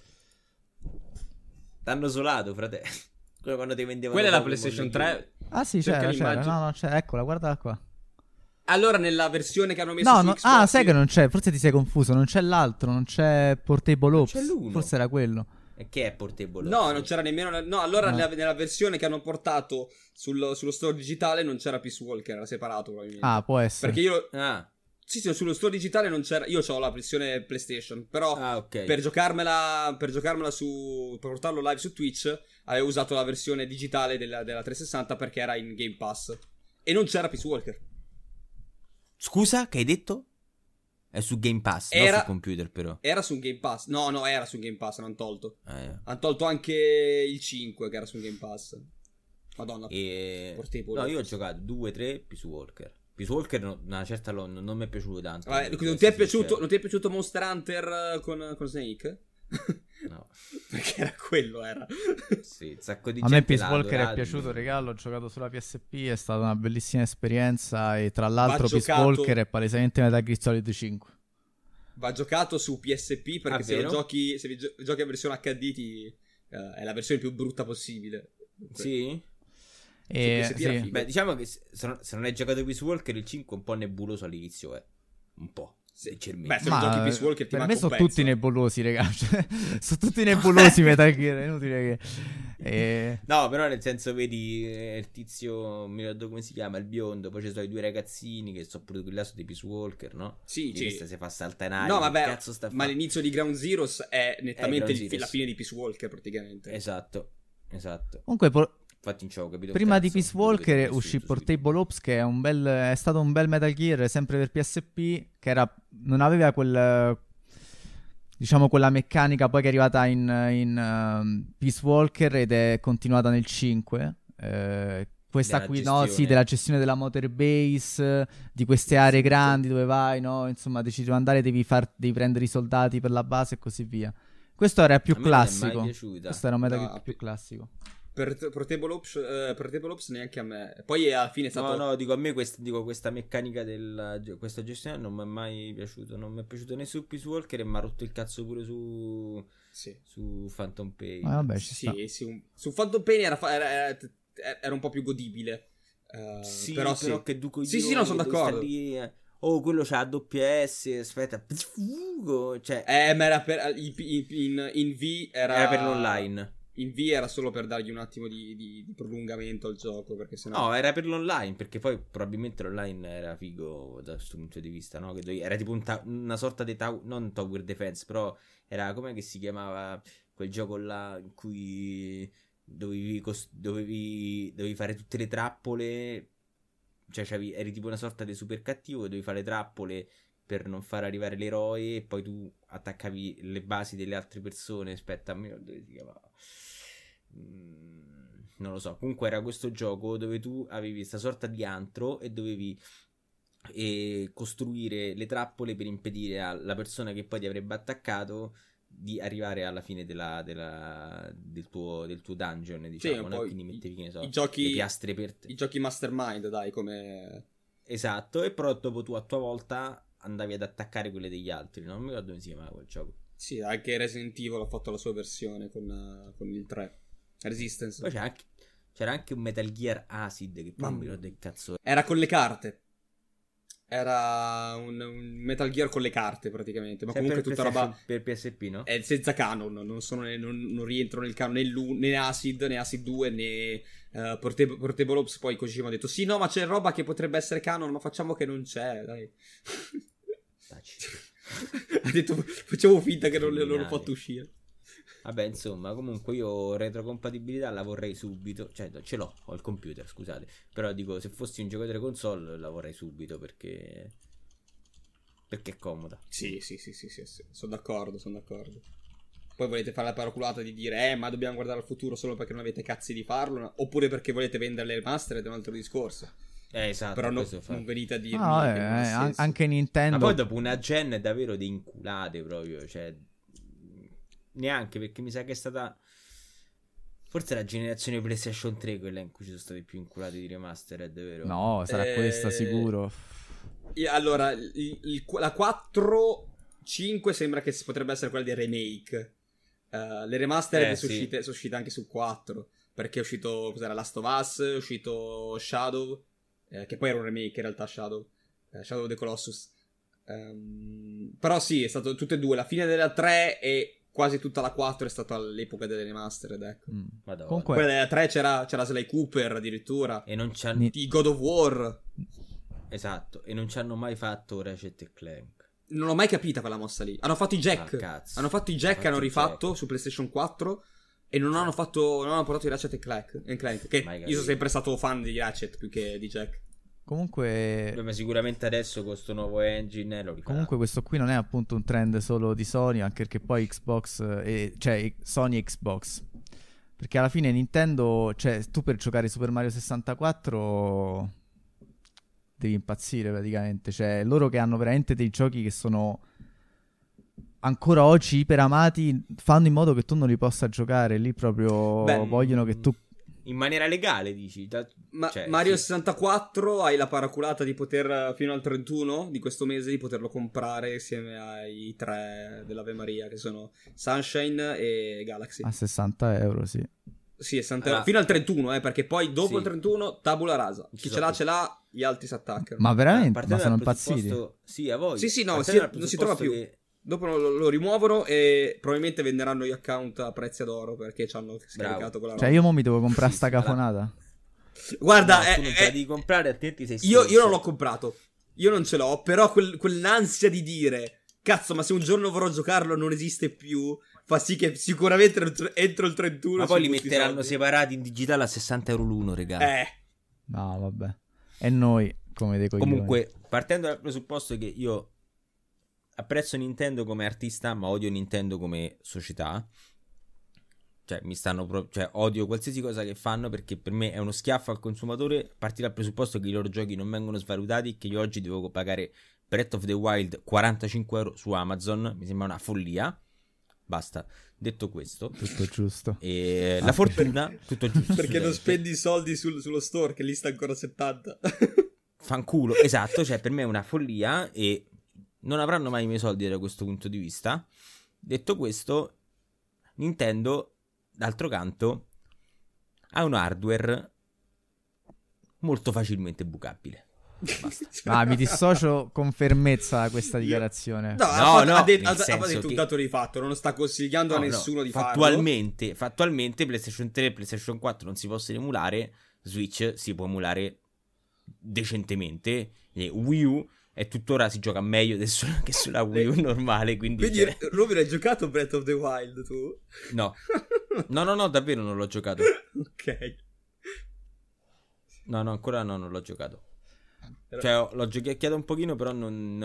T'hanno solato, fratello. Quando ti vendevano. Quella è la PlayStation 3. Ah sì, c'era. No, c'è. Eccola, guardala qua. Allora nella versione che hanno messo su Xbox... Ah, sai che non c'è, forse ti sei confuso. Non c'è l'altro, non c'è Portable Ops. C'è l'uno. Forse era quello. E che è Portable Ops? No, non c'era nemmeno... No, allora nella versione che hanno portato sullo store digitale non c'era Peace Walker, era separato probabilmente. Ah, può essere. Perché io... Sì, sullo store digitale non c'era. Io ho la versione PlayStation. Però okay. per giocarmela per portarlo live su Twitch, avevo usato la versione digitale della 360 perché era in Game Pass. E non c'era Peace Walker. Scusa, che hai detto? È su Game Pass, non su computer però. Era su Game Pass. No, era su Game Pass, l'hanno tolto. Hanno tolto anche il 5 che era su Game Pass. Madonna. No, io ho giocato 2, 3 Peace Walker. Peace Walker una certa non mi è piaciuto tanto. Non ti è piaciuto Monster Hunter con Snake? No. Perché era quello, era. Sì, un sacco di a gente. A me Peace Walker è piaciuto, regalo, l'ho giocato sulla PSP, è stata una bellissima esperienza e tra l'altro Peace Walker è palesemente Metal Gear Solid 5. Va giocato su PSP perché se giochi a versione HD è la versione più brutta possibile. Sì? Sì. Beh, diciamo che se non hai giocato Peace Walker il 5 è un po' nebuloso all'inizio, un po'. Beh, se non giochi Peace Walker ti per me sono tutti nebulosi, raga. Sono tutti nebulosi Metal Gear, è inutile No, però nel senso, vedi il tizio, mi ricordo come si chiama, il biondo, poi ci sono i due ragazzini che sono pure quelli là, sono dei Peace Walker, no? Sì, sì. Questa si fa saltare in aria. No, vabbè, ma l'inizio di Ground Zeroes è nettamente la fine di Peace Walker, praticamente. Esatto. Comunque, infatti non c'avevo capito. Prima di Peace Walker uscì Portable Ops, che è stato un bel Metal Gear, sempre per PSP, che non aveva diciamo quella meccanica poi che è arrivata in Peace Walker ed è continuata nel 5. Questa qui, no, sì, della gestione della motor base, di queste aree grandi dove vai, no, insomma, decidi di andare, devi prendere i soldati per la base e così via. Questo era più classico. Questo era un Metal Gear più classico. Per Portable Ops neanche a me. Poi alla fine è stato... No, dico a me questa meccanica questa gestione non mi è mai piaciuto. Non mi è piaciuto né su Peace Walker e mi ha rotto il cazzo pure su Phantom Pain. Vabbè, su Phantom Pain era un po' più godibile. Però che duco sì, non sono d'accordo. Quello c'ha doppia S, aspetta. Cioè, ma era per in V era per l'online. In V era solo per dargli un attimo di prolungamento al gioco, perché sennò... No, era per l'online, perché poi probabilmente l'online era figo da questo punto di vista, no? Che era tipo una sorta di non Tower Defense, però era come che si chiamava quel gioco là in cui dovevi fare tutte le trappole, cioè eri tipo una sorta di super cattivo e dovevi fare le trappole per non far arrivare l'eroe e poi tu attaccavi le basi delle altre persone. Aspetta, a me dove si chiamava? Non lo so. Comunque era questo gioco dove tu avevi questa sorta di antro e dovevi costruire le trappole per impedire alla persona che poi ti avrebbe attaccato di arrivare alla fine del tuo dungeon, diciamo, no? Quindi mettevi, che ne so, le piastre per te. I giochi Mastermind, dai, come... Esatto, e però dopo tu a tua volta andavi ad attaccare quelle degli altri, non mi ricordo come si chiamava quel gioco. Sì, anche Resident Evil ha fatto la sua versione con il 3 Resistance. Poi c'era anche un Metal Gear Acid che poi non mi ricordo che cazzo era con le carte. Era un Metal Gear con le carte praticamente, ma sempre comunque tutta roba per PSP, no? È senza canon, non rientro nel canon né Acid 2 né Portable Ops. Poi Kojima ha detto sì, no, ma c'è roba che potrebbe essere canon, ma facciamo che non c'è, dai. Ha detto facciamo finta che non l'ho fatto uscire. Vabbè, insomma, comunque io retrocompatibilità la vorrei subito. Cioè, ce l'ho, ho il computer, scusate. Però dico, se fossi un giocatore console la vorrei subito perché è comoda. Sì, sono d'accordo. Poi volete fare la paraculata di dire ma dobbiamo guardare al futuro solo perché non avete cazzi di farlo, no? Oppure perché volete vendere le remastered, è un altro discorso. Esatto. Però non venite a dirmi anche Nintendo. Ma poi dopo una gen davvero di inculate proprio, cioè neanche, perché mi sa che è stata forse la generazione PlayStation 3 quella in cui ci sono stati più inculati di remastered, vero? No, sarà questa sicuro. Allora la 4-5 sembra che potrebbe essere quella dei remake. Le remastered sono uscite anche su 4, perché è uscito, cos'era, Last of Us, è uscito Shadow, che poi era un remake in realtà, Shadow of the Colossus. Però sì, è stato tutte e due. La fine della 3 e quasi tutta la 4 è stata all'epoca delle remastered, ecco. Comunque, quella della 3 c'era Sly Cooper addirittura, e non c'hanno di God of War. Esatto, e non ci hanno mai fatto Ratchet & Clank. Non l'ho mai capita quella mossa lì. Hanno fatto i Jack. Hanno fatto i Jack, hanno rifatto su PlayStation 4 e non hanno portato i Ratchet & Clank. Che io sono sempre stato fan di Ratchet più che di Jack. Comunque, ma sicuramente adesso con questo nuovo engine lo rifarà. Comunque questo qui non è appunto un trend solo di Sony, anche perché poi Xbox cioè Sony e Xbox, perché alla fine Nintendo, cioè tu per giocare Super Mario 64 devi impazzire praticamente, cioè loro che hanno veramente dei giochi che sono ancora oggi iperamati, fanno in modo che tu non li possa giocare, lì proprio vogliono che tu in maniera legale, dici? Mario 64 hai la paraculata di poter fino al 31 di questo mese di poterlo comprare insieme ai 3 dell'Ave Maria, che sono Sunshine e Galaxy. A 60 euro, sì. Sì, 60 euro. Fino al 31, perché poi dopo il 31 tabula rasa. Chi ce l'ha, gli altri si attaccano. Ma veramente? Ma sono impazziti? Sì, a voi. Sì, no, non si trova più. Dopo lo rimuovono e probabilmente venderanno gli account a prezzi ad oro perché ci hanno scaricato quella roba. Cioè io mo mi devo comprare sta cafonata. Guarda, tu non te la devi comprare, attenti sei io non l'ho comprato. Io non ce l'ho, però quell'ansia di dire cazzo, ma se un giorno vorrò giocarlo non esiste più, fa sì che sicuramente entro il 31 ma poi li metteranno separati in digitale a 60 euro l'uno, regà. No, vabbè. E noi come dei coglioni. Comunque, partendo dal presupposto che io apprezzo Nintendo come artista, ma odio Nintendo come società. Cioè, odio qualsiasi cosa che fanno, perché per me è uno schiaffo al consumatore. A partire dal presupposto che i loro giochi non vengono svalutati e che io oggi devo pagare Breath of the Wild 45 euro su Amazon. Mi sembra una follia. Basta. Detto questo, tutto giusto. E la fortuna, tutto giusto. Perché non spendi i soldi sullo store, che lì sta ancora 70. Fanculo, esatto. Cioè, per me è una follia e non avranno mai i miei soldi da questo punto di vista. Detto questo, Nintendo, d'altro canto, ha un hardware molto facilmente bucabile. Basta. Mi dissocio con fermezza da questa dichiarazione. Ha detto un dato di fatto, non sta consigliando a nessuno di farlo. Fattualmente PlayStation 3 e PlayStation 4 non si possono emulare, Switch si può emulare decentemente, e Wii U e tuttora si gioca meglio che sulla Wii U normale, quindi Robin, hai giocato Breath of the Wild tu? No, davvero non l'ho giocato. Ok. No, ancora no, non l'ho giocato. Cioè, l'ho giochiato un pochino, però non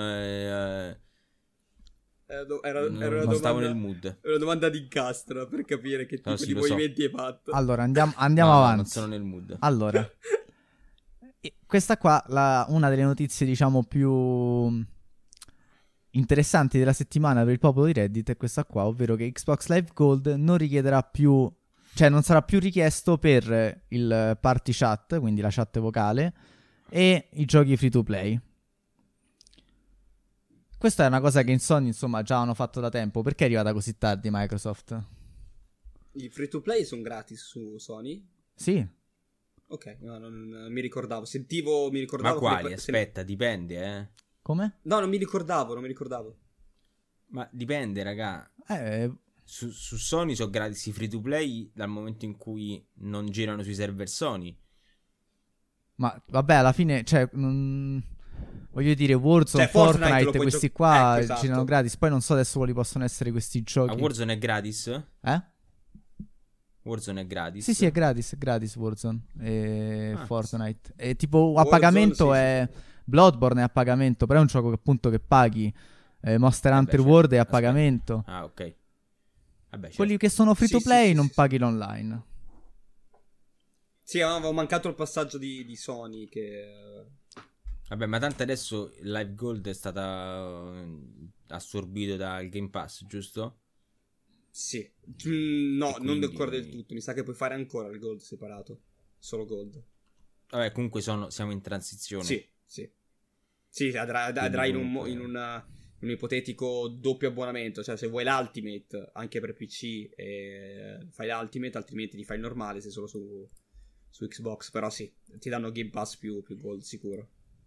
stavo nel mood. È una domanda di incastro per capire che tipo di movimenti hai fatto. Allora, andiamo avanti. Non sono nel mood. Allora, questa qua, una delle notizie, diciamo, più interessanti della settimana per il popolo di Reddit è questa qua, ovvero che Xbox Live Gold non richiederà più, cioè non sarà più richiesto per il party chat, quindi la chat vocale, e i giochi free to play. Questa è una cosa che in Sony, insomma, già hanno fatto da tempo. Perché è arrivata così tardi Microsoft? I free to play sono gratis su Sony? Sì. Ok, no, non mi ricordavo. Mi ricordavo. Ma quali? Aspetta, dipende, Come? No, non mi ricordavo. Ma dipende, raga. Su Sony sono gratis i free to play dal momento in cui non girano sui server Sony. Ma vabbè, alla fine, cioè, voglio dire, Warzone, cioè, Fortnite questi qua esatto. girano gratis. Poi non so adesso quali possono essere questi giochi. Ma Warzone è gratis? Warzone è gratis? Sì, è gratis Warzone e Fortnite. E tipo a Warzone, pagamento sì. è Bloodborne è a pagamento, però è un gioco che appunto che paghi. Monster Hunter certo. World è a pagamento. Ah, ok. Vabbè, certo. Quelli che sono free to play non paghi l'online. Sì, avevo mancato il passaggio di Sony che... Vabbè, ma tanto adesso Live Gold è stata assorbito dal Game Pass, giusto? Sì. No, quindi... non ancora del tutto. Mi sa che puoi fare ancora il Gold separato. Solo Gold. Vabbè, comunque siamo in transizione. Sì, andrai in un ipotetico doppio abbonamento. Cioè, se vuoi l'Ultimate anche per PC, fai l'Ultimate, altrimenti ti fai il normale se solo su Xbox. Però sì, ti danno Game Pass più Gold sicuro.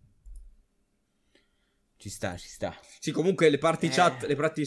Ci sta. Sì, comunque le party chat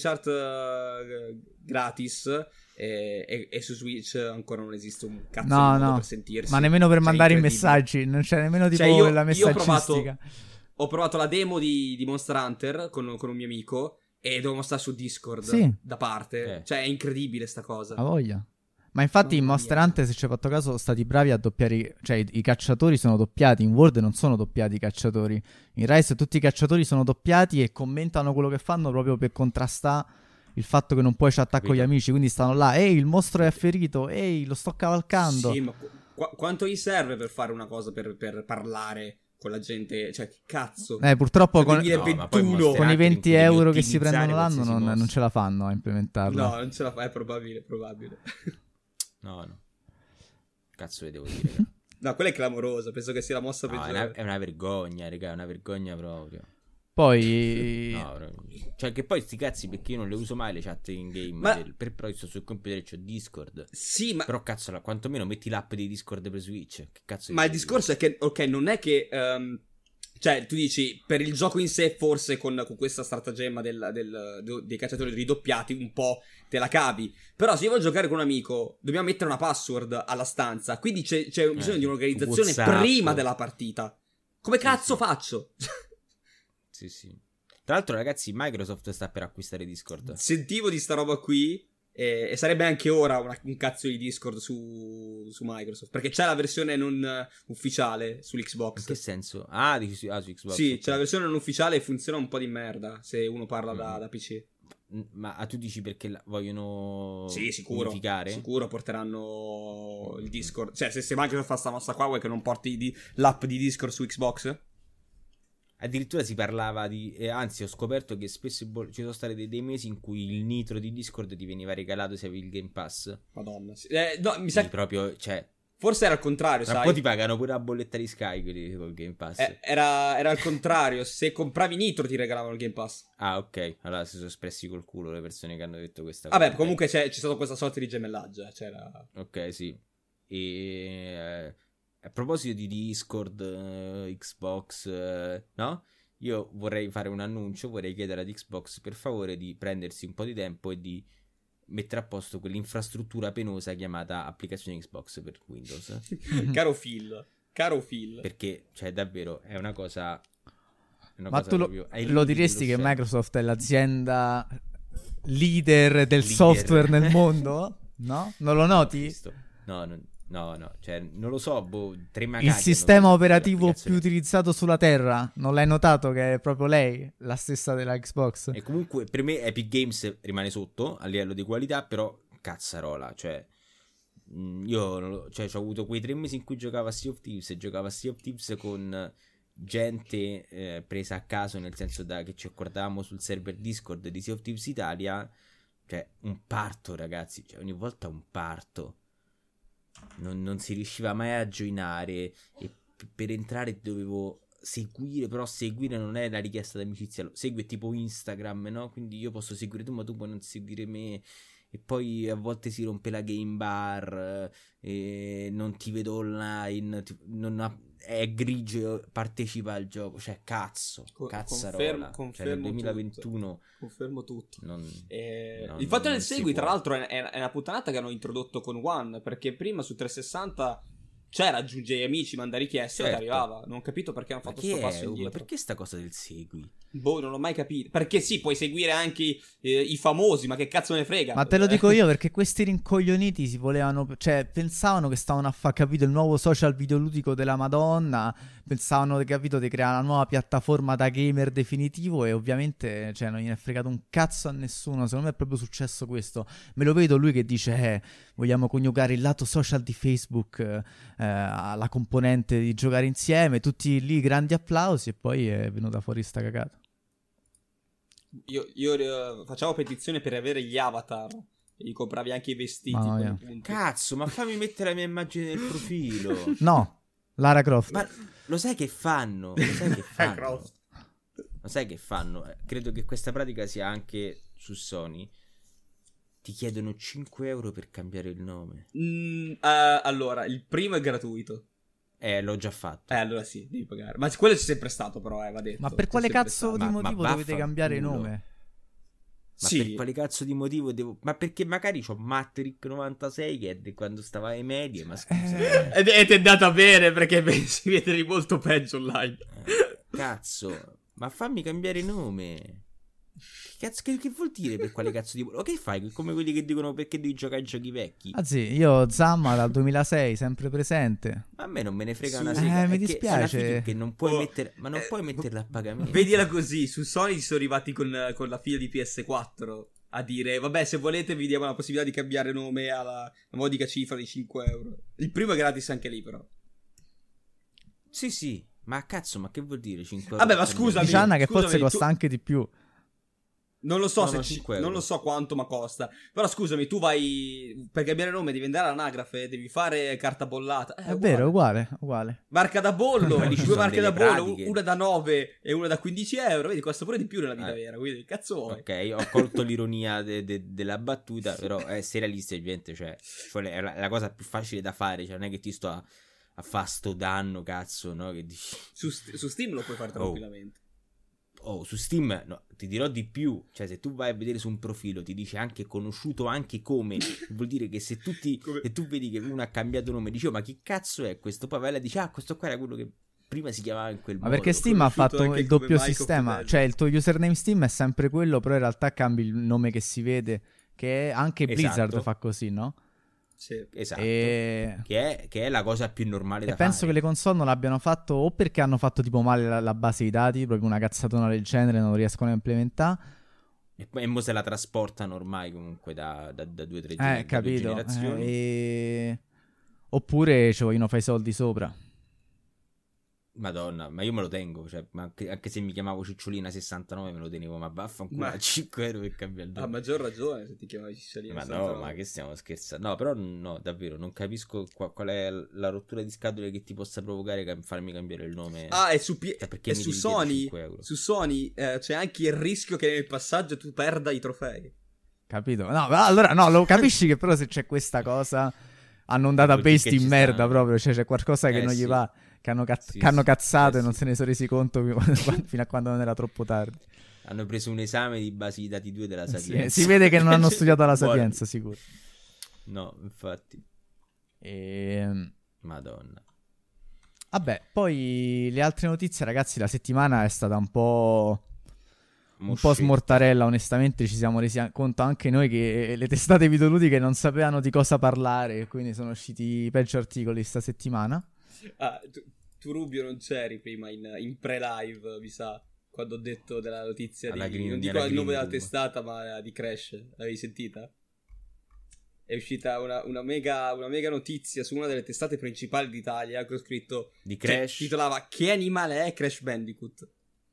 gratis e su Switch ancora non esiste un cazzo di modo per sentirsi. Ma nemmeno per mandare i messaggi, non c'è nemmeno tipo la messaggistica. Ho provato la demo di Monster Hunter con un mio amico e dovevo stare su Discord da parte. Cioè è incredibile sta cosa. Ha voglia. Ma infatti in Monster Hunter, se ci hai fatto caso, sono stati bravi a doppiare. Cioè i cacciatori sono doppiati. In World non sono doppiati i cacciatori. In Rise tutti i cacciatori sono doppiati e commentano quello che fanno proprio per contrastare il fatto che non puoi chattare con gli amici. Quindi stanno là, ehi, il mostro è ferito, ehi, lo sto cavalcando. Sì, ma quanto gli serve per fare una cosa, per parlare con la gente? Cioè, che cazzo? Purtroppo con i 20 euro che si prendono l'anno non ce la fanno a implementarlo. No, non ce la fa, è probabile. No. Cazzo, devo dire. No, quella è clamorosa. Penso che sia la mossa peggiore. È una vergogna, raga. È una vergogna proprio. Poi cioè che poi sti cazzi, perché io non le uso mai le chat in game. Però io sto sul computer e c'ho Discord. Sì, ma però cazzo, quantomeno metti l'app di Discord per Switch. Che cazzo? Ma il discorso è che, ok, non è che Cioè, tu dici, per il gioco in sé, forse con questa stratagemma dei cacciatori ridoppiati, un po' te la cavi. Però se io voglio giocare con un amico, dobbiamo mettere una password alla stanza. Quindi c'è bisogno di un'organizzazione WhatsApp. prima della partita. Come cazzo faccio? Sì. Tra l'altro, ragazzi, Microsoft sta per acquistare Discord. Sentivo di sta roba qui. E sarebbe anche ora un cazzo di Discord su Microsoft. Perché c'è la versione non ufficiale sull'Xbox. In che senso? Su Xbox. Sì, okay. c'è la versione non ufficiale e funziona un po' di merda se uno parla da PC. Ma tu dici perché vogliono Sì, sicuro. unificare? Sicuro porteranno il Discord. Cioè, se Microsoft fa sta mossa qua, vuoi che non porti l'app di Discord su Xbox? Addirittura si parlava anzi, ho scoperto che spesso ci sono stati dei mesi in cui il nitro di Discord ti veniva regalato se avevi il Game Pass. Madonna. Sì. No, mi sa che proprio, cioè, forse era al contrario, tra sai? un po' ti pagano pure la bolletta di Sky quelli col Game Pass. Era al contrario. Se compravi Nitro ti regalavano il Game Pass. Ah, ok. Allora si sono espressi col culo le persone che hanno detto questa cosa. Vabbè, comunque c'è stata questa sorta di gemellaggio. C'era... Ok, sì. E a proposito di Discord, Xbox, no? Io vorrei fare un annuncio, vorrei chiedere ad Xbox per favore di prendersi un po' di tempo e di mettere a posto quell'infrastruttura penosa chiamata applicazione Xbox per Windows. Caro Phil. Perché, cioè, davvero, è una cosa... Ma tu lo diresti che Microsoft è l'azienda leader del software nel mondo? No? Non lo noti? No, cioè, non lo so, il sistema operativo più utilizzato sulla Terra, non l'hai notato che è proprio lei, la stessa della Xbox? E comunque per me Epic Games rimane sotto a livello di qualità, però cazzarola, cioè io ho avuto quei 3 mesi in cui giocavo a Sea of Thieves e giocavo a Sea of Thieves con gente presa a caso, nel senso che ci accordavamo sul server Discord di Sea of Thieves Italia, cioè un parto, ragazzi, cioè ogni volta un parto. Non si riusciva mai a joinare e per entrare dovevo seguire, però seguire non è la richiesta d'amicizia, segue tipo Instagram, no? Quindi io posso seguire tu ma tu puoi non seguire me e poi a volte si rompe la game bar e non ti vedo online, è grigio, partecipa al gioco, cioè cazzarola, confermo cioè nel 2021 confermo tutto. Il fatto del segui tra l'altro è una puttanata che hanno introdotto con One, perché prima su 360 c'era aggiunge amici, manda richieste, certo, e ti arrivava. Non ho capito perché hanno fatto questo passo indietro. Ma perché sta cosa del segui? Non l'ho mai capito. Perché sì, puoi seguire anche i famosi, ma che cazzo ne frega? Ma te lo dico io, perché questi rincoglioniti si volevano, cioè pensavano che stavano a far, capito, il nuovo social videoludico della Madonna, pensavano, capito, di creare una nuova piattaforma da gamer definitivo e ovviamente, cioè, non gliene è fregato un cazzo a nessuno. Secondo me è proprio successo questo. Me lo vedo lui che dice vogliamo coniugare il lato social di Facebook alla componente di giocare insieme, tutti lì grandi applausi e poi è venuta fuori sta cagata. Io facciamo petizione per avere gli avatar e gli compravi anche i vestiti. Cazzo, ma fammi mettere la mia immagine nel profilo. No, Lara Croft. Ma lo sai che fanno? Lo sai che fanno? Credo che questa pratica sia anche su Sony. Ti chiedono 5 euro per cambiare il nome. Allora, il primo è gratuito. L'ho già fatto. Allora sì, devi pagare. Ma quello c'è sempre stato, però, va detto. Ma per quale cazzo di motivo dovete cambiare nome? Ma sì, per quale cazzo di motivo devo... Ma perché magari c'ho Mattrick 96 che è di quando stava ai medie, ma scusa. Ed è andata bene perché si vede di molto peggio online. Cazzo, ma fammi cambiare nome. Che vuol dire per quale cazzo di... O che fai? Come quelli che dicono perché devi giocare ai giochi vecchi? Ah sì, io Zamma dal 2006 sempre presente. A me non me ne frega una sega. Mi dispiace che non puoi mettere... Ma non puoi metterla a pagamento. Vedila così, su Sony ci sono arrivati con la fila di PS4 a dire vabbè, se volete vi diamo la possibilità di cambiare nome alla modica cifra di 5 euro. Il primo è gratis anche lì, però. Sì, ma cazzo, ma che vuol dire 5 euro? Vabbè, ma scusami. Diciamo che forse costa anche di più. Non lo so non lo so quanto ma costa. Però scusami, tu vai per cambiare nome, devi andare all'anagrafe, devi fare carta bollata. È vero, uguale. Marca da bollo, due marche da bollo, una da 9 e una da 15 euro. Vedi, costa pure di più nella vita vera. Quindi cazzo vuoi? Ok, ho colto l'ironia della battuta, però essere realisti, ovviamente, cioè è la cosa più facile da fare. Cioè, non è che ti sto a fa sto danno, cazzo, no? Che dici... Su Steam lo puoi fare tranquillamente. Su Steam, no, ti dirò di più, cioè se tu vai a vedere su un profilo ti dice anche conosciuto anche come, vuol dire che se tu vedi che uno ha cambiato nome, dici ma chi cazzo è questo? Poi vai là e dici questo qua era quello che prima si chiamava in quel modo. Ma perché Steam ha fatto il doppio sistema, cioè il tuo username Steam è sempre quello, però in realtà cambi il nome che si vede, che anche Blizzard fa così, no? Sì. Esatto, che è la cosa più normale da fare. Penso che le console non l'abbiano fatto o perché hanno fatto tipo male la base di dati, proprio una cazzatona del genere, non riescono a implementare, e mo se la trasportano ormai comunque da 2-3 generazioni. Oppure ci vogliono fare i soldi sopra. Madonna, ma io me lo tengo, cioè, ma anche se mi chiamavo Cicciolina69 me lo tenevo, ma vaffanculo, a 5 euro per cambiare il nome. Ha maggior ragione se ti chiamavi Cicciolina69. Ma no, ma che stiamo scherzando? No, però no, davvero, non capisco qual è la rottura di scatole che ti possa provocare farmi cambiare il nome. E su Sony, c'è anche il rischio che nel passaggio tu perda i trofei. Capito? No, allora no, lo capisci che però se c'è questa cosa hanno un database di merda proprio, cioè c'è qualcosa che non gli va. Che hanno cazzato e non se ne sono resi conto fino a quando non era troppo tardi. Hanno preso un esame di base di dati 2 della Sapienza. Si vede che non hanno studiato la Sapienza, sicuro. No, infatti. Madonna. Vabbè, poi le altre notizie, ragazzi, la settimana è stata un po' smortarella, onestamente. Ci siamo resi conto anche noi che le testate videoludiche non sapevano di cosa parlare, quindi sono usciti i peggio articoli sta settimana. Tu Rubio non c'eri prima in pre-live, mi sa, quando ho detto della notizia non dico il nome della testata, ma di Crash. L'avevi sentita? È uscita una mega notizia su una delle testate principali d'Italia che ho scritto di Crash, titolava "Che animale è Crash Bandicoot?"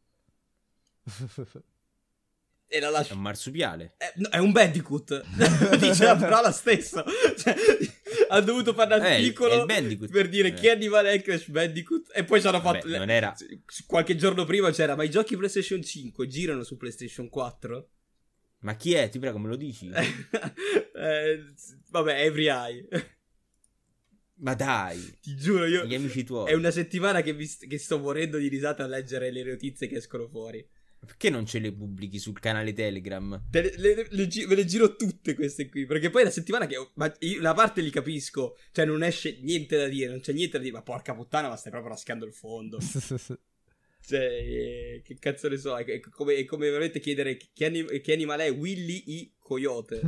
E la lascio... È un marsupiale. No, è un Bandicoot. Dice la parola stessa. Cioè, ha dovuto fare un articolo per dire che animale è Crash Bandicoot. E poi ci hanno fatto... Non era... Qualche giorno prima c'era, ma i giochi PlayStation 5 girano su PlayStation 4? Ma chi è? Ti prego, me lo dici? Vabbè, Every Eye. Ma dai. Ti giuro, gli amici tuoi. È una settimana che sto morendo di risata a leggere le notizie che escono fuori. Perché non ce le pubblichi sul canale Telegram? Me le giro tutte queste qui. Perché poi è una settimana che ma io una parte li capisco. Cioè non esce niente da dire. Non c'è niente da dire. Ma porca puttana, ma stai proprio raschiando il fondo. Cioè che cazzo ne so. È come veramente chiedere che animale è Willy I Coyote.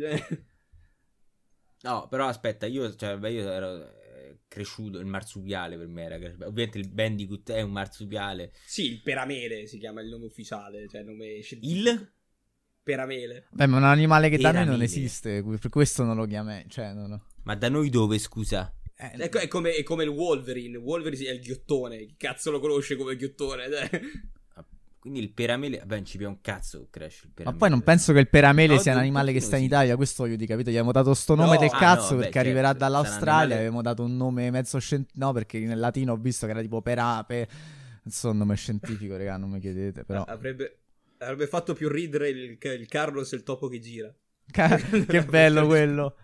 No, però aspetta, io ero cresciuto, il marsupiale per me era cresciuto. Ovviamente il Bandicoot è un marsupiale. Sì, il peramele si chiama il nome ufficiale, cioè il nome scientifico. Il peramele. Beh, ma un animale che da noi non esiste, per questo non lo chiamai, cioè no. Ma da noi dove, scusa? È come il Wolverine. Wolverine è il ghiottone. Chi cazzo lo conosce come ghiottone? Quindi il peramele, vabbè, non ci piace un cazzo Crash, il peramele. Ma poi non penso che il peramele sia un animale che sta in Italia, questo voglio dire, capito? Gli abbiamo dato sto nome del cazzo perché arriverà dall'Australia, avevamo dato un nome mezzo scientifico, no, perché nel latino ho visto che era tipo perape, non so, un nome scientifico, raga, non mi chiedete, però avrebbe fatto più ridere il Carlos e il topo che gira. Che bello quello.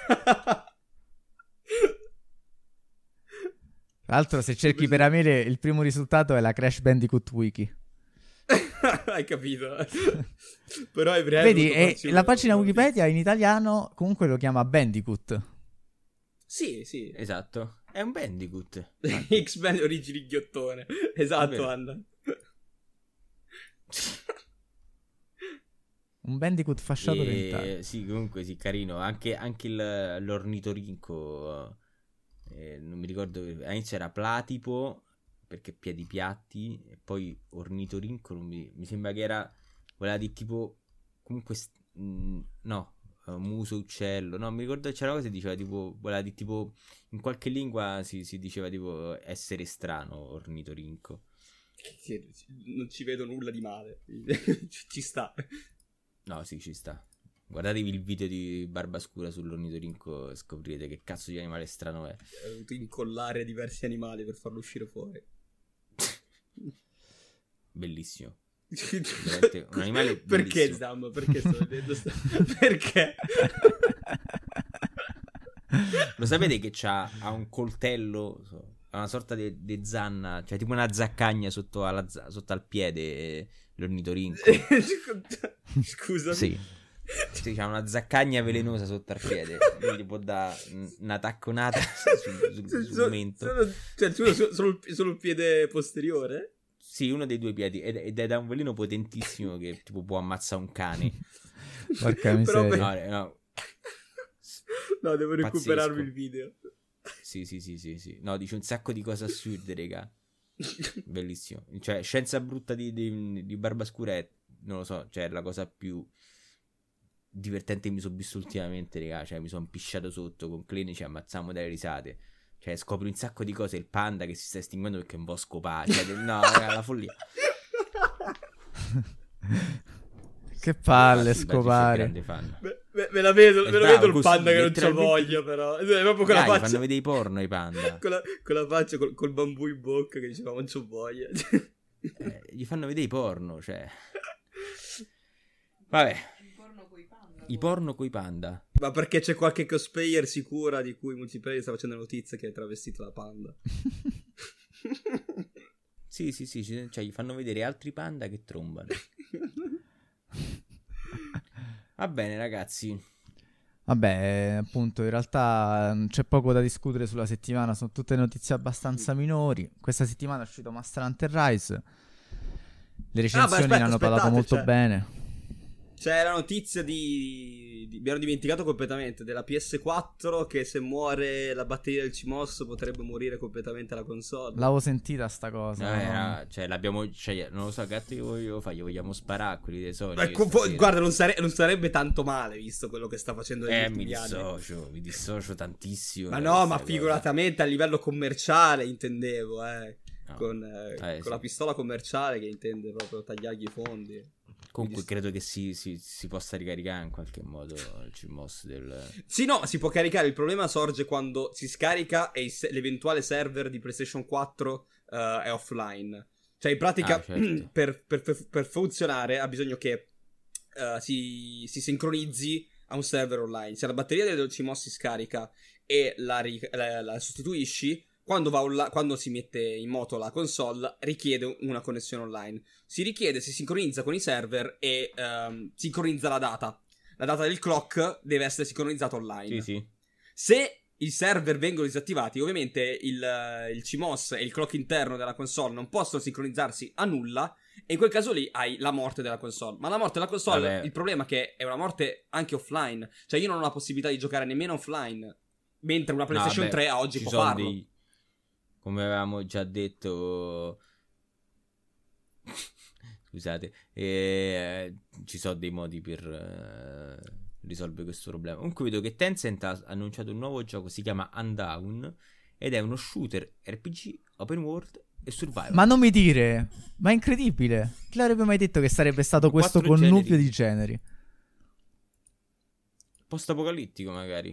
Tra l'altro, se cerchi peramele, il primo risultato è la Crash Bandicoot Wiki. Hai capito? Però è vedi, la pagina Wikipedia in italiano comunque lo chiama Bandicoot. Sì, esatto. È un Bandicoot. X-Men origini ghiottone. Esatto, Anna. Un Bandicoot fasciato orientale. Sì, comunque sì, carino. Anche l'ornitorinco. Non mi ricordo. All'inizio era Platipo, perché piedi piatti, e poi ornitorinco mi sembra che voleva di tipo comunque no, muso uccello, no, mi ricordo c'era una cosa che diceva tipo, voleva di tipo in qualche lingua si diceva tipo essere strano, ornitorinco. Non ci vedo nulla di male. Ci sta. No, sì, ci sta. Guardatevi il video di Barbascura sull'ornitorinco e scoprirete che cazzo di animale strano è. Ho dovuto incollare diversi animali per farlo uscire fuori. Bellissimo. Un animale bellissimo. Perché Zam? Perché sto vedendo perché? Lo sapete che ha un coltello, una sorta di zanna, cioè tipo una zaccagna sotto al piede, l'ornitorinco. Scusa. Sì, c'ha una zaccagna velenosa sotto al piede, quindi può dare una tacconata sul mento. Solo il piede posteriore? Sì, uno dei due piedi, ed è da un veleno potentissimo che tipo può ammazzare un cane. Porca miseria. No, devo recuperarmi il video. Sì. No, dice un sacco di cose assurde, raga. Bellissimo. Cioè, scienza brutta di Barbascura è, non lo so, cioè, la cosa più divertente che mi sono visto ultimamente, raga. Cioè, mi sono pisciato sotto con Clene, ci ammazziamo dalle risate. Cioè, scopri un sacco di cose. Il panda che si sta estinguendo perché è un po' scopato. Cioè, no, raga, la follia. Che palle, scopare. Me la vedo il panda che non c'ha voglia, però. È proprio con la faccia. Fanno vedere i porno i panda. con la faccia, col bambù in bocca che diceva non c'ho voglia. Gli fanno vedere i porno, cioè. Vabbè. I porno coi panda. Ma perché c'è qualche cosplayer sicura di cui Multiplayer sta facendo notizia che è travestito da panda. Sì, cioè gli fanno vedere altri panda che trombano. Va bene, ragazzi. Vabbè, appunto, in realtà c'è poco da discutere sulla settimana, sono tutte notizie abbastanza minori. Questa settimana è uscito Monster Hunter Rise. Le recensioni ne hanno parlato molto bene. C'è la notizia mi ero dimenticato completamente, della PS4 che se muore la batteria del CMOS potrebbe morire completamente la console. L'avevo sentita sta cosa. No? Cioè l'abbiamo, cioè, non lo so, cazzo che voglio fare, gli vogliamo sparare a quelli dei Sony. Guarda, non sarebbe tanto male visto quello che sta facendo mi dissocio tantissimo. Ma no, ma figuratamente a livello commerciale intendevo, no. Con la pistola commerciale che intende proprio tagliargli i fondi. Comunque credo che si possa ricaricare in qualche modo il CMOS del... Sì, no, si può caricare. Il problema sorge quando si scarica e l'eventuale server di PlayStation 4 è offline. Cioè in pratica certo. per funzionare ha bisogno che si sincronizzi a un server online. Se la batteria del CMOS si scarica e la sostituisci, quando si mette in moto la console richiede una connessione online. Si sincronizza con i server e sincronizza la data. La data del clock deve essere sincronizzata online. Sì. Se i server vengono disattivati, ovviamente il CMOS e il clock interno della console non possono sincronizzarsi a nulla, e in quel caso lì hai la morte della console. Ma la morte della console, vabbè, il problema è che è una morte anche offline. Cioè io non ho la possibilità di giocare nemmeno offline, mentre una PlayStation 3 a oggi può farlo. Come avevamo già detto, scusate, ci sono dei modi per risolvere questo problema. Comunque vedo che Tencent ha annunciato un nuovo gioco, si chiama Undawn, ed è uno shooter RPG open world e survival. Ma non mi dire, ma è incredibile. Chi l'avrebbe mai detto che sarebbe stato questo connubio di generi? Post-apocalittico magari.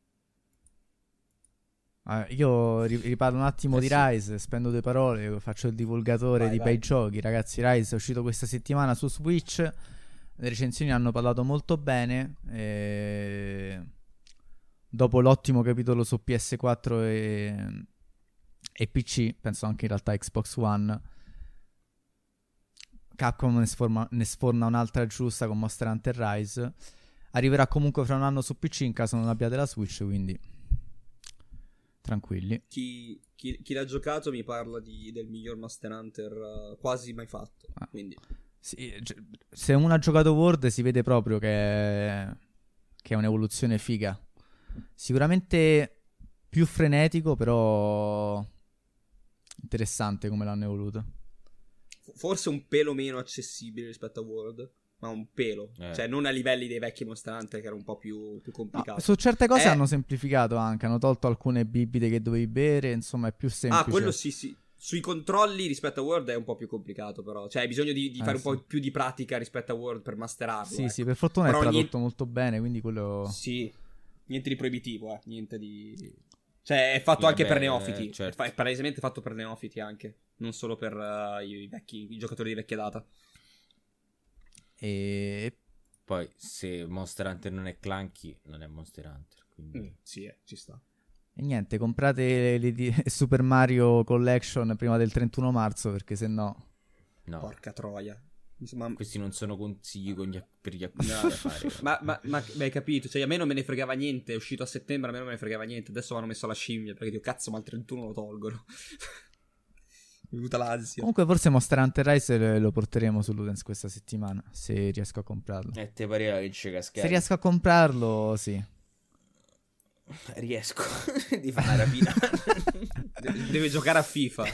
Io riparlo un attimo di Rise, spendo 2 parole, faccio il divulgatore di bei giochi. Ragazzi, Rise è uscito questa settimana su Switch, le recensioni hanno parlato molto bene, dopo l'ottimo capitolo su PS4 e PC, penso anche in realtà Xbox One, Capcom ne sforna un'altra giusta con Monster Hunter Rise. Arriverà comunque fra un anno su PC in caso non abbiate la Switch, quindi tranquilli. Chi l'ha giocato mi parla del miglior Monster Hunter quasi mai fatto. Quindi sì, se uno ha giocato World si vede proprio che è un'evoluzione figa. Sicuramente più frenetico, però interessante come l'hanno evoluto. Forse un pelo meno accessibile rispetto a World, ma un pelo, cioè non a livelli dei vecchi Monster Hunter che era un po' più complicato. No, su certe cose hanno semplificato anche, hanno tolto alcune bibite che dovevi bere, insomma è più semplice. Quello sì. Sui controlli rispetto a World è un po' più complicato, però cioè hai bisogno di fare un po' più di pratica rispetto a World per masterarlo. Sì, sì, per fortuna però è tradotto molto bene, quindi quello... Sì, niente di proibitivo, niente di... Cioè è fatto anche per neofiti, certo. È palesemente fatto per neofiti anche, non solo per i giocatori di vecchia data. E Poi se Monster Hunter non è clunky, non è Monster Hunter. Quindi... Sì, ci sta. E niente, comprate Super Mario Collection prima del 31 marzo, perché se no... No. Porca troia. Questi non sono consigli per gli acquisti da fare. ma hai capito? Cioè, a me non me ne fregava niente. È uscito a settembre, a me non me ne fregava niente. Adesso mi hanno messo la scimmia perché dico, cazzo, ma il 31 lo tolgono. Mi è venuta l'ansia. Comunque forse Monster Hunter Rise lo porteremo su Ludens questa settimana, se riesco a comprarlo. Te pareva che ci cascare? Se riesco a comprarlo, sì. Riesco. Di fare una rapina. Deve giocare a FIFA.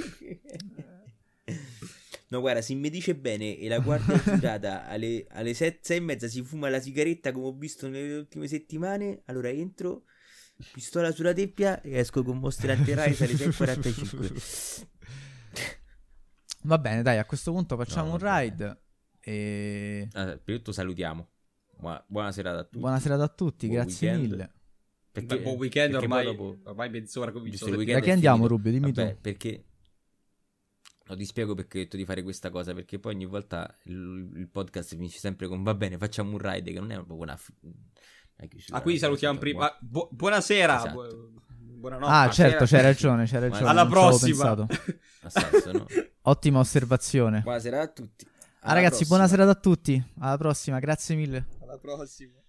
No, guarda, se mi dice bene e la guardia giurata alle 6:30 si fuma la sigaretta come ho visto nelle ultime settimane, allora entro, pistola sulla tempia e esco con Monster Hunter Rise alle 6:45. Va bene, dai, a questo punto facciamo un ride e... Per tutto salutiamo. Buona serata a tutti. Buona serata a tutti, buon grazie weekend. Mille. Buon weekend, ormai dopo... mezz'ora comincia. Da che andiamo, Rubio? Dimmi tu. Perché... No, ti spiego perché ho detto di fare questa cosa, perché poi ogni volta il podcast finisce sempre con va bene, facciamo un ride, che non è proprio una quindi salutiamo prima. Buonasera. Esatto. Buonanotte. Certo, c'hai ragione. Alla prossima. No? Ottima osservazione. Buonasera a tutti. Ragazzi, buona serata a tutti. Alla prossima, grazie mille. Alla prossima.